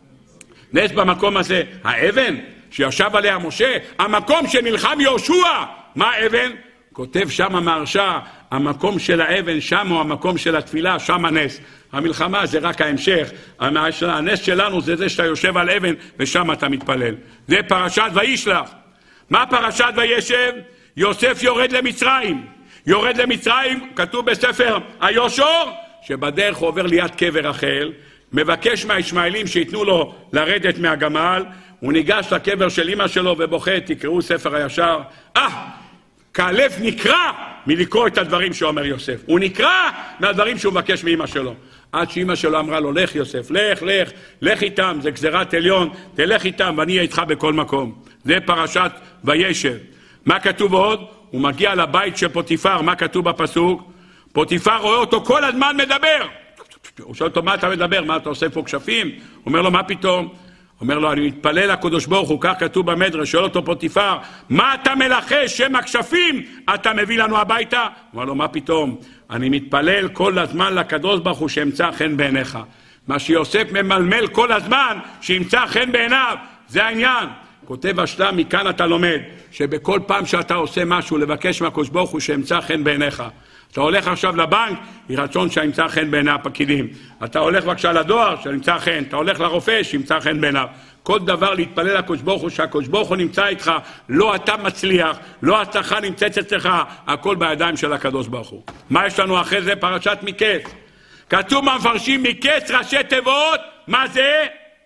נס במקום הזה. האבן שישב עליה משה, המקום שנלחם יהושע, מה האבן? כותב שם המהרש"א, המקום של האבן שם הוא המקום של התפילה, שם הנס. המלחמה זה רק ההמשך, הנס שלנו זה זה שאתה יושב על אבן ושם אתה מתפלל. זה פרשת וישלח. מה פרשת וישב? יוסף יורד למצרים. יורד למצרים, כתוב בספר היושר, שבדרך הוא עובר ליד קבר רחל, מבקש מהישמעאלים שיתנו לו לרדת מהגמל, הוא ניגש לקבר של אמא שלו ובוכה, תקראו ספר הישר. אה, כהלב נקרא מלקרוא את הדברים שאומר יוסף. הוא נקרא מהדברים שהוא מבקש מאמא שלו. עד שאמא שלו אמרה לו, לך יוסף, לך, לך, לך איתם, זה גזירת עליון, תלך איתם ואני אהיה איתך בכל מקום. זה פרשת וישב. מה כתוב עוד? הוא מגיע לבית של פוטיפר, מה כתוב בפסוק? פוטיפר רואה אותו כל הזמן מדבר. הוא שואל אותו, מה אתה מדבר? מה אתה עושה פה כשפים? הוא אומר לו, מה פתאום? אומר לו, אני מתפלל לקדוש ברוך הוא, כך כתוב במדרש. שואל אותו פוטיפר, מה אתה מלחש שם הכשפים אתה מביא לנו הביתה? הוא אומר לו, מה פתאום? אני מתפלל כל הזמן לקדוש ברוך הוא שימצא חן בעיניך. מה שיוסף ממלמל כל הזמן שימצא חן בעיניו, זה העניין. כותב השלם, מכאן אתה לומד שבכל פעם שאתה עושה משהו לבקש מהקדוש ברוך הוא שימצא חן בעיניך. אתה הולך עכשיו לבנק, היא רצון שימצא חן בעיני הפקידים. אתה הולך בבקשה לדואר, שימצא חן. אתה הולך לרופא, שימצא חן בעיניו. כל דבר להתפלל לקדוש ברוך הוא, שהקדוש ברוך הוא נמצא איתך, לא אתה מצליח, לא הצלחה נמצאת אצלך, הכל בידיים של הקדוש ברוך הוא. מה יש לנו אחרי זה? פרשת מקץ. כתוב מפרשים מקץ ראשי תיבות, מה זה?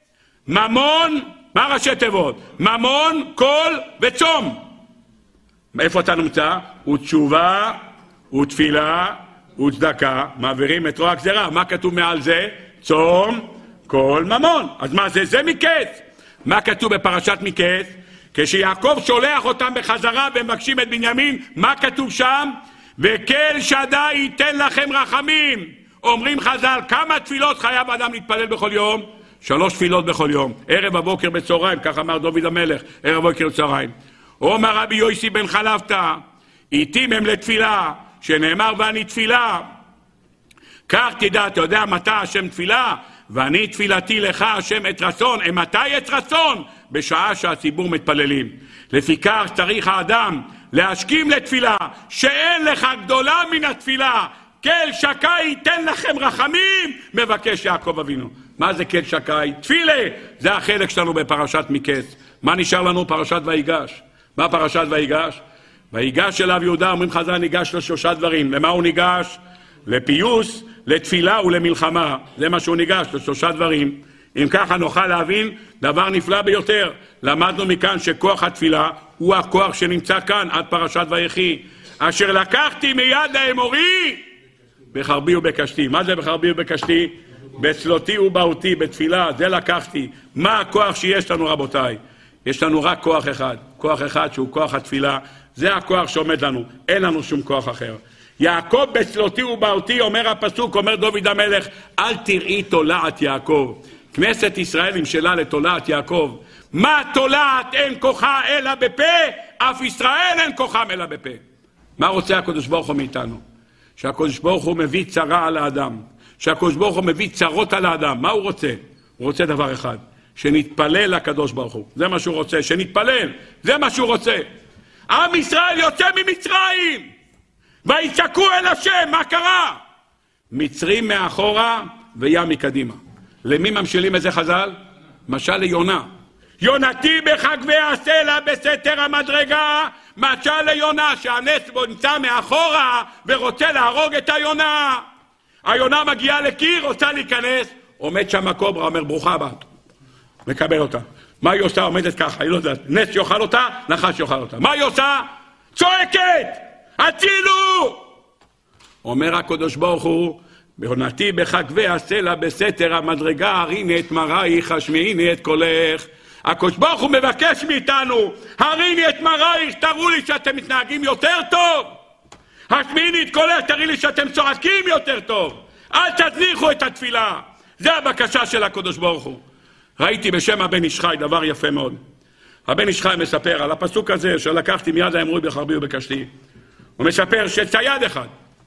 ממון, מה ראשי תיבות? ממון, קול וצום. איפה אתה נמצא? ותשובה ותפילה וצדקה, מעבירים את רוע הגזירה. מה כתוב מעל זה? צום, קול, ממון. אז מה זה? זה מקץ. מה כתוב בפרשת מקץ? כשיעקב שולח אותם בחזרה ומבקשים את בנימין, מה כתוב שם? וכל שדי ייתן לכם רחמים. אומרים חז"ל, כמה תפילות חייב אדם להתפלל בכל יום? שלוש תפילות בכל יום, ערב הבוקר בצהריים, כך אמר דוד המלך, ערב הבוקר בצהריים. אומר רבי יוסי בן חלפתא, איתים הם לתפילה, שנאמר ואני תפילה. כך תדע, אתה יודע מתי השם תפילה? ואני תפילתי לך השם את רצון. מתי את רצון? בשעה שהציבור מתפללים. לפיכך צריך האדם להשכים לתפילה, שאין לך גדולה מן התפילה. כל שקי ייתן לכם רחמים, מבקש יעקב אבינו. מה זה כל שקי? תפילה. זה החלק שלנו בפרשת מקץ. מה נשאר לנו? פרשת ויגש. מה פרשת ויגש? ויגש אליו יהודה, אומרים חז"ל, ניגש לשלושה דברים. למה הוא ניגש? לפיוס, לתפילה ולמלחמה. זה מה שהוא ניגש, לשלושה דברים. אם ככה נוכל להבין דבר נפלא ביותר. למדנו מכאן שכוח התפילה הוא הכוח שנמצא כאן עד פרשת ויחי. אשר לקחתי מיד האמורי בחרבי ובקשתי. מה זה בחרבי ובקשתי? בצלותי ובהותי, בתפילה, זה לקחתי. מה הכוח שיש לנו רבותיי? יש לנו רק כוח אחד, כוח אחד שהוא כוח התפילה. זה הכוח שעומד לנו, אין לנו שום כוח אחר. יעקב בצלותי ובהותי, אומר הפסוק, אומר דוד המלך, אל תראי תולעת יעקב. כנסת ישראל נמשלה לתולעת יעקב. מה תולעת? אין כוחה אלא בפה, אף ישראל אין כוחם אלא בפה. מה רוצה הקדוש ברוך הוא מאיתנו? שהקדוש ברוך הוא מביא צרה על האדם, שהקדוש ברוך הוא מביא צרות על האדם. מה הוא רוצה? הוא רוצה דבר אחד, שנתפלל לקדוש ברוך הוא. זה מה שהוא רוצה, שנתפלל, זה מה שהוא רוצה. עם ישראל יוצא ממצרים ויצעקו אל השם. מה קרה? מצרים מאחורה וים מקדימה. למי ממשילים איזה חז"ל? משל ליונה. יונתי בחגבי הסלע בסתר המדרגה. משל ליונה שהנס בו נמצא מאחורה ורוצה להרוג את היונה. היונה מגיעה לקיר, רוצה להיכנס, עומד שם הקוברה, אומר ברוכה הבאה, מקבל אותה. מה היא עושה? עומדת ככה, היא לא יודעת, נס יאכל אותה, נחש יאכל אותה. מה היא עושה? צועקת, הצילו! אומר הקדוש ברוך הוא, בעונתי בחגבי הסלע בסתר המדרגה, הריני את מראייך, השמיעיני את קולך. הקדוש ברוך הוא מבקש מאיתנו, הריני את מראייך, תראו לי שאתם מתנהגים יותר טוב. השמיעיני את קולך, תראי לי שאתם צועקים יותר טוב. אל תזניחו את התפילה. זה הבקשה של הקדוש ברוך הוא. ראיתי בשם הבן איש חי דבר יפה מאוד. הבן איש חי מספר על הפסוק הזה שלקחתי מיד האמורי בחרבי ובקשתי. הוא מספר שצייד אחד,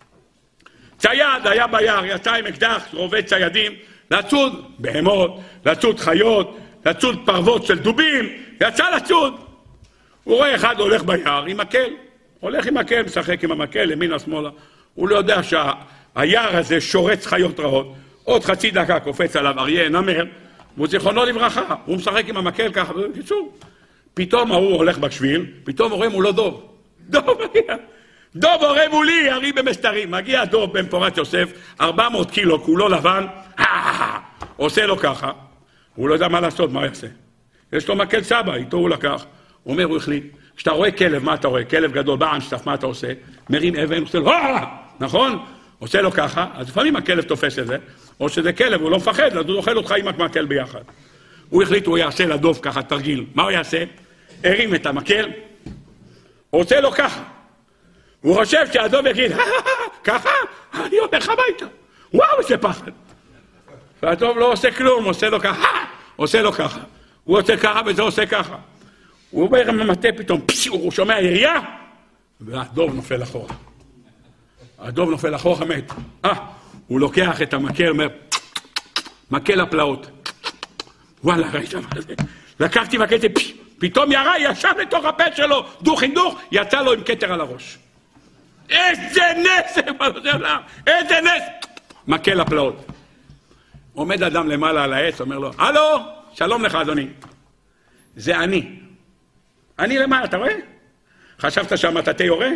צייד היה ביער, יצא עם אקדח, רובה ציידים, לצוד בהמות, לצוד חיות, לצוד פרוות של דובים, יצא לצוד. הוא רואה אחד הולך ביער עם מקל, הולך עם מקל, משחק עם המקל, ימינה שמאלה. הוא לא יודע שהיער הזה שורץ חיות רעות. עוד חצי דקה קופץ עליו אריה, נמר, והוא זיכרונו לברכה, הוא משחק עם המקל ככה, בקיצור. פתאום הוא הולך בשביל, פתאום רואים הוא לא דוב. דוב מגיע. דוב הורה מולי, ארי במסתרים. מגיע דוב בן פורת יוסף, ארבע מאות קילו, כולו לבן, עושה לו ככה. הוא לא יודע מה לעשות, מה הוא יעשה? יש לו מקל סבא, איתו הוא לקח. הוא אומר, הוא החליט. כשאתה רואה כלב, מה אתה רואה? כלב גדול, באנשטף, מה אתה עושה? מרים אבן, עושה לו, נכון? עושה לו ככה, אז לפעמים הכלב תופס את זה, או שזה כלב, הוא לא מפחד, אז הוא אוכל אותך עם המקל ביחד. הוא החליט, הוא יעשה לדוב ככה תרגיל. מה הוא יעשה? הרים את המקל, עושה לו ככה. הוא חושב שהדוב יגיד, ככה, אני הולך הביתה. וואו, איזה פחד. והדוב לא עושה כלום, עושה לו ככה, עושה לו ככה. הוא עושה ככה וזה עושה ככה. הוא אומר ממטה פתאום, הוא שומע ירייה, והדוב נופל אחורה. הדוב נופל אחורה מת. אה, הוא לוקח את המקל, אומר, מקל הפלאות. וואלה, ראית מה זה? לקחתי מקל, פתאום ירה, ישב לתוך הפה שלו, דוך עם דוך, יצא לו עם כתר על הראש. איזה נס, איזה נס. מקל הפלאות. עומד אדם למעלה על העץ, אומר לו, הלו, שלום לך אדוני. זה אני. אני למעלה, אתה רואה? חשבת שהמטאטא יורה?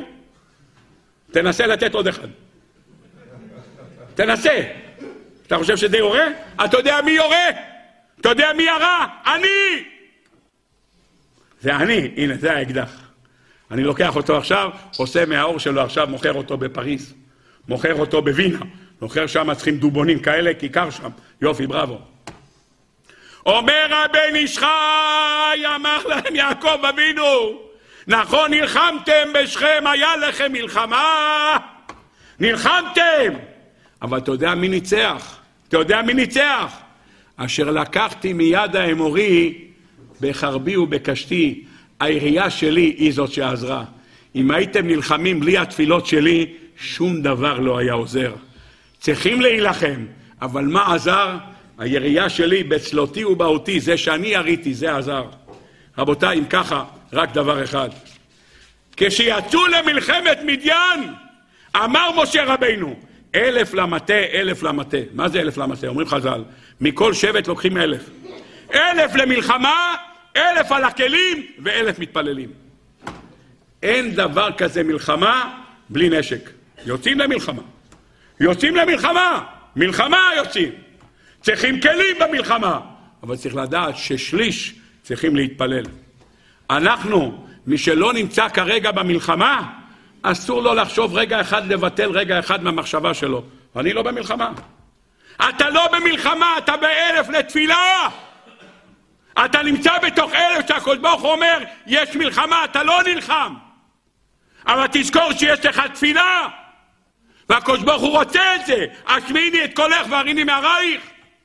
תנסה לתת עוד אחד. תנסה. אתה חושב שזה יורה? אתה יודע מי יורה? אתה יודע מי ירה? אני! זה אני, הנה, זה האקדח. אני לוקח אותו עכשיו, עושה מהאור שלו עכשיו, מוכר אותו בפריז, מוכר אותו בווינה, מוכר שם, צריכים דובונים כאלה, כיכר שם. יופי, בראבו. אומר הבן איש חי, אמר להם יעקב אבינו, נכון נלחמתם בשכם, היה לכם מלחמה, נלחמתם, אבל אתה יודע מי ניצח? אתה יודע מי ניצח? אשר לקחתי מיד האמורי בחרבי ובקשתי, העירייה שלי היא זאת שעזרה. אם הייתם נלחמים בלי התפילות שלי, שום דבר לא היה עוזר. צריכים להילחם, אבל מה עזר? העירייה שלי בצלותי ובאותי, זה שאני יריתי, זה עזר. רבותיי, אם ככה, רק דבר אחד. כשיצאו למלחמת מדיין, אמר משה רבינו, אלף למטה, אלף למטה. מה זה אלף למטה? אומרים חז"ל, מכל שבט לוקחים אלף. אלף למלחמה, אלף על הכלים ואלף מתפללים. אין דבר כזה מלחמה בלי נשק. יוצאים למלחמה. יוצאים למלחמה. מלחמה יוצאים. צריכים כלים במלחמה. אבל צריך לדעת ששליש צריכים להתפלל. אנחנו, מי שלא נמצא כרגע במלחמה, אסור לו לחשוב רגע אחד, לבטל רגע אחד מהמחשבה שלו. אני לא במלחמה. אתה לא במלחמה, אתה באלף לתפילה. אתה נמצא בתוך אלף שהקדוש ברוך הוא אומר, יש מלחמה, אתה לא נלחם. אבל תזכור שיש לך תפילה. והקדוש ברוך הוא רוצה את זה. השמיעיני את קולך והריני מהרייך.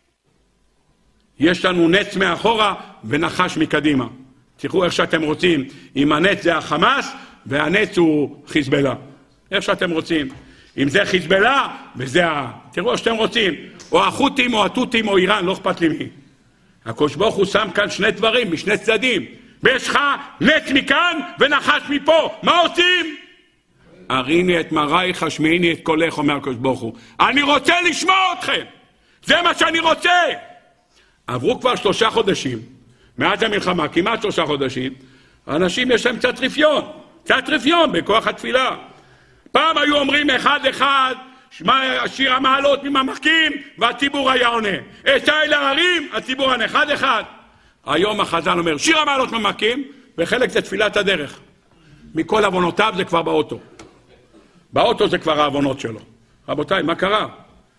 יש לנו נץ מאחורה ונחש מקדימה. תראו איך שאתם רוצים. אם הנץ זה החמאס והנץ הוא חיזבאללה. איך שאתם רוצים. אם זה חיזבאללה וזה ה... תראו איך שאתם רוצים. או החות'ים או התותים או איראן, לא אכפת לי מי. הקדוש ברוך הוא שם כאן שני דברים משני צדדים. ויש לך נץ מכאן ונחש מפה. מה עושים? הריני את מראייך, השמיעיני את קולך, אומר הקדוש ברוך הוא. אני רוצה לשמוע אתכם. זה מה שאני רוצה. עברו כבר שלושה חודשים, מאז המלחמה, כמעט שלושה חודשים, האנשים יש להם קצת רפיון, קצת רפיון בכוח התפילה. פעם היו אומרים אחד אחד, שיר המעלות מממחקים, והציבור היה עונה. אשי להרים, הציבור עונה אחד אחד. היום החזן אומר, שיר המעלות מממחקים, וחלק זה תפילת הדרך. מכל עוונותיו זה כבר באוטו. באוטו זה כבר העוונות שלו. רבותיי, מה קרה?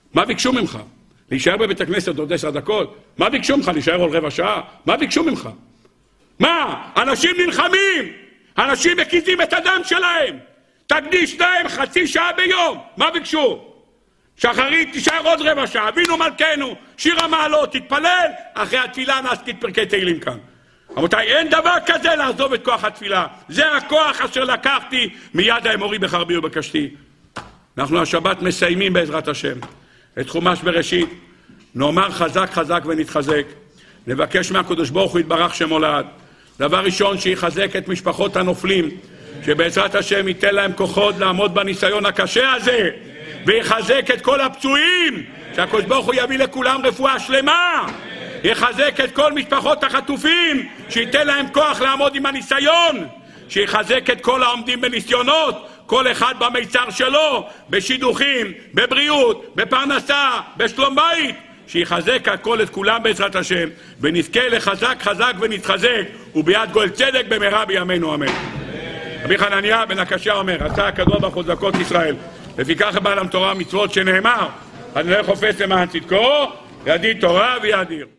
מה ביקשו ממך? להישאר בבית הכנסת עוד עשר דקות? מה ביקשו ממך? להישאר עוד רבע שעה? מה ביקשו ממך? מה? אנשים נלחמים! אנשים מקיזים את הדם שלהם! תקדיש להם חצי שעה ביום! מה ביקשו? שחרית תישאר עוד רבע שעה, אבינו מלכנו, שיר המעלות, תתפלל, אחרי התפילה נעסקית פרקי תהילים כאן. רבותיי, אין דבר כזה לעזוב את כוח התפילה. זה הכוח אשר לקחתי מיד האמורי בחרבי ובקשתי. אנחנו השבת מסיימים בעזרת השם את חומש בראשית. נאמר חזק חזק ונתחזק. נבקש מהקדוש ברוך הוא יתברך שמולד. דבר ראשון, שיחזק את משפחות הנופלים, שבעזרת השם ייתן להם כוחות לעמוד בניסיון הקשה הזה, ויחזק את כל הפצועים, שהקדוש ברוך הוא יביא לכולם רפואה שלמה. יחזק את כל משפחות החטופים, שייתן להם כוח לעמוד עם הניסיון. שיחזק את כל העומדים בניסיונות, כל אחד במיצר שלו, בשידוכים, בבריאות, בפרנסה, בשלום בית. שיחזק הכל את כולם בעזרת השם, ונזכה לחזק חזק ונתחזק, וביד גואל צדק במהרה בימינו אמן. רבי חנניה בן הקשיא אומר, עשה הקדוש ברוך הוא צדקות ישראל, לפיכך בא עליהם תורה ומצוות שנאמר, אני לא חופש למען צדקו, ידיד תורה וידיר.